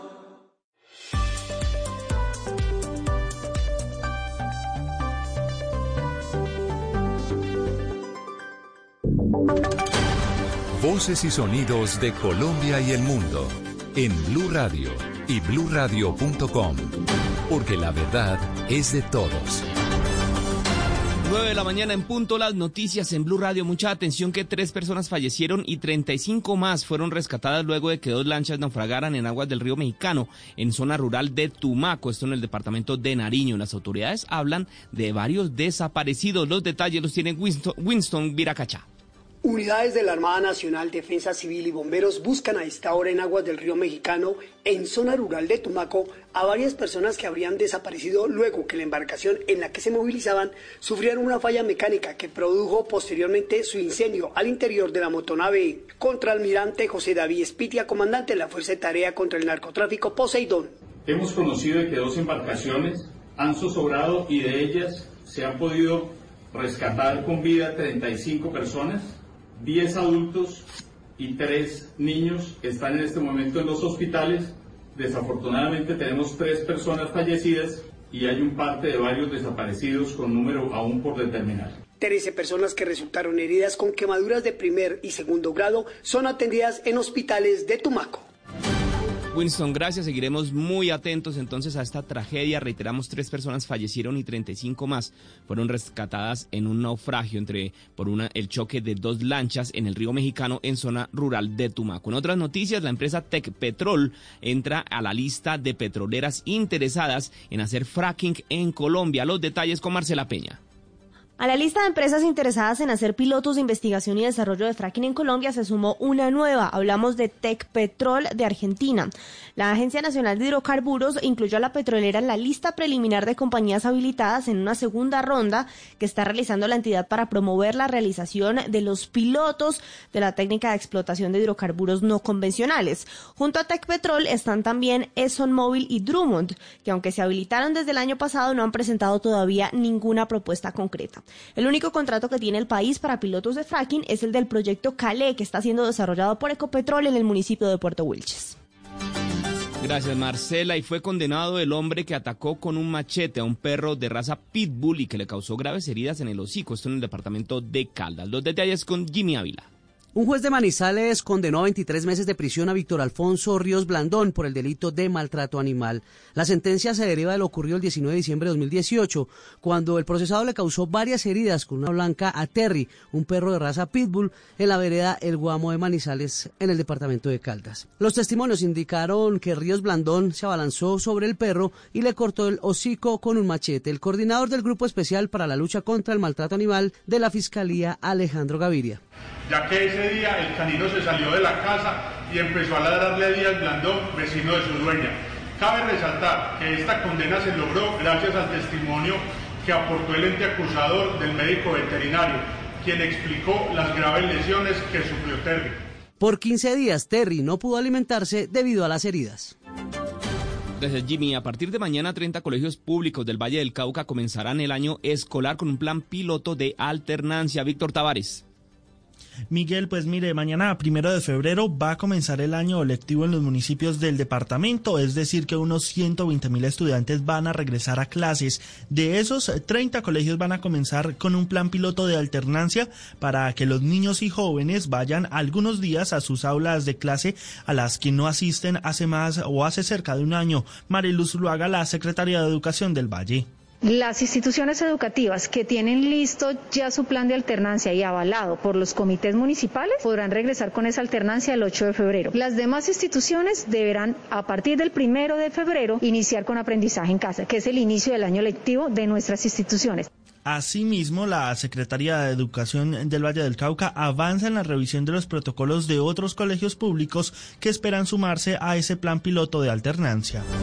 S7: Voces y sonidos de Colombia y el mundo en Blue Radio y bluradio.com, porque la verdad es de todos.
S24: 9 de la mañana en punto, las noticias en Blue Radio. Mucha atención que 3 personas fallecieron y 35 más fueron rescatadas luego de que 2 lanchas naufragaran en aguas del río Mexicano, en zona rural de Tumaco, esto en el departamento de Nariño. Las autoridades hablan de varios desaparecidos. Los detalles los tiene Winston Viracacha.
S15: Unidades de la Armada Nacional, Defensa Civil y bomberos buscan a esta hora en aguas del río Mexicano, en zona rural de Tumaco, a varias personas que habrían desaparecido luego que la embarcación en la que se movilizaban sufriera una falla mecánica que produjo posteriormente su incendio al interior de la motonave. Contraalmirante José David Espitia, comandante de la Fuerza de Tarea contra el Narcotráfico Poseidón.
S17: Hemos conocido de que 2 embarcaciones han zozobrado y de ellas se han podido rescatar con vida 35 personas. 10 adultos y 3 niños están en este momento en los hospitales. Desafortunadamente tenemos 3 personas fallecidas y hay un parte de varios desaparecidos con número aún por determinar.
S15: 13 personas que resultaron heridas con quemaduras de primer y segundo grado son atendidas en hospitales de Tumaco.
S24: Winston, gracias. Seguiremos muy atentos entonces a esta tragedia. Reiteramos, 3 personas fallecieron y 35 más fueron rescatadas en un naufragio por el choque de 2 lanchas en el río Mexicano en zona rural de Tumaco. En otras noticias, la empresa Tecpetrol entra a la lista de petroleras interesadas en hacer fracking en Colombia. Los detalles con Marcela Peña.
S22: A la lista de empresas interesadas en hacer pilotos de investigación y desarrollo de fracking en Colombia se sumó una nueva. Hablamos de Tecpetrol de Argentina. La Agencia Nacional de Hidrocarburos incluyó a la petrolera en la lista preliminar de compañías habilitadas en una segunda ronda que está realizando la entidad para promover la realización de los pilotos de la técnica de explotación de hidrocarburos no convencionales. Junto a Tecpetrol están también ExxonMobil y Drummond, que aunque se habilitaron desde el año pasado no han presentado todavía ninguna propuesta concreta. El único contrato que tiene el país para pilotos de fracking es el del proyecto Calé, que está siendo desarrollado por Ecopetrol en el municipio de Puerto Wilches.
S24: Gracias, Marcela. Y fue condenado el hombre que atacó con un machete a un perro de raza Pitbull y que le causó graves heridas en el hocico. Esto en el departamento de Caldas. Los detalles con Jimmy Ávila.
S23: Un juez de Manizales condenó a 23 meses de prisión a Víctor Alfonso Ríos Blandón por el delito de maltrato animal. La sentencia se deriva de lo ocurrido el 19 de diciembre de 2018, cuando el procesado le causó varias heridas con una blanca a Terry, un perro de raza Pitbull, en la vereda El Guamo de Manizales, en el departamento de Caldas. Los testimonios indicaron que Ríos Blandón se abalanzó sobre el perro y le cortó el hocico con un machete. El coordinador del Grupo Especial para la Lucha contra el Maltrato Animal de la Fiscalía, Alejandro Gaviria.
S25: Ya que ese día el canino se salió de la casa y empezó a ladrarle a Díaz Blandón, vecino de su dueña. Cabe resaltar que esta condena se logró gracias al testimonio que aportó el ente acusador del médico veterinario, quien explicó las graves lesiones que sufrió Terry.
S23: Por 15 días, Terry no pudo alimentarse debido a las heridas.
S24: Gracias, Jimmy. A partir de mañana, 30 colegios públicos del Valle del Cauca comenzarán el año escolar con un plan piloto de alternancia. Víctor Tavares.
S26: Miguel, pues mire, mañana 1 de febrero va a comenzar el año lectivo en los municipios del departamento, es decir que unos 120.000 estudiantes van a regresar a clases. De esos, 30 colegios van a comenzar con un plan piloto de alternancia para que los niños y jóvenes vayan algunos días a sus aulas de clase a las que no asisten hace cerca de un año. Mariluz Luaga, la secretaria de Educación del Valle.
S27: Las instituciones educativas que tienen listo ya su plan de alternancia y avalado por los comités municipales podrán regresar con esa alternancia el 8 de febrero. Las demás instituciones deberán, a partir del 1 de febrero, iniciar con aprendizaje en casa, que es el inicio del año lectivo de nuestras instituciones.
S26: Asimismo, la Secretaría de Educación del Valle del Cauca avanza en la revisión de los protocolos de otros colegios públicos que esperan sumarse a ese plan piloto de alternancia.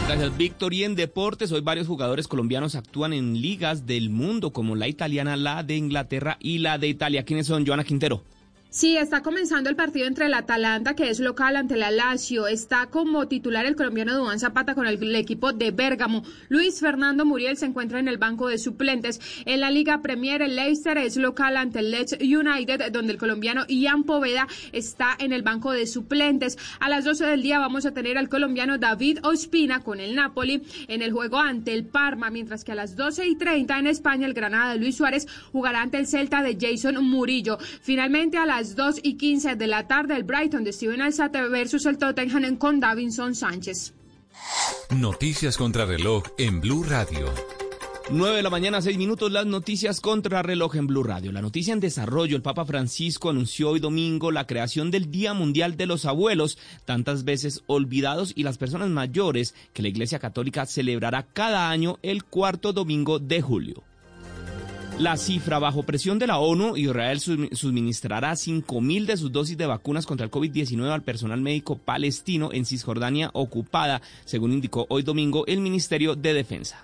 S24: Gracias, Víctor. Y en deportes, hoy varios jugadores colombianos actúan en ligas del mundo, como la italiana, la de Inglaterra y la de Italia. ¿Quiénes son, Joana Quintero?
S4: Sí, está comenzando el partido entre el Atalanta, que es local, ante la Lazio. Está como titular el colombiano Duván Zapata con el equipo de Bérgamo. Luis Fernando Muriel se encuentra en el banco de suplentes. En la Liga Premier, el Leicester es local ante el Leeds United, donde el colombiano Ian Poveda está en el banco de suplentes. A las 12 del día vamos a tener al colombiano David Ospina con el Napoli en el juego ante el Parma, mientras que a las 12:30 en España el Granada de Luis Suárez jugará ante el Celta de Jason Murillo. Finalmente, a las 2:15 de la tarde, el Brighton de Steven Alzate versus el Tottenham con Davinson Sánchez.
S7: Noticias contra reloj en Blue Radio.
S24: 9 de la mañana, 6 minutos, las noticias contra reloj en Blue Radio. La noticia en desarrollo: el Papa Francisco anunció hoy domingo la creación del Día Mundial de los Abuelos, tantas veces olvidados, y las personas mayores, que la Iglesia Católica celebrará cada año el cuarto domingo de julio. La cifra: bajo presión de la ONU, Israel suministrará 5.000 de sus dosis de vacunas contra el COVID-19 al personal médico palestino en Cisjordania ocupada, según indicó hoy domingo el Ministerio de Defensa.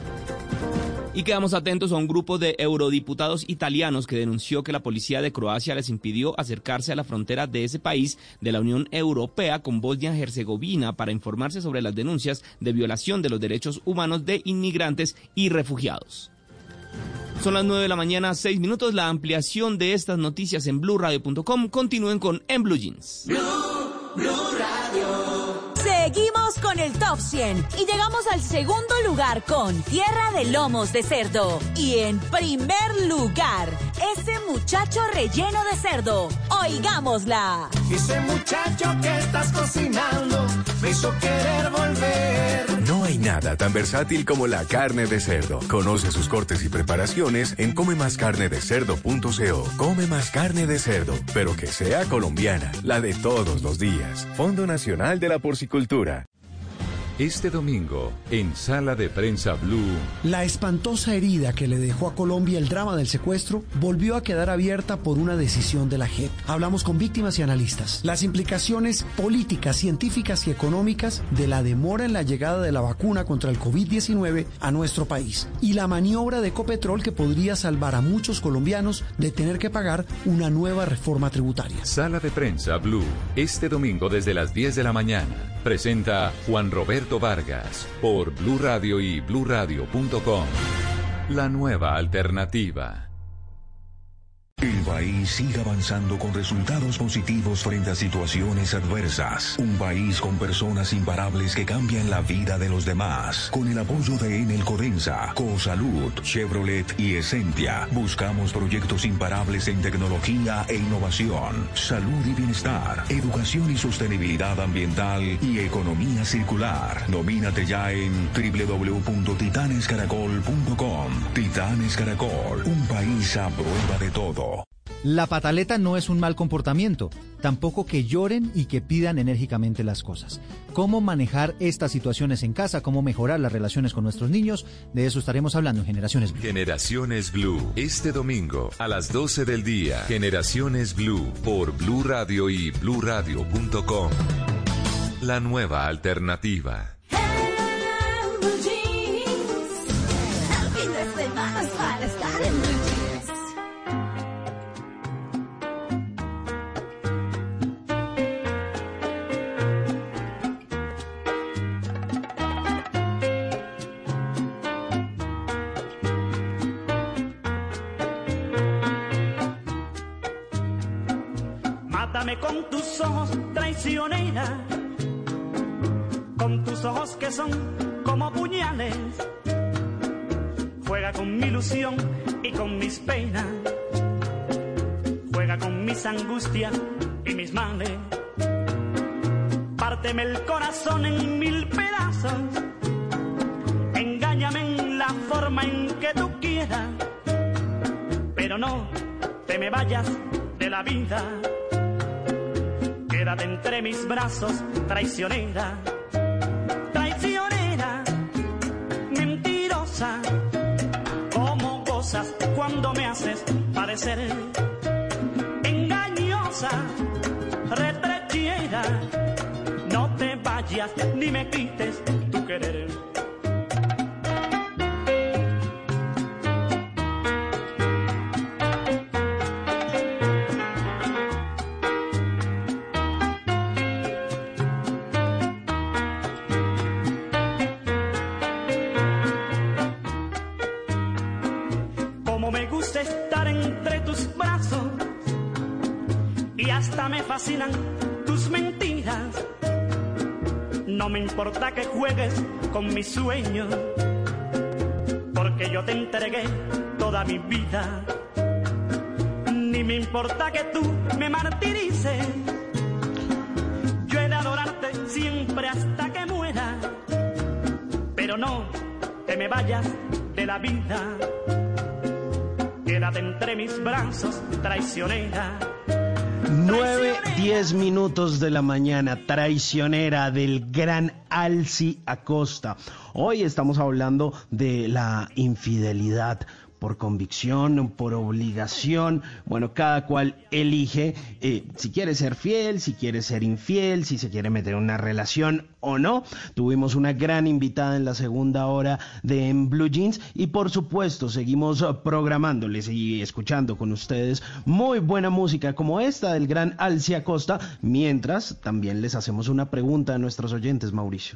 S24: Y quedamos atentos a un grupo de eurodiputados italianos que denunció que la policía de Croacia les impidió acercarse a la frontera de ese país de la Unión Europea con Bosnia-Herzegovina para informarse sobre las denuncias de violación de los derechos humanos de inmigrantes y refugiados. Son las 9 de la mañana, 6 minutos. La ampliación de estas noticias en BlueRadio.com. Continúen con En Blue Jeans.
S5: Blue Radio.
S18: Seguimos con el Top 100 y llegamos al segundo lugar con Tierra de Lomos de Cerdo. Y en primer lugar, ese muchacho relleno de cerdo. Oigámosla.
S20: Ese muchacho que estás cocinando me hizo querer volver.
S8: No hay nada tan versátil como la carne de cerdo. Conoce sus cortes y preparaciones en comemascarnedecerdo.co. Come más carne de cerdo, pero que sea colombiana, la de todos los días. Fondo Nacional de la Porcicultura.
S7: Este domingo, en Sala de Prensa Blue.
S10: La espantosa herida que le dejó a Colombia el drama del secuestro volvió a quedar abierta por una decisión de la JEP. Hablamos con víctimas y analistas. Las implicaciones políticas, científicas y económicas de la demora en la llegada de la vacuna contra el COVID-19 a nuestro país. Y la maniobra de Ecopetrol que podría salvar a muchos colombianos de tener que pagar una nueva reforma tributaria.
S7: Sala de Prensa Blue. Este domingo desde las 10 de la mañana. Presenta Juan Roberto Vargas por Blue Radio y BlueRadio.com. La nueva alternativa.
S16: El país sigue avanzando con resultados positivos frente a situaciones adversas. Un país con personas imparables que cambian la vida de los demás. Con el apoyo de Enel Codensa, Cosalud, Chevrolet y Essentia, buscamos proyectos imparables en tecnología e innovación, salud y bienestar, educación y sostenibilidad ambiental y economía circular. Nomínate ya en www.titanescaracol.com. Titanes Caracol, un país a prueba de todo.
S19: La pataleta no es un mal comportamiento, tampoco que lloren y que pidan enérgicamente las cosas. ¿Cómo manejar estas situaciones en casa? ¿Cómo mejorar las relaciones con nuestros niños? De eso estaremos hablando en Generaciones Blue.
S7: Generaciones Blue, este domingo a las 12 del día. Generaciones Blue por Blue Radio y BlueRadio.com. La nueva alternativa.
S20: Mátame con tus ojos, traicionera, con tus ojos que son como puñales. Juega con mi ilusión y con mis penas. Juega con mis angustias y mis males. Párteme el corazón en 1000 pedazos. Engáñame en la forma en que tú quieras. Pero no te me vayas de la vida. Quédate entre mis brazos, traicionera. Traicionera, mentirosa. Cómo gozas cuando me haces padecer engañosa, retrechera. No te vayas ni me quites, tú que
S2: querer. Como me gusta estar entre tus brazos y hasta me fascinan tus mentiras. No me importa que juegues con mis sueños, porque yo te entregué toda mi vida. Ni me importa que tú me martirices, yo he de adorarte siempre hasta que muera. Pero no te me vayas de la vida, quédate entre mis brazos, traicionera.
S6: 9:10 minutos de la mañana, Traicionera, del gran Alci Acosta. Hoy estamos hablando de la infidelidad por convicción, por obligación. Bueno, cada cual elige si quiere ser fiel, si quiere ser infiel, si se quiere meter en una relación o no. Tuvimos una gran invitada en la segunda hora de En Blue Jeans y por supuesto seguimos programándoles y escuchando con ustedes muy buena música como esta del gran Alci Acosta, mientras también les hacemos una pregunta a nuestros oyentes, Mauricio.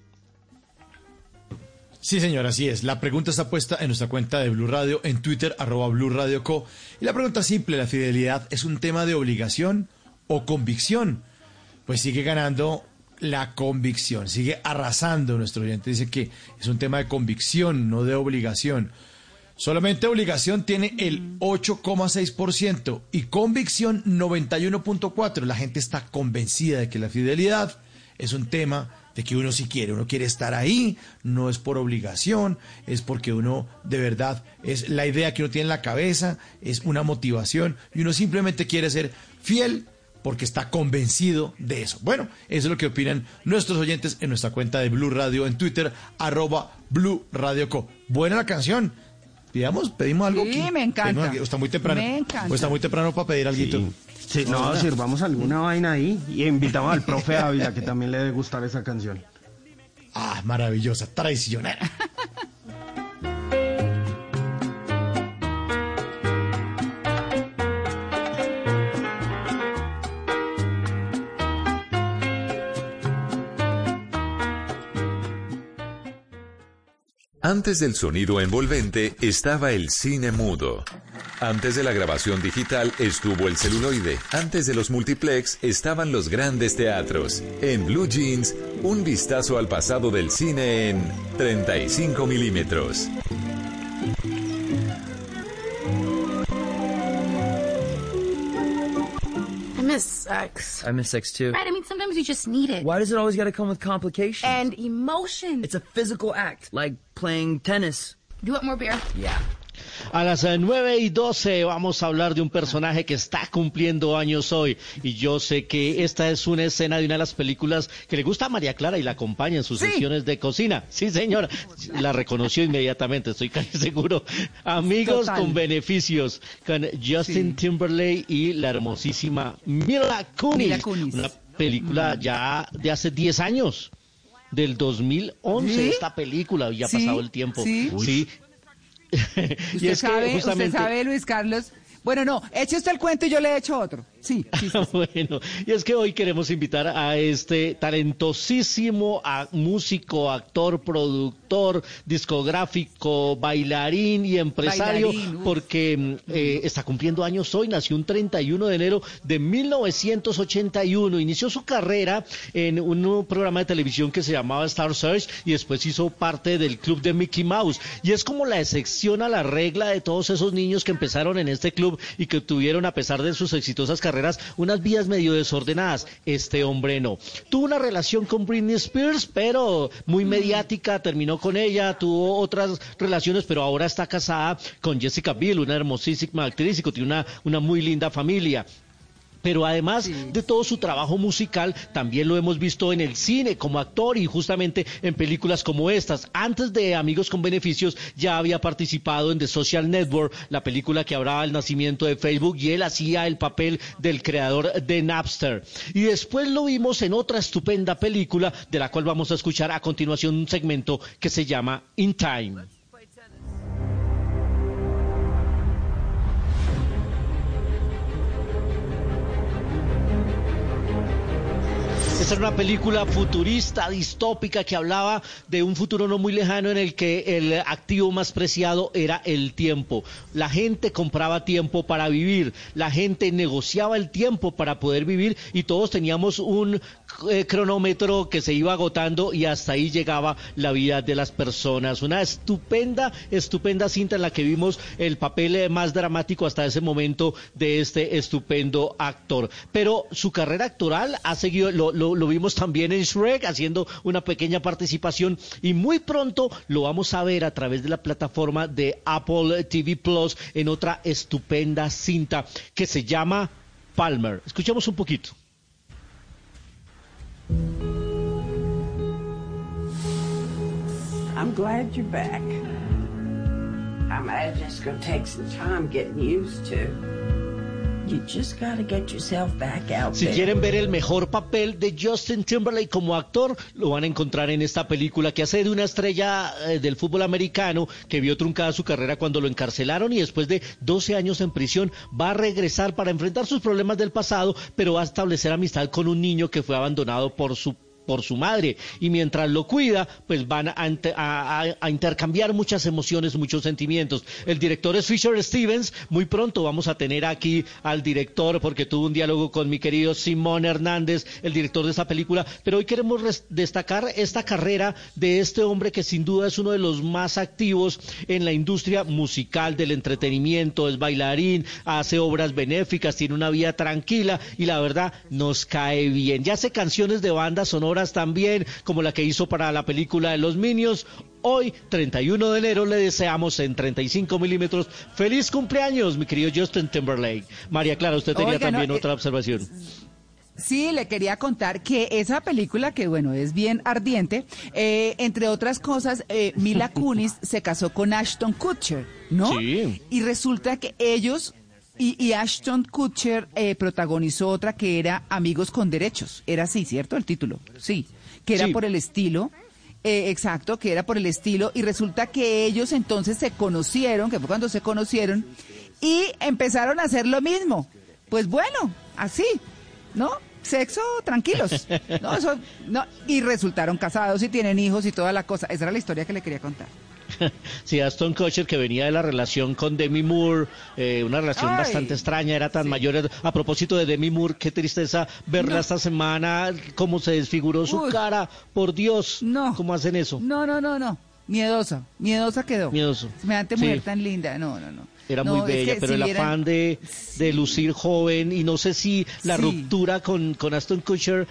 S9: Sí, señor, así es. La pregunta está puesta en nuestra cuenta de Blue Radio, en Twitter, @BlueRadioCo. Y la pregunta simple, ¿la fidelidad es un tema de obligación o convicción? Pues sigue ganando la convicción, sigue arrasando. Nuestro oyente dice que es un tema de convicción, no de obligación. Solamente obligación tiene el 8,6% y convicción 91,4%. La gente está convencida de que la fidelidad es un tema de que uno sí quiere, uno quiere estar ahí, no es por obligación, es porque uno de verdad, es la idea que uno tiene en la cabeza, es una motivación y uno simplemente quiere ser fiel porque está convencido de eso. Bueno, eso es lo que opinan nuestros oyentes en nuestra cuenta de Blue Radio en Twitter, @BlueRadioCo. Buena la canción. Pedimos algo.
S3: Sí, me encanta.
S9: Está muy temprano.
S3: Me encanta.
S9: O está muy temprano para pedir alguito.
S6: Sí, no, sirvamos alguna vaina ahí y invitamos al profe Ávila, que también le debe gustar esa canción.
S9: Ah, maravillosa, traicionera.
S7: Antes del sonido envolvente estaba el cine mudo. Antes de la grabación digital estuvo el celuloide. Antes de los multiplex estaban los grandes teatros. En Blue Jeans, un vistazo al pasado del cine en 35 milímetros.
S11: I miss sex.
S12: I miss sex too.
S11: Right, I mean, sometimes you just need it.
S12: Why does it always gotta come with complications?
S11: And emotion.
S12: It's a physical act, like playing tennis.
S11: Do you want more beer?
S12: Yeah.
S13: A las 9:12 vamos a hablar de un personaje que está cumpliendo años hoy y yo sé que esta es una escena de una de las películas que le gusta a María Clara y la acompaña en sus sesiones de cocina. Sí, señora, la reconoció inmediatamente, estoy casi seguro. Amigos con beneficios, con Justin Timberlake y la hermosísima Mila Kunis. Una película ya de hace 10 años, del 2011, esta película, ya ha pasado el tiempo. Sí.
S3: ¿Usted sabe, Luis Carlos? Bueno, no, eche usted el cuento y yo le echo otro. Sí.
S13: Bueno, y es que hoy queremos invitar a este talentosísimo músico, actor, productor, discográfico, bailarín y empresario, porque está cumpliendo años hoy. Nació un 31 de enero de 1981. Inició su carrera en un programa de televisión que se llamaba Star Search y después hizo parte del club de Mickey Mouse. Y es como la excepción a la regla de todos esos niños que empezaron en este club y que tuvieron, a pesar de sus exitosas carreras, unas vidas medio desordenadas. Este hombre no. Tuvo una relación con Britney Spears, pero muy mediática, terminó con ella, tuvo otras relaciones, pero ahora está casada con Jessica Biel, una hermosísima actriz y que tiene una muy linda familia. pero además de todo su trabajo musical, también lo hemos visto en el cine como actor y justamente en películas como estas. Antes de Amigos con Beneficios ya había participado en The Social Network, la película que hablaba del nacimiento de Facebook, y él hacía el papel del creador de Napster. Y después lo vimos en otra estupenda película de la cual vamos a escuchar a continuación un segmento que se llama In Time. Esta era una película futurista, distópica, que hablaba de un futuro no muy lejano en el que el activo más preciado era el tiempo. La gente compraba tiempo para vivir, la gente negociaba el tiempo para poder vivir y todos teníamos un cronómetro que se iba agotando y hasta ahí llegaba la vida de las personas. Una estupenda cinta en la que vimos el papel más dramático hasta ese momento de este estupendo actor. Pero su carrera actoral ha seguido, lo vimos también en Shrek haciendo una pequeña participación y muy pronto lo vamos a ver a través de la plataforma de Apple TV Plus en otra estupenda cinta que se llama Palmer. Escuchemos un poquito.
S1: I'm glad you're back. I imagine it's going to take some time getting used to. You just got to get yourself back out
S13: Si
S1: there.
S13: quieren ver el mejor papel de Justin Timberlake como actor, lo van a encontrar en esta película que hace de una estrella del fútbol americano que vio truncada su carrera cuando lo encarcelaron y después de 12 años en prisión va a regresar para enfrentar sus problemas del pasado, pero va a establecer amistad con un niño que fue abandonado por su madre, y mientras lo cuida, pues van a intercambiar muchas emociones, muchos sentimientos. El director es Fisher Stevens. Muy pronto vamos a tener aquí al director, porque tuvo un diálogo con mi querido Simón Hernández, el director de esta película, pero hoy queremos destacar esta carrera de este hombre que sin duda es uno de los más activos en la industria musical, del entretenimiento, es bailarín, hace obras benéficas, tiene una vida tranquila y la verdad nos cae bien. Ya hace canciones de bandas sonoras también, como la que hizo para la película de los Minions. Hoy, 31 de enero, le deseamos en 35 milímetros feliz cumpleaños, mi querido Justin Timberlake. María Clara, usted tenía también otra observación.
S3: Sí, le quería contar que esa película, que bueno, es bien ardiente, entre otras cosas, Mila Kunis se casó con Ashton Kutcher, ¿no?
S13: Sí.
S3: Y resulta que ellos... Y Ashton Kutcher protagonizó otra que era Amigos con Derechos. Era así, ¿cierto? El título. Sí. Que era por el estilo. Exacto, que era por el estilo. Y resulta que ellos entonces se conocieron, que fue cuando se conocieron, y empezaron a hacer lo mismo. Pues bueno, así, ¿no? Sexo, tranquilos. No, eso, no. Y resultaron casados y tienen hijos y toda la cosa. Esa era la historia que le quería contar.
S13: Sí, Ashton Kutcher, que venía de la relación con Demi Moore, una relación bastante extraña, era tan mayor. A propósito de Demi Moore, qué tristeza verla esta semana, cómo se desfiguró su cara, por Dios, ¿cómo hacen eso?
S3: No, miedosa quedó.
S13: Miedoso.
S3: Semejante mujer tan linda, no.
S13: Era muy bella, pero el afán de lucir joven, y no sé si la ruptura con Ashton Kutcher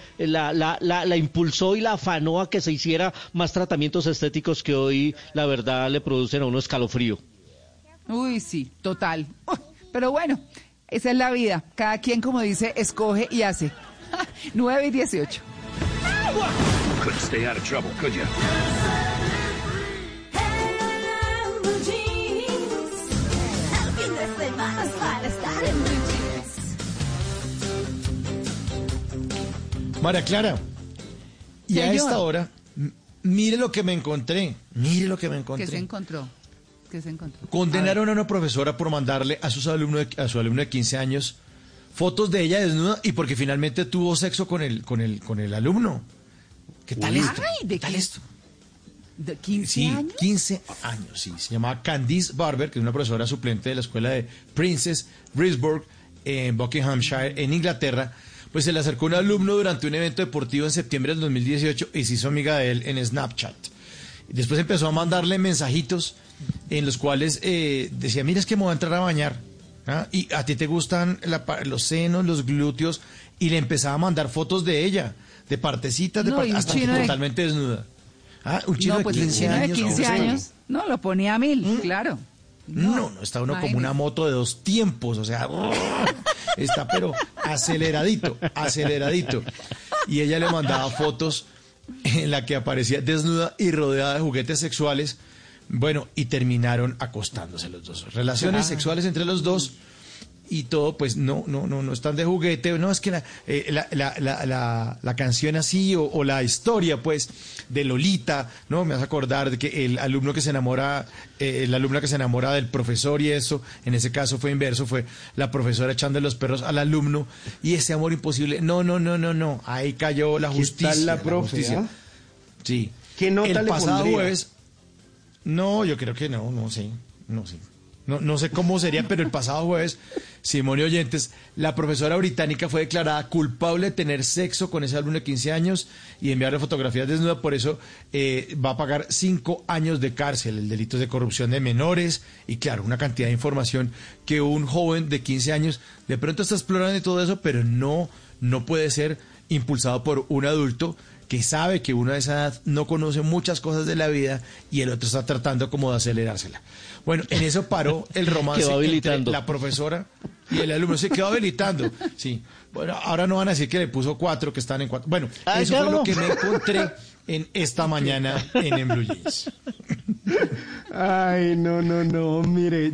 S13: la impulsó y la afanó a que se hiciera más tratamientos estéticos que hoy, la verdad, le producen a uno escalofrío.
S3: Uy, sí, total. Pero bueno, esa es la vida. Cada quien, como dice, escoge y hace. 9:18.
S16: Couldn't stay out of trouble, could you?
S9: María Clara, y a esta hora, mire lo que me encontré.
S3: ¿Qué se encontró?
S9: Condenaron a una profesora por mandarle a su alumno de 15 años fotos de ella desnuda y porque finalmente tuvo sexo con el alumno. ¿Qué tal esto?
S3: ¿Qué tal esto? ¿De 15 años?
S9: 15 años, sí. Se llamaba Candice Barber, que es una profesora suplente de la escuela de Princess Brisbane en Buckinghamshire, en Inglaterra. Pues se le acercó un alumno durante un evento deportivo en septiembre del 2018 y se hizo amiga de él en Snapchat. Después empezó a mandarle mensajitos en los cuales decía, mira, es que me voy a entrar a bañar, ¿ah? Y a ti te gustan los senos, los glúteos, y le empezaba a mandar fotos de ella, de partecitas, hasta totalmente desnuda. Ah, un chino de 15 años.
S3: De 15 años, no, lo ponía a 1000, claro.
S9: No, está uno como una moto de 2 tiempos, o sea... está pero aceleradito. Y ella le mandaba fotos en la que aparecía desnuda y rodeada de juguetes sexuales. Bueno, y terminaron acostándose los dos. Relaciones sexuales entre los dos. Y todo, pues, no están de juguete. No, es que la canción así, o la historia, pues, de Lolita, ¿no? Me hace acordar de que el alumno que se enamora, la alumna que se enamora del profesor y eso, en ese caso fue inverso, fue la profesora echando los perros al alumno, y ese amor imposible. No. Ahí cayó la justicia.
S6: ¿Qué tal la profe?
S9: Sí.
S6: ¿Qué nota
S9: el
S6: le
S9: pasado
S6: pondría?
S9: Jueves. No, yo creo que no sé. No sé cómo sería, pero el pasado jueves, Simón y oyentes, la profesora británica fue declarada culpable de tener sexo con ese alumno de 15 años y enviarle fotografías desnudas. Por eso va a pagar 5 años de cárcel, el delito de corrupción de menores y, claro, una cantidad de información que un joven de 15 años de pronto está explorando y todo eso, pero no puede ser impulsado por un adulto que sabe que uno de esa edad no conoce muchas cosas de la vida y el otro está tratando como de acelerársela. Bueno, en eso paró el romance entre la profesora y el alumno. Se quedó habilitando, sí. Bueno, ahora no van a decir que le puso 4, que están en 4. Bueno, eso fue lo que me encontré en esta mañana en Blue Jeans.
S6: Ay, no, mire,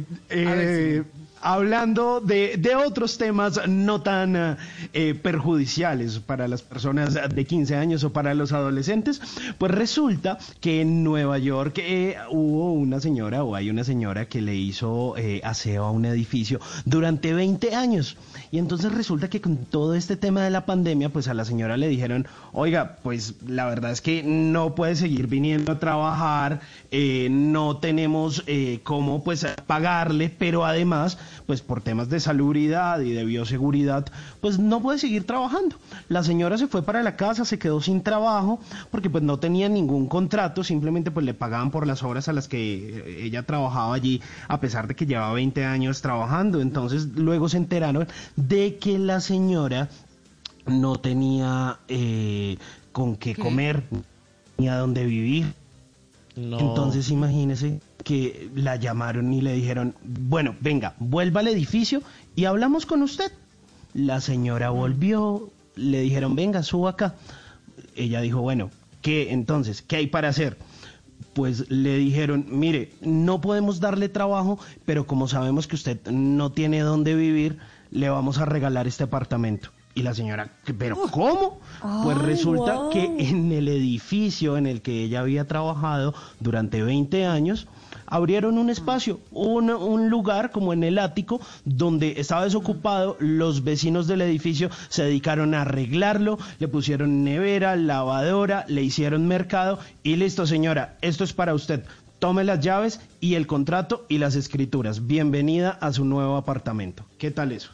S6: hablando de otros temas no tan perjudiciales para las personas de 15 años o para los adolescentes, pues resulta que en Nueva York hubo una señora o hay una señora que le hizo aseo a un edificio durante 20 años. Y entonces resulta que con todo este tema de la pandemia, pues a la señora le dijeron, oiga, pues la verdad es que no puede seguir viniendo a trabajar, no tenemos cómo pues pagarle, pero además, pues por temas de salubridad y de bioseguridad, pues no puede seguir trabajando. La señora se fue para la casa, se quedó sin trabajo, porque pues no tenía ningún contrato, simplemente pues le pagaban por las horas a las que ella trabajaba allí, a pesar de que llevaba 20 años trabajando. Entonces luego se enteraron de que la señora no tenía con qué comer, ni a dónde vivir. No. Entonces imagínese que la llamaron y le dijeron, bueno, venga, vuelva al edificio y hablamos con usted. La señora volvió, le dijeron, venga, suba acá. Ella dijo, bueno, ¿qué entonces? ¿Qué hay para hacer? Pues le dijeron, mire, no podemos darle trabajo, pero como sabemos que usted no tiene dónde vivir, le vamos a regalar este apartamento. Y la señora, ¿pero cómo? Pues resulta que en el edificio en el que ella había trabajado durante 20 años, abrieron un espacio, un lugar como en el ático, donde estaba desocupado. Los vecinos del edificio se dedicaron a arreglarlo, le pusieron nevera, lavadora, le hicieron mercado y listo, señora, esto es para usted. Tome las llaves y el contrato y las escrituras. Bienvenida a su nuevo apartamento. ¿Qué tal eso?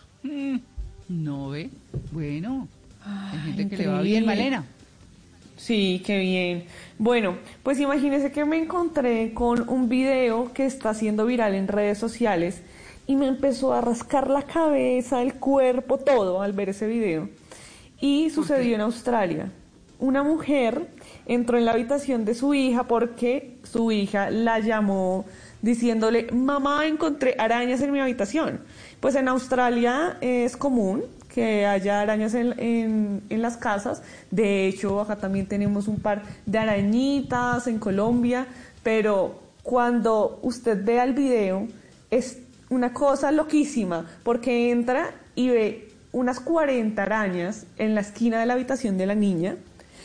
S3: No ve, bueno, hay gente que le va bien, Malena.
S14: Sí, qué bien. Bueno, pues imagínese que me encontré con un video que está siendo viral en redes sociales y me empezó a rascar la cabeza, el cuerpo, todo al ver ese video. Y sucedió en Australia. Una mujer entró en la habitación de su hija porque su hija la llamó diciéndole, mamá, encontré arañas en mi habitación. Pues en Australia es común que haya arañas en las casas. De hecho, acá también tenemos un par de arañitas en Colombia, pero cuando usted vea el video es una cosa loquísima, porque entra y ve unas 40 arañas en la esquina de la habitación de la niña.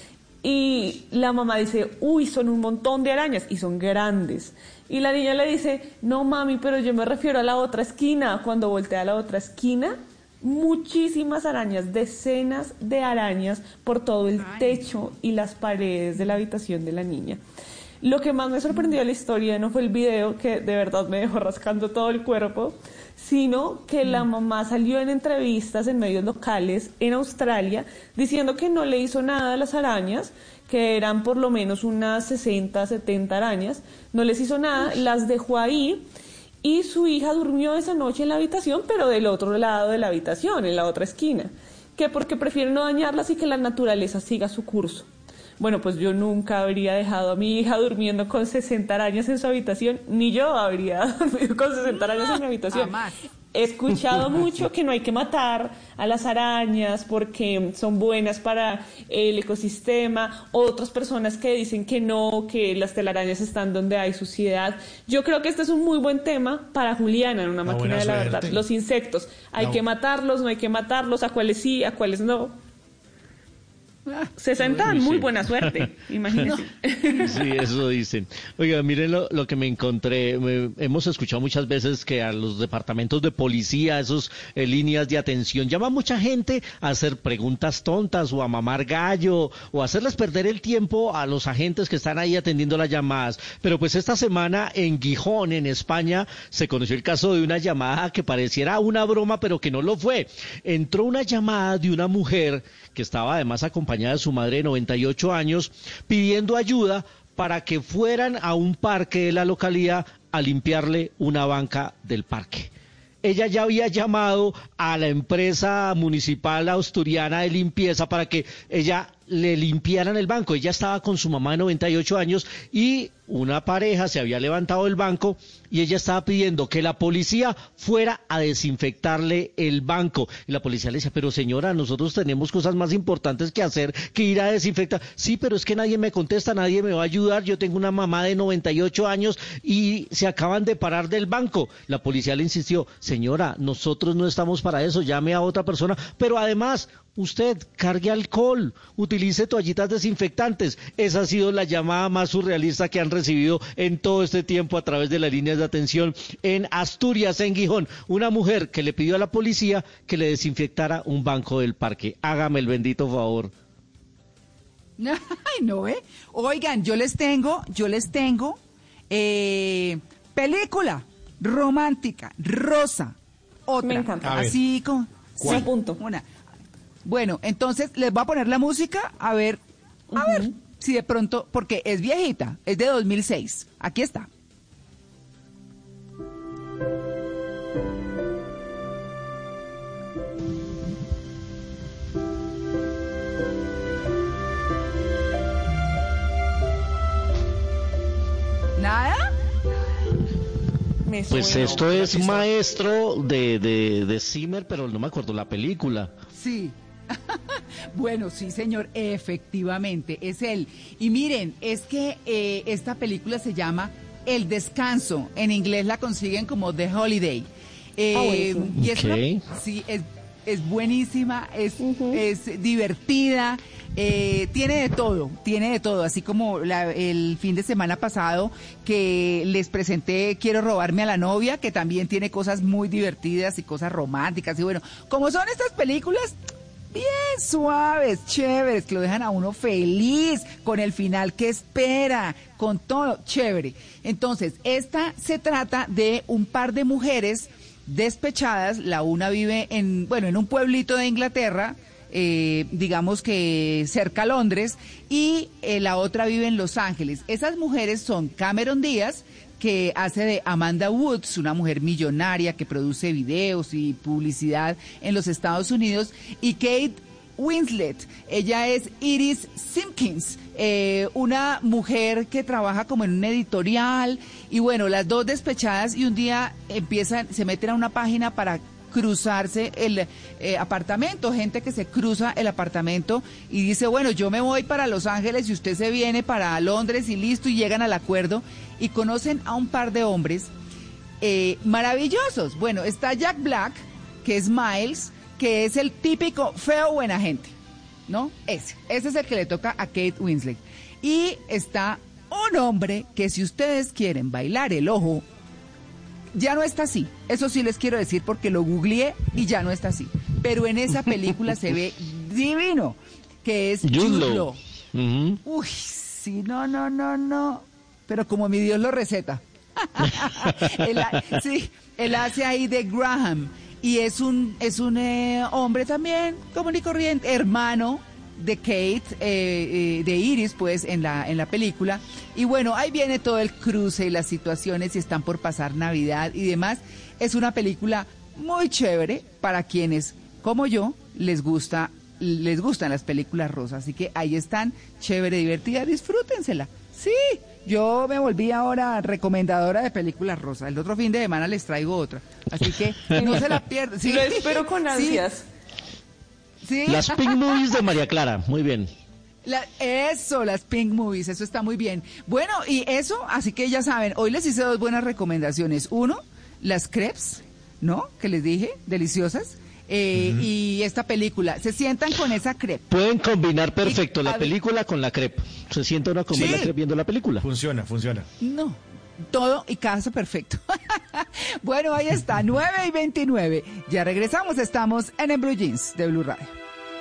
S14: Y la mamá dice, uy, son un montón de arañas, y son grandes. Y la niña le dice, no mami, pero yo me refiero a la otra esquina. Cuando voltea a la otra esquina, muchísimas arañas, decenas de arañas por todo el techo y las paredes de la habitación de la niña. Lo que más me sorprendió de la historia no fue el video, que de verdad me dejó rascando todo el cuerpo, sino que la mamá salió en entrevistas en medios locales en Australia diciendo que no le hizo nada a las arañas, que eran por lo menos unas 60, 70 arañas, no les hizo nada, las dejó ahí y su hija durmió esa noche en la habitación, pero del otro lado de la habitación, en la otra esquina, que porque prefiere no dañarlas y que la naturaleza siga su curso. bueno, pues yo nunca habría dejado a mi hija durmiendo con 60 arañas en su habitación, ni yo habría dormido con 60 arañas en mi habitación.
S3: Jamás.
S14: He escuchado mucho que no hay que matar a las arañas porque son buenas para el ecosistema. Otras personas que dicen que no, que las telarañas están donde hay suciedad. Yo creo que este es un muy buen tema para Juliana en Una Máquina de la Verdad. Los insectos, ¿hay que matarlos, no hay que matarlos? ¿A cuáles sí, a cuáles no? 60, muy buena suerte, imagínense.
S13: Sí, eso dicen. Oiga, miren lo que me encontré. Hemos escuchado muchas veces que a los departamentos de policía, esos líneas de atención, llama mucha gente a hacer preguntas tontas o a mamar gallo o a hacerles perder el tiempo a los agentes que están ahí atendiendo las llamadas. Pero pues esta semana en Gijón, en España, se conoció el caso de una llamada que pareciera una broma, pero que no lo fue. Entró una llamada de una mujer que estaba además acompañada de su madre de 98 años, pidiendo ayuda para que fueran a un parque de la localidad a limpiarle una banca del parque. Ella ya había llamado a la empresa municipal asturiana de limpieza para que ella le limpiaran el banco. Ella estaba con su mamá de 98 años y una pareja se había levantado del banco y ella estaba pidiendo que la policía fuera a desinfectarle el banco. Y la policía le decía, pero señora, nosotros tenemos cosas más importantes que hacer que ir a desinfectar. Sí, pero es que nadie me contesta, nadie me va a ayudar. Yo tengo una mamá de 98 años y se acaban de parar del banco. La policía le insistió, señora, nosotros no estamos para eso, llame a otra persona. Pero además, usted cargue alcohol, utilice toallitas desinfectantes. Esa ha sido la llamada más surrealista que han recibido en todo este tiempo a través de las líneas de atención en Asturias, en Gijón. Una mujer que le pidió a la policía que le desinfectara un banco del parque. Hágame el bendito favor.
S3: Ay, no, ¿eh? Oigan, yo les tengo película romántica, rosa, otra.
S14: Me encanta.
S3: Así con...
S14: Sí, punto.
S3: Una. Bueno, entonces les voy a poner la música, a ver si de pronto, porque es viejita, es de 2006. Aquí está. ¿Nada?
S13: Pues esto es Maestro de Zimmer, pero no me acuerdo la película.
S3: Sí. Bueno, sí, señor, efectivamente, es él. Y miren, es que esta película se llama El Descanso. En inglés la consiguen como The Holiday. Y es sí, es buenísima, es divertida, tiene de todo, así como el fin de semana pasado que les presenté Quiero robarme a la novia, que también tiene cosas muy divertidas y cosas románticas, y bueno, como son estas películas bien suaves, chéveres, que lo dejan a uno feliz, con el final que espera, con todo, chévere. Entonces, esta se trata de un par de mujeres despechadas. La una vive en un pueblito de Inglaterra, digamos que cerca a Londres, y la otra vive en Los Ángeles. Esas mujeres son Cameron Díaz, que hace de Amanda Woods, una mujer millonaria que produce videos y publicidad en los Estados Unidos, y Kate Winslet, ella es Iris Simpkins, una mujer que trabaja como en un editorial, y bueno, las dos despechadas, y un día se meten a una página para cruzarse el apartamento, gente que se cruza el apartamento y dice, bueno, yo me voy para Los Ángeles y usted se viene para Londres y listo, y llegan al acuerdo y conocen a un par de hombres maravillosos. Bueno, está Jack Black, que es Miles, que es el típico feo buena gente, ¿no? Ese es el que le toca a Kate Winslet. Y está un hombre que, si ustedes quieren bailar el ojo, ya no está así. Eso sí les quiero decir porque lo googleé y ya no está así. Pero en esa película se ve divino, que es Jude Law. Uy, sí, no. Pero como mi Dios lo receta. Él hace ahí de Graham. Y es un hombre también común y corriente, hermano de Kate, de Iris, pues, en la película. Y bueno, ahí viene todo el cruce y las situaciones, y están por pasar Navidad y demás. Es una película muy chévere para quienes, como yo, les gusta les gustan las películas rosas. Así que ahí están, chévere, divertida, disfrútensela. Sí, yo me volví ahora recomendadora de películas rosas. El otro fin de semana les traigo otra. Así que no se la pierdan. Sí.
S14: Lo espero con ansias.
S3: Sí.
S13: Las Pink Movies de María Clara, muy bien.
S3: Las Pink Movies, eso está muy bien. Bueno, y eso, así que ya saben, hoy les hice 2 buenas recomendaciones. Uno, las crepes, ¿no? Que les dije, deliciosas. Y esta película, se sientan con esa crepe.
S13: Pueden combinar perfecto la película con la crepe. Se sienta uno a comer la crepe viendo la película.
S9: Funciona.
S3: No, todo y casa perfecto. Bueno, ahí está, 9:29. Ya regresamos, estamos en el Blue Jeans de Blue Radio.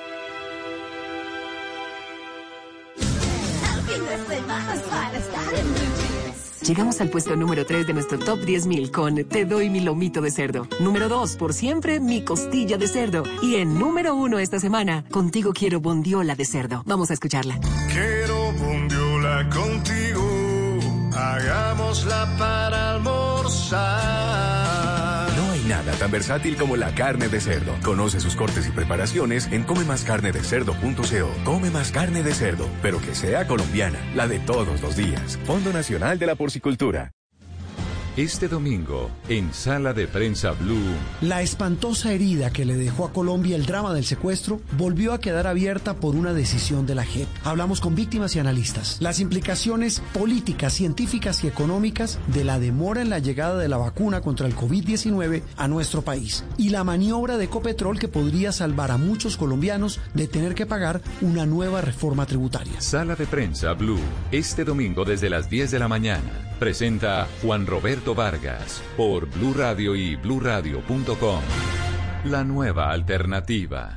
S15: Llegamos al puesto número 3 de nuestro Top 10,000 con Te doy mi lomito de cerdo. Número 2, por siempre, mi costilla de cerdo. Y en número 1 esta semana, contigo quiero bondiola de cerdo. Vamos a escucharla.
S17: Quiero bondiola contigo, hagámosla para almorzar.
S8: No hay nada tan versátil como la carne de cerdo. Conoce sus cortes y preparaciones en comemascarnedecerdo.co. Come más carne de cerdo, pero que sea colombiana, la de todos los días. Fondo Nacional de la Porcicultura.
S7: Este domingo, en Sala de Prensa Blue.
S10: La espantosa herida que le dejó a Colombia el drama del secuestro volvió a quedar abierta por una decisión de la JEP. Hablamos con víctimas y analistas. Las implicaciones políticas, científicas y económicas de la demora en la llegada de la vacuna contra el COVID-19 a nuestro país. Y la maniobra de Ecopetrol que podría salvar a muchos colombianos de tener que pagar una nueva reforma tributaria.
S7: Sala de Prensa Blue. Este domingo desde las 10 de la mañana. Presenta Juan Roberto Vargas por Blue Radio y bluradio.com. La nueva alternativa.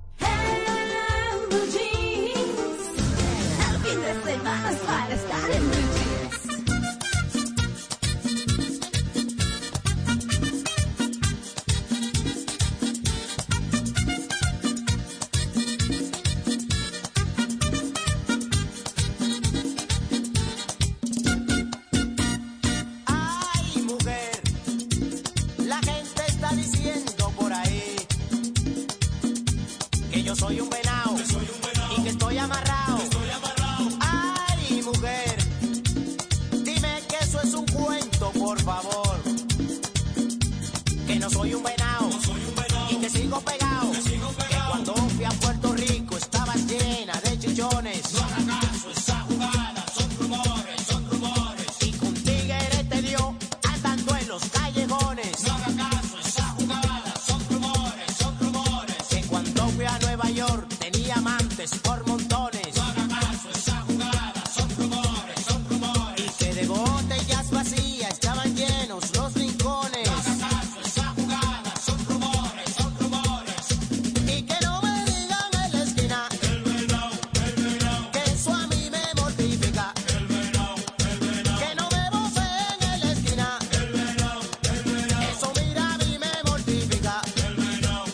S20: Soy un venado y que estoy amarrado. Ay, mujer, dime que eso es un cuento, por favor. Que no soy un venado y que sigo pegado. Que cuando fui a Puerto Rico estaba llena de chichones. No haga caso, esa jugada son rumores, son rumores. Y con tigres te dio andando en los callejones. No haga caso, esa jugada son rumores, son rumores. Que cuando fui a Nueva York tenía amantes por montones. No haga caso, esa jugada son rumores, son rumores. Y que de botellas vacías estaban llenos los rincones. No haga caso, esa jugada son rumores, son rumores. Y que no me digan en la esquina el venado, que eso a mí me mortifica. El venado, que no me voceen en la esquina el venado, eso mira a mí me mortifica. El venado,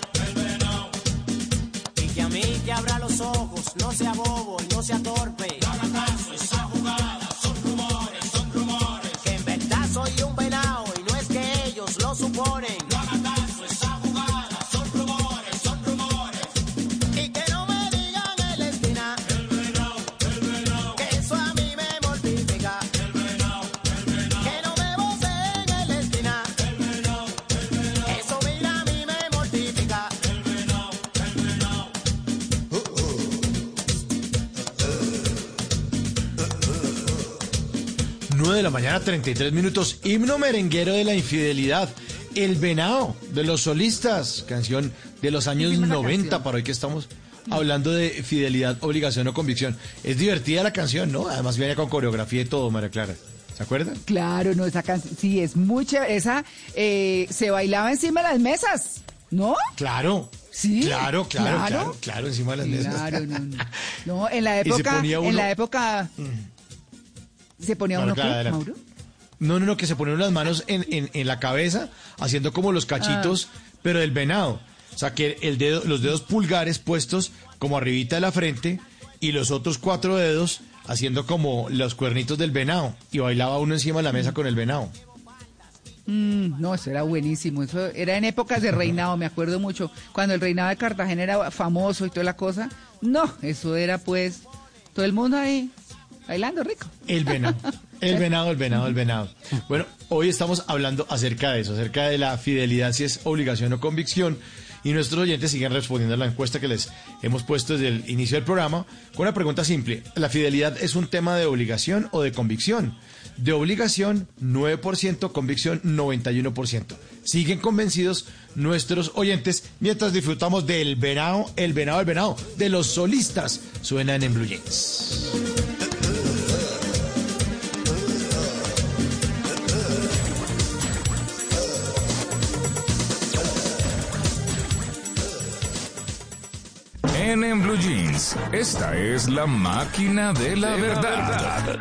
S20: y que a mí que abra los ojos, no sea bobo y no sea torpe. No haga caso, esa jugada son rumores, son rumores. Que en verdad soy un venado y no es que ellos lo suponen. No haga caso, esa jugada son rumores, son rumores. Y que no me digan en la esquina el venado, que eso a mí me mortifica. El venado, que no me voceen en la esquina el venado, eso mira a mí me mortifica. El venado,
S9: 9 de la mañana, 33 minutos. Himno merenguero de la infidelidad. El venado de los solistas. Canción de los años 90, para hoy que estamos hablando de fidelidad, obligación o convicción. Es divertida la canción, ¿no? Además viene con coreografía y todo, María Clara. ¿Se acuerdan?
S3: Claro, no, esa canción, sí, es muy chévere. Esa se bailaba encima de las mesas, ¿no?
S9: Claro.
S3: Sí.
S9: Claro, encima de las mesas. Claro,
S3: no, en la época, ¿se ponía uno qué, Mauro?
S9: No, que se ponían las manos en la cabeza, haciendo como los cachitos, pero del venado. O sea, que los dedos pulgares puestos como arribita de la frente y los otros 4 dedos haciendo como los cuernitos del venado. Y bailaba uno encima de la mesa con el venado.
S3: No, eso era buenísimo. Eso era en épocas de reinado, me acuerdo mucho. Cuando el reinado de Cartagena era famoso y toda la cosa. No, eso era pues todo el mundo ahí bailando rico.
S9: El venado. Bueno, hoy estamos hablando acerca de eso, acerca de la fidelidad, si es obligación o convicción. Y nuestros oyentes siguen respondiendo a la encuesta que les hemos puesto desde el inicio del programa con una pregunta simple. ¿La fidelidad es un tema de obligación o de convicción? De obligación, 9%, convicción, 91%. Siguen convencidos nuestros oyentes mientras disfrutamos del venado, el venado, de los solistas. Suenan en Blue Jeans.
S16: En Blue Jeans, esta es la máquina de la verdad.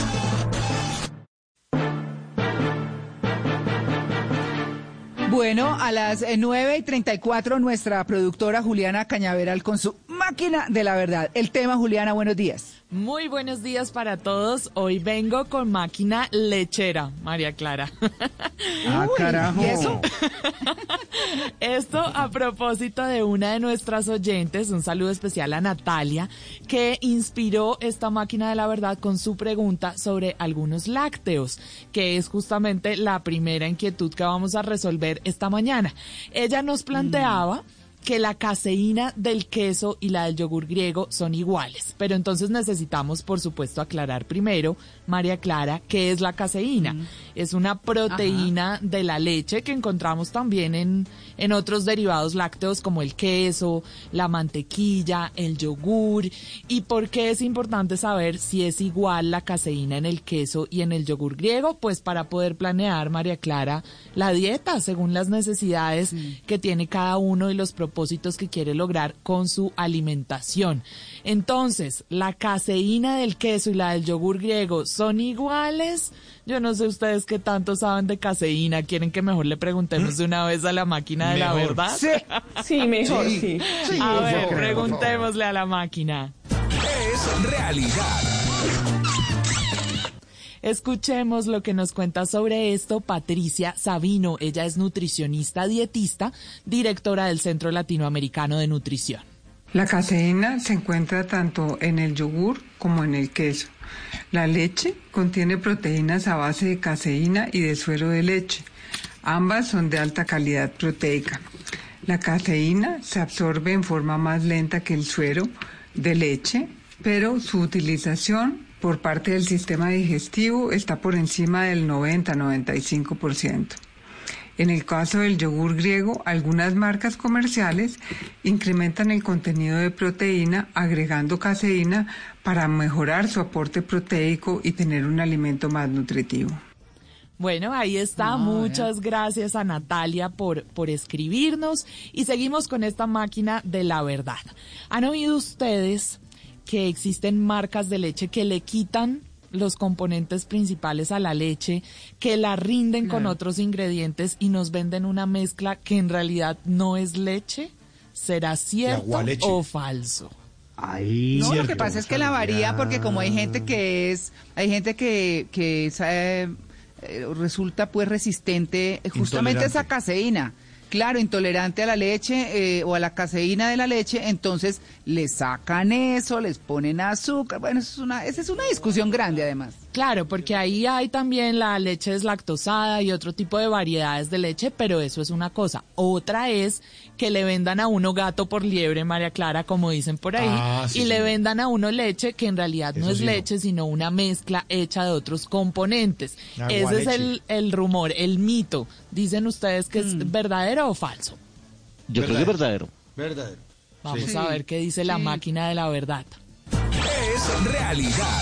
S3: Bueno, a las 9:34 nuestra productora Juliana Cañaveral con su máquina de la verdad. El tema, Juliana, buenos días.
S4: Muy buenos días para todos. Hoy vengo con máquina lechera, María Clara.
S6: Ah, carajo.
S3: ¿Y eso?
S4: Esto a propósito de una de nuestras oyentes, un saludo especial a Natalia, que inspiró esta máquina de la verdad con su pregunta sobre algunos lácteos, que es justamente la primera inquietud que vamos a resolver esta mañana. Ella nos planteaba que la caseína del queso y la del yogur griego son iguales. Pero entonces necesitamos, por supuesto, aclarar primero, María Clara, ¿qué es la caseína? Es una proteína de la leche que encontramos también en otros derivados lácteos como el queso, la mantequilla, el yogur. ¿Y por qué es importante saber si es igual la caseína en el queso y en el yogur griego? Pues para poder planear, María Clara, la dieta según las necesidades que tiene cada uno y los propósitos que quiere lograr con su alimentación. Entonces, ¿la caseína del queso y la del yogur griego son iguales? Yo no sé ustedes qué tanto saben de caseína. ¿Quieren que mejor le preguntemos de una vez a la máquina de la verdad?
S14: Sí, mejor, sí.
S4: A ver, preguntémosle a la máquina.
S16: Es realidad.
S4: Escuchemos lo que nos cuenta sobre esto Patricia Sabino. Ella es nutricionista dietista, directora del Centro Latinoamericano de Nutrición.
S21: La caseína se encuentra tanto en el yogur como en el queso. La leche contiene proteínas a base de caseína y de suero de leche. Ambas son de alta calidad proteica. La caseína se absorbe en forma más lenta que el suero de leche, pero su utilización por parte del sistema digestivo está por encima del 90-95%. En el caso del yogur griego, algunas marcas comerciales incrementan el contenido de proteína agregando caseína para mejorar su aporte proteico y tener un alimento más nutritivo.
S4: Bueno, ahí está. Muchas gracias a Natalia por escribirnos y seguimos con esta máquina de la verdad. ¿Han oído ustedes que existen marcas de leche que le quitan los componentes principales a la leche, que la rinden con otros ingredientes y nos venden una mezcla que en realidad no es leche? ¿Será cierto o falso?
S6: Ay,
S3: no, lo que pasa es que la varía porque como hay gente que resulta pues resistente justamente a esa caseína. Claro, intolerante a la leche o a la caseína de la leche, entonces le sacan eso, les ponen azúcar. Bueno, esa es una discusión grande además.
S4: Claro, porque ahí hay también la leche deslactosada y otro tipo de variedades de leche, pero eso es una cosa. Otra es que le vendan a uno gato por liebre, María Clara, como dicen por ahí, le vendan a uno leche que en realidad no es leche, sino una mezcla hecha de otros componentes. Ese es el rumor, el mito. ¿Dicen ustedes que es verdadero o falso?
S13: Yo creo que es verdadero.
S9: Verdadero.
S4: Vamos a ver qué dice la máquina de la verdad.
S16: Es realidad.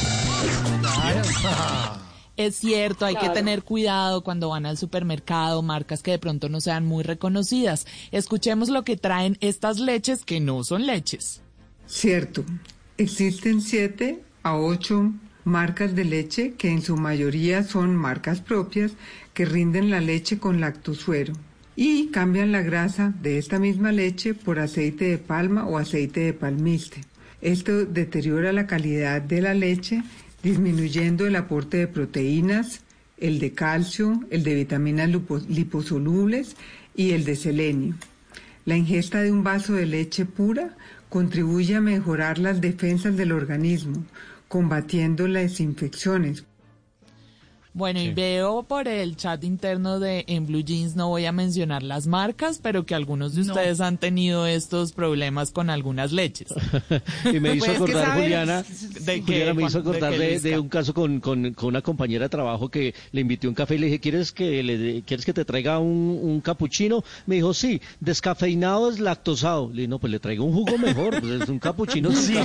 S4: Es cierto, hay que tener cuidado cuando van al supermercado, marcas que de pronto no sean muy reconocidas. Escuchemos lo que traen estas leches que no son leches.
S21: Cierto, existen 7 a 8 marcas de leche que en su mayoría son marcas propias que rinden la leche con lactosuero y cambian la grasa de esta misma leche por aceite de palma o aceite de palmiste. Esto deteriora la calidad de la leche, disminuyendo el aporte de proteínas, el de calcio, el de vitaminas liposolubles y el de selenio. La ingesta de un vaso de leche pura contribuye a mejorar las defensas del organismo, combatiendo las infecciones.
S4: Bueno, y veo por el chat interno de En Blue Jeans, no voy a mencionar las marcas, pero que algunos de ustedes han tenido estos problemas con algunas leches.
S13: Y me hizo acordar, Juliana, me hizo acordar de un caso con una compañera de trabajo que le invité a un café y le dije, ¿quieres que te traiga un capuchino? Me dijo, sí, descafeinado, deslactosado. Le dije, no, pues le traigo un jugo mejor, pues es un capuchino.
S14: Sí,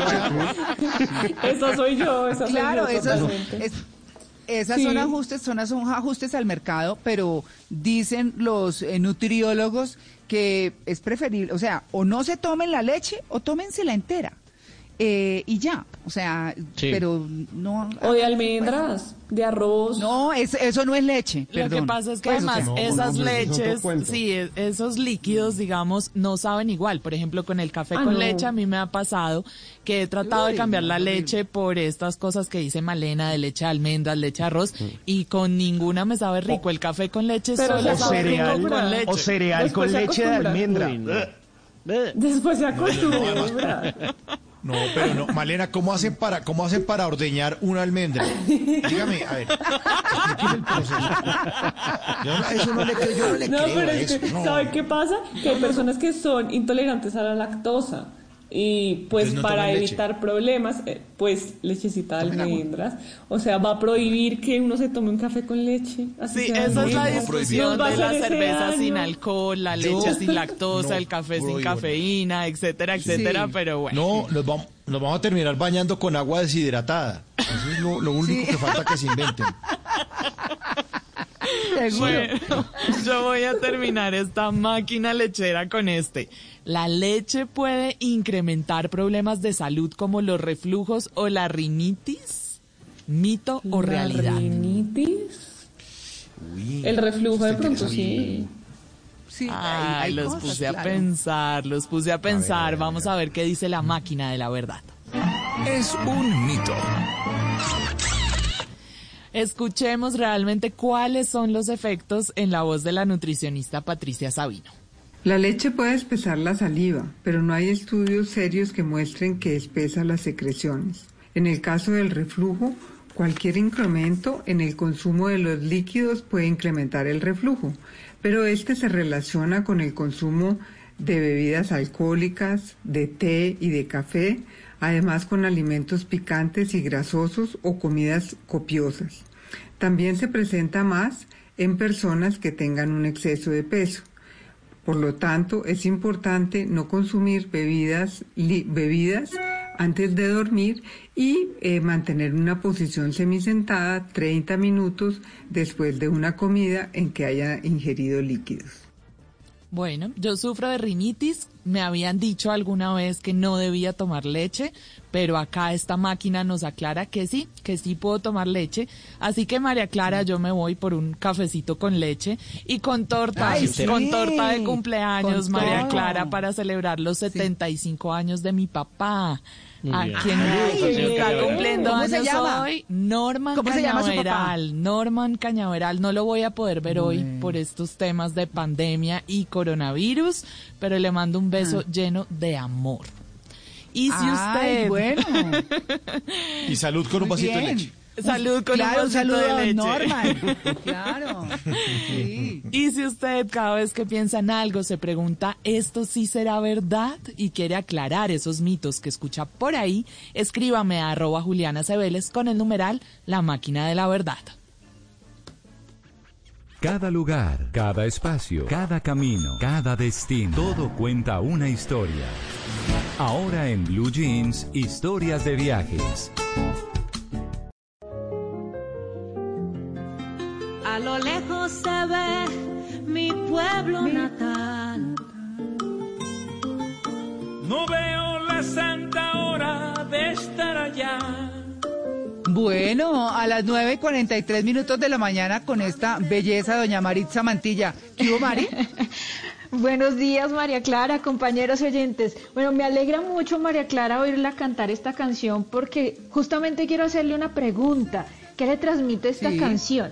S14: esa soy yo,
S3: claro, esas
S14: sí.
S3: son ajustes al mercado, pero dicen los nutriólogos que es preferible, o sea, o no se tomen la leche o tómensela entera. Y ya, o sea, sí. Pero no...
S14: O de almendras, de arroz.
S3: No, eso no es leche, perdón.
S4: Lo que pasa es que además esas leches, sí, esos líquidos, digamos, no saben igual. Por ejemplo, con el café con leche a mí me ha pasado que he tratado de cambiar la leche por estas cosas que dice Malena, de leche de almendras, leche de arroz, y con ninguna me sabe rico. El café con leche solo sabe rico con leche.
S6: O cereal con leche de almendra.
S14: Después se acostumbra.
S9: No, pero no, Malena, ¿cómo hacen para ordeñar una almendra? Dígame, a ver, explíqueme el proceso. Yo no le creo
S14: pero es
S9: eso.
S14: Que, ¿sabe qué pasa? Que hay personas que son intolerantes a la lactosa. Y pues no para evitar problemas, pues lechecita de almendras. O sea, va a prohibir que uno se tome un café con leche.
S4: Así sí, esa es la discusión de la cerveza sin alcohol, la leche sin lactosa, el café sin cafeína, etcétera, etcétera, sí. Pero bueno.
S9: No, nos vamos a terminar bañando con agua deshidratada. Eso es lo único que falta que se inventen.
S4: Bueno, yo voy a terminar esta máquina lechera con La leche puede incrementar problemas de salud como los reflujos o la rinitis. ¿Mito o realidad?
S14: ¿La rinitis?
S9: Uy,
S14: el reflujo de pronto sí.
S3: Sí,
S4: hay los cosas, puse a pensar. Vamos a ver qué dice la máquina de la verdad.
S16: Es un mito.
S4: Escuchemos realmente cuáles son los efectos en la voz de la nutricionista Patricia Sabino.
S21: La leche puede espesar la saliva, pero no hay estudios serios que muestren que espesa las secreciones. En el caso del reflujo, cualquier incremento en el consumo de los líquidos puede incrementar el reflujo, pero este se relaciona con el consumo de bebidas alcohólicas, de té y de café, además con alimentos picantes y grasosos o comidas copiosas. También se presenta más en personas que tengan un exceso de peso. Por lo tanto, es importante no consumir bebidas antes de dormir y mantener una posición semisentada 30 minutos después de una comida en que haya ingerido líquidos.
S4: Bueno, yo sufro de rinitis, me habían dicho alguna vez que no debía tomar leche, pero acá esta máquina nos aclara que sí puedo tomar leche, así que María Clara, yo me voy por un cafecito con leche y con torta, con torta de cumpleaños, María Clara, para celebrar los 75 años de mi papá. A quien está cumpliendo años hoy, Norman Cañaveral. No lo voy a poder ver hoy por estos temas de pandemia y coronavirus, pero le mando un beso lleno de amor. Y si usted...
S3: bueno.
S9: Y salud con un vasito de leche.
S4: Salud con un vasito de leche.
S3: Norman. Claro. Sí.
S4: Y si usted cada vez que piensa en algo se pregunta, ¿esto sí será verdad? Y quiere aclarar esos mitos que escucha por ahí, escríbame a @Juliana Cebeles con el numeral La Máquina de la Verdad.
S7: Cada lugar, cada espacio, cada camino, cada destino, todo cuenta una historia. Ahora en Blue Jeans, historias de viajes.
S5: A lo lejos se ve mi pueblo natal.
S2: No veo la santa hora de estar allá.
S3: Bueno, a las 9:43 de la mañana con esta belleza, doña Maritza Mantilla. ¿Qué hubo, Mari?
S22: Buenos días, María Clara, compañeros oyentes. Bueno, me alegra mucho, María Clara, oírla cantar esta canción porque justamente quiero hacerle una pregunta. ¿Qué le transmite esta canción?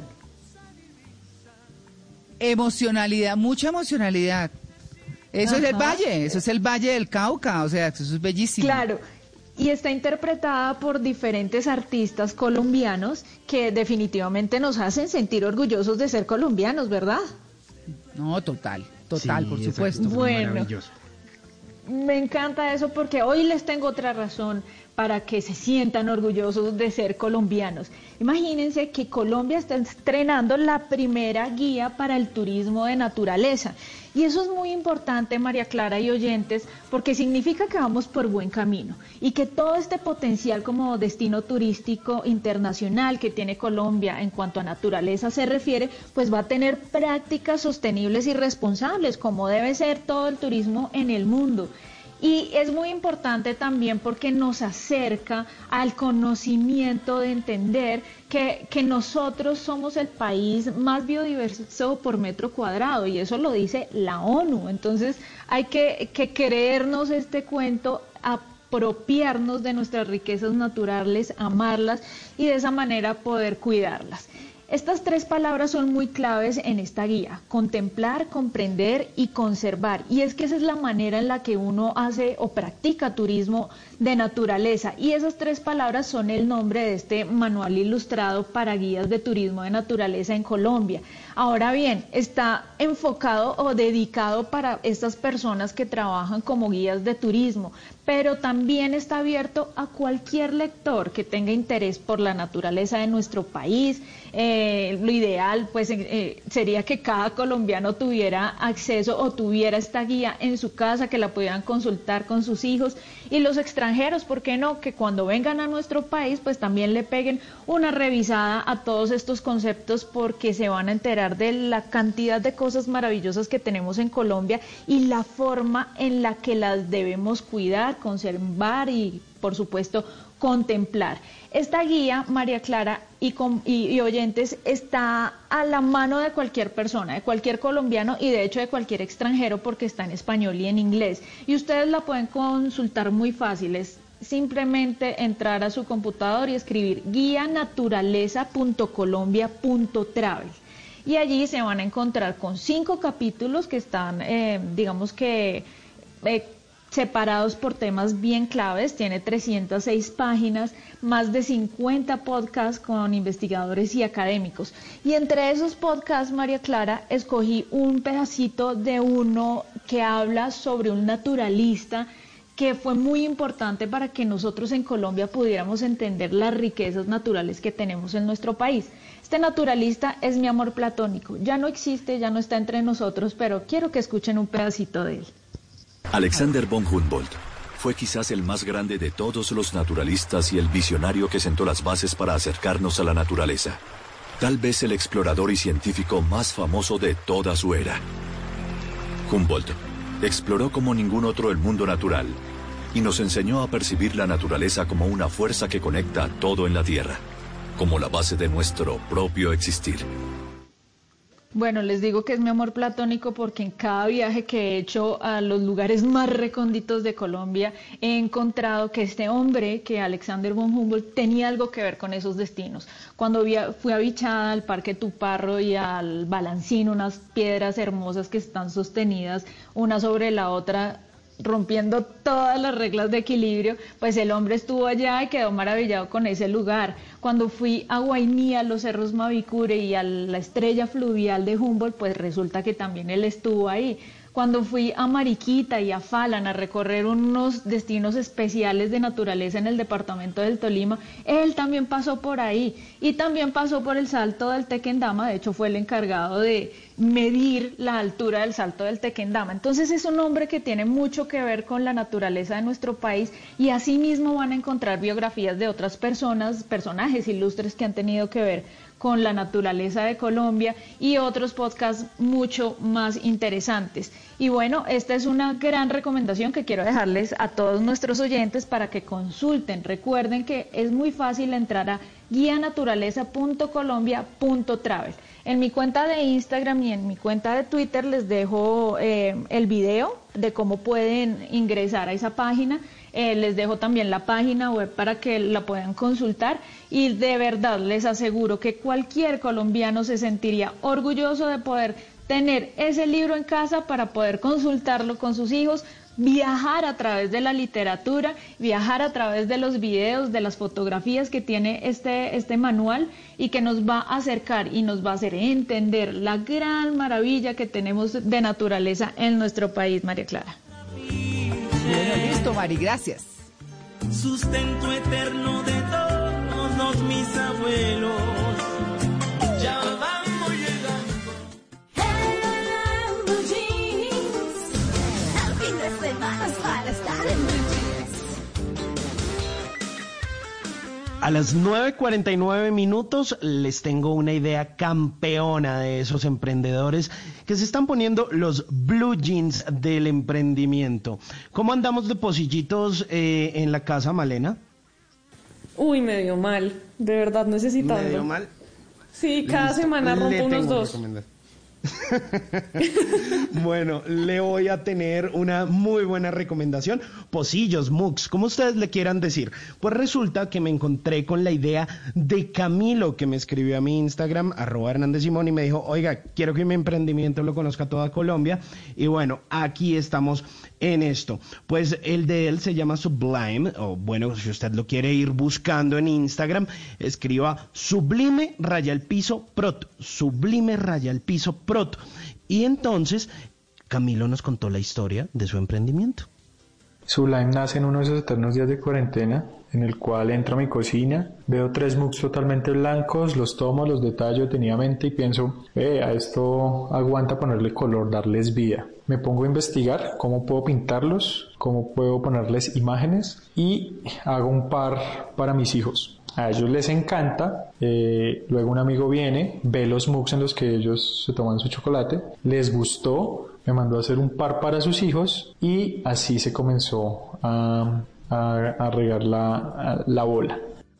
S3: Emocionalidad, mucha emocionalidad. Eso es el valle, eso es el Valle del Cauca, o sea, eso es bellísimo.
S22: Claro, y está interpretada por diferentes artistas colombianos que definitivamente nos hacen sentir orgullosos de ser colombianos, ¿verdad?
S3: No, total,
S6: Sí,
S3: por supuesto.
S22: Bueno,
S6: maravilloso.
S22: me encanta eso porque hoy les tengo otra razón para que se sientan orgullosos de ser colombianos. Imagínense que Colombia está estrenando la primera guía para el turismo de naturaleza. Y eso es muy importante, María Clara y oyentes, porque significa que vamos por buen camino y que todo este potencial como destino turístico internacional que tiene Colombia en cuanto a naturaleza se refiere, pues va a tener prácticas sostenibles y responsables, como debe ser todo el turismo en el mundo. Y es muy importante también porque nos acerca al conocimiento de entender que nosotros somos el país más biodiverso por metro cuadrado, y eso lo dice la ONU. Entonces hay que creernos este cuento, apropiarnos de nuestras riquezas naturales, amarlas y de esa manera poder cuidarlas. Estas tres palabras son muy claves en esta guía: contemplar, comprender y conservar. Y es que esa es la manera en la que uno hace o practica turismo de naturaleza. Y esas tres palabras son el nombre de este manual ilustrado para guías de turismo de naturaleza en Colombia. Ahora bien, está enfocado o dedicado para estas personas que trabajan como guías de turismo, pero también está abierto a cualquier lector que tenga interés por la naturaleza de nuestro país. Lo ideal pues sería que cada colombiano tuviera acceso o tuviera esta guía en su casa, que la pudieran consultar con sus hijos, y los extranjeros, ¿por qué no?, que cuando vengan a nuestro país pues también le peguen una revisada a todos estos conceptos, porque se van a enterar de la cantidad de cosas maravillosas que tenemos en Colombia y la forma en la que las debemos cuidar, conservar y, por supuesto, contemplar. Esta guía, María Clara y oyentes, está a la mano de cualquier persona, de cualquier colombiano y de hecho de cualquier extranjero, porque está en español y en inglés. Y ustedes la pueden consultar muy fácil, es simplemente entrar a su computador y escribir guianaturaleza.colombia.travel. Y allí se van a encontrar con 5 capítulos que están, separados por temas bien claves. Tiene 306 páginas, más de 50 podcasts con investigadores y académicos. Y entre esos podcasts, María Clara, escogí un pedacito de uno que habla sobre un naturalista que fue muy importante para que nosotros en Colombia pudiéramos entender las riquezas naturales que tenemos en nuestro país. Este naturalista es mi amor platónico. Ya no existe, ya no está entre nosotros, pero quiero que escuchen un pedacito de él.
S18: Alexander von Humboldt fue quizás el más grande de todos los naturalistas y el visionario que sentó las bases para acercarnos a la naturaleza. Tal vez el explorador y científico más famoso de toda su era. Humboldt exploró como ningún otro el mundo natural y nos enseñó a percibir la naturaleza como una fuerza que conecta todo en la Tierra, como la base de nuestro propio existir.
S22: Bueno, les digo que es mi amor platónico porque en cada viaje que he hecho a los lugares más recónditos de Colombia he encontrado que este hombre, que Alexander von Humboldt, tenía algo que ver con esos destinos. Cuando fui a Bichada, al Parque Tuparro y al Balancín, unas piedras hermosas que están sostenidas una sobre la otra, rompiendo todas las reglas de equilibrio, pues el hombre estuvo allá y quedó maravillado con ese lugar. Cuando fui a Guainía, a los cerros Mavicure y a la estrella fluvial de Humboldt, pues resulta que también él estuvo ahí. Cuando fui a Mariquita y a Falan a recorrer unos destinos especiales de naturaleza en el departamento del Tolima, él también pasó por ahí y también pasó por el salto del Tequendama. De hecho fue el encargado de medir la altura del salto del Tequendama. Entonces es un hombre que tiene mucho que ver con la naturaleza de nuestro país, y asimismo van a encontrar biografías de otras personajes ilustres que han tenido que ver con la naturaleza de Colombia y otros podcasts mucho más interesantes. Y bueno, esta es una gran recomendación que quiero dejarles a todos nuestros oyentes para que consulten. Recuerden que es muy fácil entrar a guianaturaleza.colombia.travel. En mi cuenta de Instagram y en mi cuenta de Twitter les dejo el video de cómo pueden ingresar a esa página. Les dejo también la página web para que la puedan consultar y de verdad les aseguro que cualquier colombiano se sentiría orgulloso de poder tener ese libro en casa para poder consultarlo con sus hijos, viajar a través de la literatura, viajar a través de los videos, de las fotografías que tiene este manual y que nos va a acercar y nos va a hacer entender la gran maravilla que tenemos de naturaleza en nuestro país, María Clara.
S3: Bueno, listo, Mari, gracias.
S20: Sustento eterno de todos mis abuelos. Ya vamos llegando.
S5: Blue Jeans. Al fin de semana para estar en Blue Jeans.
S6: A las 9:49 minutos les tengo una idea campeona de esos emprendedores que se están poniendo los blue jeans del emprendimiento. ¿Cómo andamos de pocillitos en la casa, Malena?
S14: Uy, medio mal, de verdad necesitando.
S6: ¿Medio mal?
S14: Sí, cada semana rompo unos 2.
S6: Bueno, le voy a tener una muy buena recomendación. Pocillos, mugs, como ustedes le quieran decir. Pues resulta que me encontré con la idea de Camilo, que me escribió a mi Instagram, @HernandezSimón, y me dijo, oiga, quiero que mi emprendimiento lo conozca toda Colombia. Y bueno, aquí estamos en esto. Pues el de él se llama Sublime, o bueno, si usted lo quiere ir buscando en Instagram, escriba Sublime_Prot, Sublime_Prot. Y entonces Camilo nos contó la historia de su emprendimiento.
S11: Sublime nace en uno de esos eternos días de cuarentena, en el cual entro a mi cocina, veo 3 mugs totalmente blancos, los tomo, los detallo detenidamente y pienso, a esto aguanta ponerle color, darles vida. Me pongo a investigar cómo puedo pintarlos, cómo puedo ponerles imágenes y hago un par para mis hijos. A ellos les encanta, luego un amigo viene, ve los mugs en los que ellos se toman su chocolate, les gustó, me mandó a hacer un par para sus hijos y así se comenzó a regar la bola.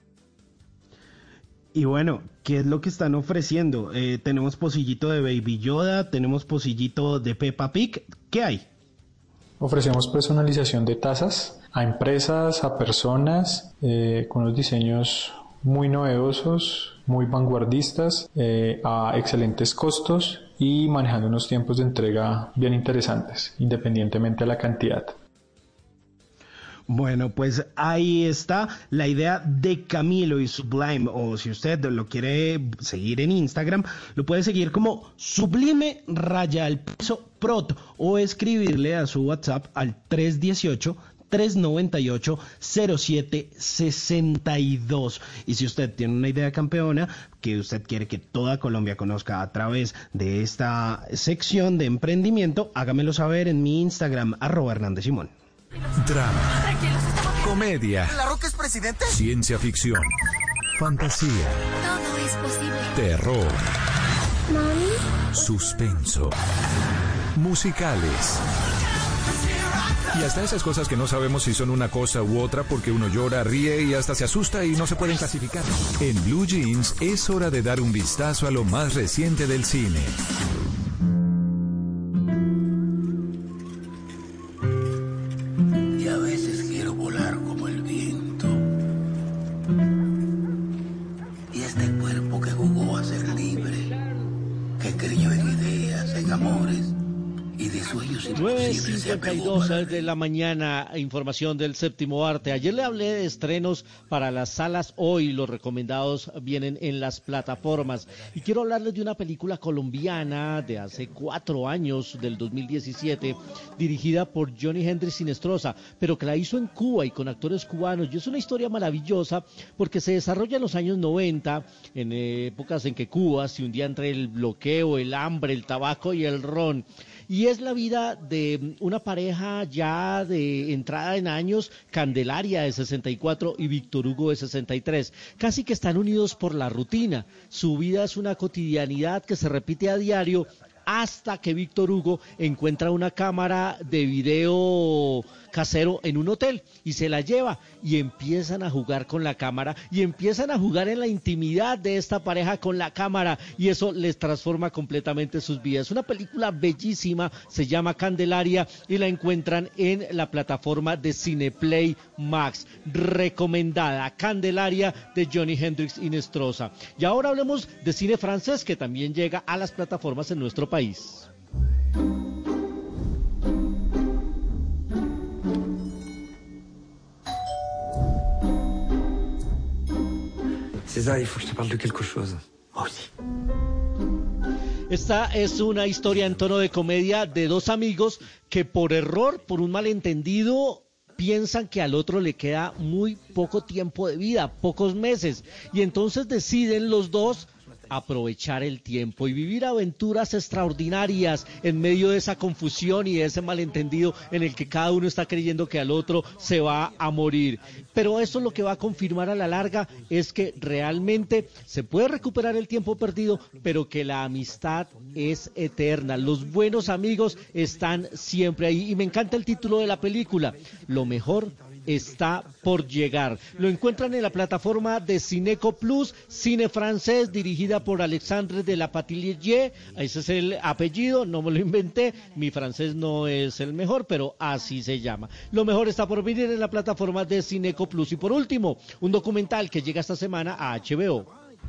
S6: Y bueno, ¿qué es lo que están ofreciendo? Tenemos pocillito de Baby Yoda, tenemos pocillito de Peppa Pig, ¿qué hay?
S11: Ofrecemos personalización de tazas a empresas, a personas, con unos diseños muy novedosos, muy vanguardistas, a excelentes costos y manejando unos tiempos de entrega bien interesantes, independientemente de la cantidad.
S6: Bueno, pues ahí está la idea de Camilo y Sublime, o si usted lo quiere seguir en Instagram, lo puede seguir como Sublime_Prot o escribirle a su WhatsApp al 318-398-0762. Y si usted tiene una idea campeona que usted quiere que toda Colombia conozca a través de esta sección de emprendimiento, hágamelo saber en mi Instagram, @HernandezSimón.
S7: Drama, comedia,
S19: ¿La Roca es presidente?
S7: ciencia ficción, fantasía,
S5: Todo es posible.
S7: terror, suspenso, musicales. Y hasta esas cosas que no sabemos si son una cosa u otra porque uno llora, ríe y hasta se asusta y no se pueden clasificar. En Blue Jeans es hora de dar un vistazo a lo más reciente del cine.
S19: Y a veces quiero volar como el viento. Y este cuerpo que jugó a ser libre, que creyó en ideas, en amores y de sueños imposibles.
S13: 9:52 de la mañana, información del Séptimo Arte. Ayer le hablé de estrenos para las salas, hoy los recomendados vienen en las plataformas. Y quiero hablarles de una película colombiana de hace 4 años, del 2017, dirigida por Johnny Hendrix Sinestrosa, pero que la hizo en Cuba y con actores cubanos. Y es una historia maravillosa porque se desarrolla en los años 90, en épocas en que Cuba se hundía entre el bloqueo, el hambre, el tabaco y el ron. Y es la vida de una pareja ya de entrada en años, Candelaria de 64 y Víctor Hugo de 63. Casi que están unidos por la rutina. Su vida es una cotidianidad que se repite a diario hasta que Víctor Hugo encuentra una cámara de video casero en un hotel y se la lleva y empiezan a jugar con la cámara y empiezan a jugar en la intimidad de esta pareja con la cámara y eso les transforma completamente sus vidas. Es una película bellísima, se llama Candelaria y la encuentran en la plataforma de Cineplay Max. Recomendada, Candelaria de Johnny Hendrix Hinestrosa. Y ahora hablemos de cine francés que también llega a las plataformas en nuestro país.
S1: César, il faut que je te parle de quelque chose. Moi aussi.
S13: Esta es una historia en tono de comedia de dos amigos que por error, por un malentendido, piensan que al otro le queda muy poco tiempo de vida, pocos meses, y entonces deciden los dos aprovechar el tiempo y vivir aventuras extraordinarias en medio de esa confusión y de ese malentendido en el que cada uno está creyendo que al otro se va a morir. Pero eso lo que va a confirmar a la larga es que realmente se puede recuperar el tiempo perdido, pero que la amistad es eterna. Los buenos amigos están siempre ahí. Y me encanta el título de la película, Lo mejor está por llegar. Lo encuentran en la plataforma de Cineco Plus, cine francés, dirigida por Alexandre de la Patillier. Ese es el apellido, no me lo inventé, mi francés no es el mejor, pero así se llama. Lo mejor está por venir en la plataforma de Cineco Plus. Y por último, un documental que llega esta semana a HBO.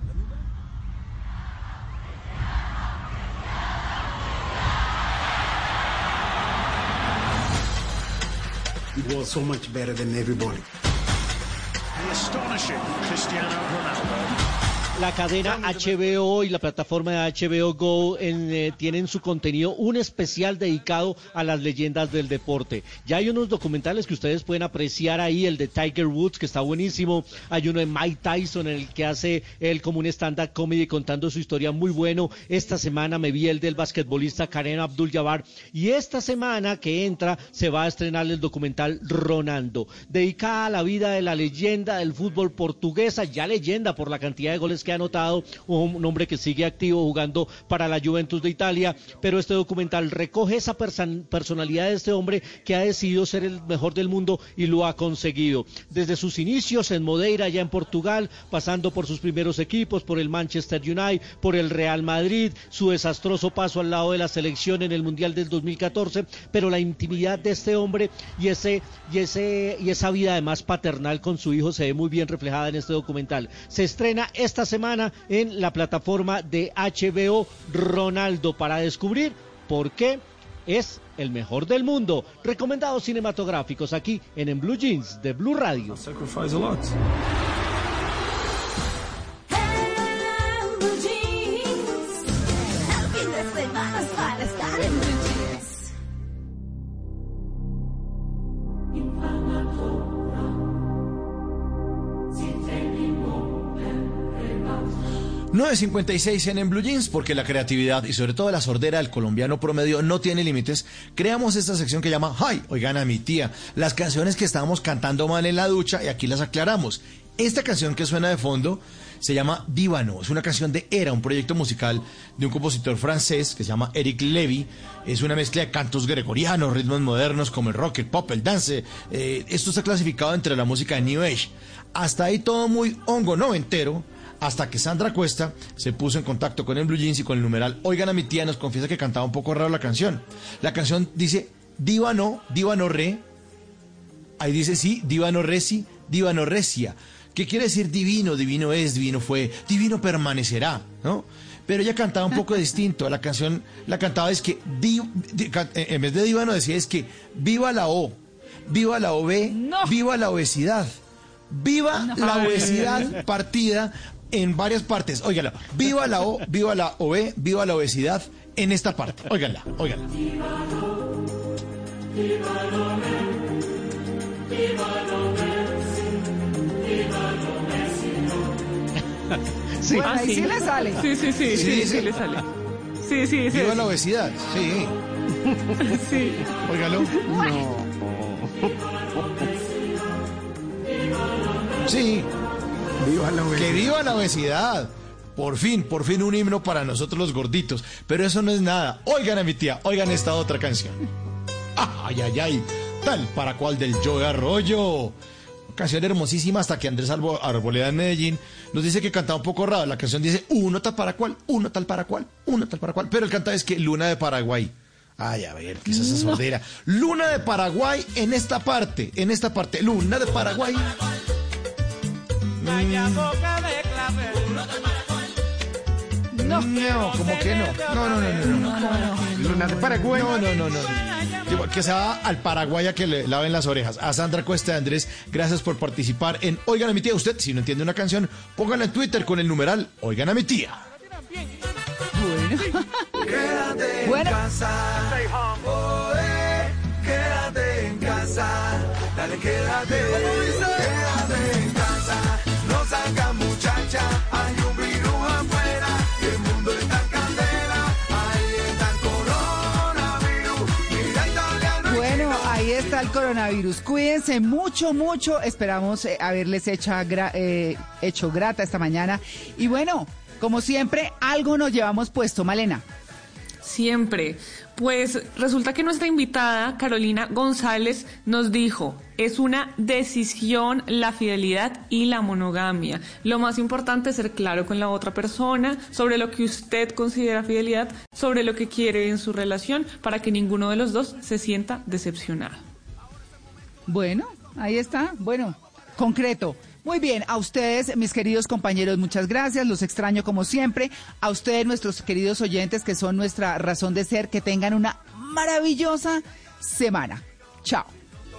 S10: He was so much better than everybody.
S17: The astonishing Cristiano Ronaldo.
S13: La cadena HBO y la plataforma de HBO Go tienen su contenido un especial dedicado a las leyendas del deporte. Ya hay unos documentales que ustedes pueden apreciar ahí, el de Tiger Woods, que está buenísimo. Hay uno de Mike Tyson, en el que hace él como un stand-up comedy contando su historia, muy bueno. Esta semana me vi el del basquetbolista Kareem Abdul-Jabbar. Y esta semana que entra se va a estrenar el documental Ronaldo, dedicada a la vida de la leyenda del fútbol portuguesa, ya leyenda por la cantidad de goles que ha anotado, un hombre que sigue activo jugando para la Juventus de Italia, pero este documental recoge esa personalidad de este hombre que ha decidido ser el mejor del mundo y lo ha conseguido. Desde sus inicios en Modeira, allá en Portugal, pasando por sus primeros equipos, por el Manchester United, por el Real Madrid, su desastroso paso al lado de la selección en el Mundial del 2014, pero la intimidad de este hombre y esa vida además paternal con su hijo se ve muy bien reflejada en este documental. Se estrena esta semana en la plataforma de HBO, Ronaldo, para descubrir por qué es el mejor del mundo. Recomendados cinematográficos aquí en Blue Jeans de Blue Radio.
S9: No 9:56 en Blue Jeans, porque la creatividad y sobre todo la sordera del colombiano promedio no tiene límites. Creamos esta sección que llama ¡Ay! Oigan a mi tía, las canciones que estábamos cantando mal en la ducha, y aquí las aclaramos. Esta canción que suena de fondo se llama Díbano, es una canción de Era, un proyecto musical de un compositor francés que se llama Eric Levy. Es una mezcla de cantos gregorianos, ritmos modernos como el rock, el pop, el dance. Esto está clasificado entre la música de New Age. Hasta ahí todo muy hongo noventero, hasta que Sandra Cuesta se puso en contacto con el Blue Jeans y con el numeral Oigan a mi tía, nos confiesa que cantaba un poco raro la canción. La canción dice Díbano, Díbano re. Ahí dice sí, Díbano reci, Díbano recia. ¿Qué quiere decir divino? Divino es, divino fue, divino permanecerá, ¿no? Pero ella cantaba un poco distinto. La canción la cantaba es que en vez de Díbano decía es que viva la O, viva la OB, no. Viva la obesidad, viva la obesidad partida en varias partes. Óigala, viva la O, viva la OB, viva la obesidad en esta parte. Óiganla, óiganla.
S3: Sí. Bueno, ahí sí le sale.
S14: Sí le sale. Sí.
S9: Viva la obesidad, sí.
S14: Sí.
S9: Óigalo.
S14: No.
S9: Sí.
S10: Viva la obesidad.
S9: Que viva la obesidad. Por fin un himno para nosotros los gorditos. Pero eso no es nada. Oigan a mi tía, oigan esta otra canción. Ay, ay, ay, tal para cual del Joe Arroyo. Canción hermosísima hasta que Andrés Arboleda en Medellín nos dice que cantaba un poco raro. La canción dice uno tal para cual, uno tal para cual, uno tal para cual. Pero el canta es que Luna de Paraguay. Ay, a ver, ¿qué es esa sordera? Luna de Paraguay en esta parte. Luna de Paraguay. No, como que no. No. Luna de Paraguay. No. Que se va al Paraguay a que le laven las orejas. A Sandra Cuesta de Andrés, gracias por participar en Oigan a mi tía. Usted, si no entiende una canción, póngala en Twitter con el numeral Oigan a mi tía.
S20: Quédate en casa. Quédate en casa. Dale, quédate en casa. No salgas, muchacha. Hay un virus afuera. Y el mundo está en candela. Ahí está el coronavirus. Mira, italiano.
S3: Bueno, ahí está el coronavirus. Cuídense mucho. Esperamos haberles hecho grata esta mañana. Y bueno, como siempre, algo nos llevamos puesto, Malena.
S14: Siempre. Pues resulta que nuestra invitada, Carolina González, nos dijo, es una decisión la fidelidad y la monogamia. Lo más importante es ser claro con la otra persona sobre lo que usted considera fidelidad, sobre lo que quiere en su relación, para que ninguno de los dos se sienta decepcionado.
S3: Bueno, ahí está. Bueno, concreto. Muy bien, a ustedes, mis queridos compañeros, muchas gracias, los extraño como siempre. A ustedes, nuestros queridos oyentes, que son nuestra razón de ser, que tengan una maravillosa semana. Chao.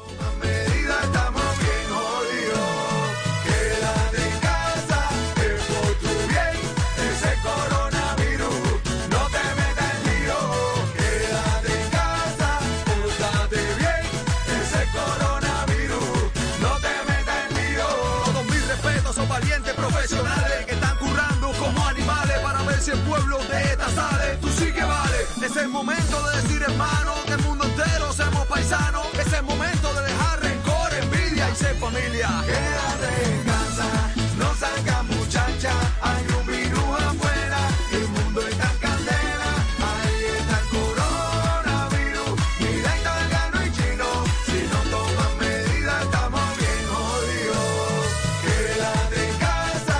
S20: Que están currando como animales para ver si el pueblo de esta sale. Tú sí que vale. Es el momento de decir, hermano, que el mundo entero seamos paisanos. Es el momento de dejar rencor, envidia y ser familia. Quédate en casa, no salgas, muchacha. Hay un virus afuera, el mundo está en candela. Ahí está el coronavirus. Mira, italiano y chino. Si no toman medidas, estamos bien jodidos. Quédate en casa.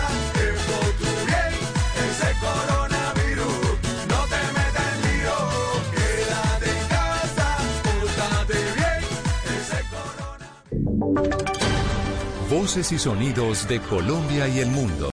S7: Voces y sonidos de Colombia y el mundo.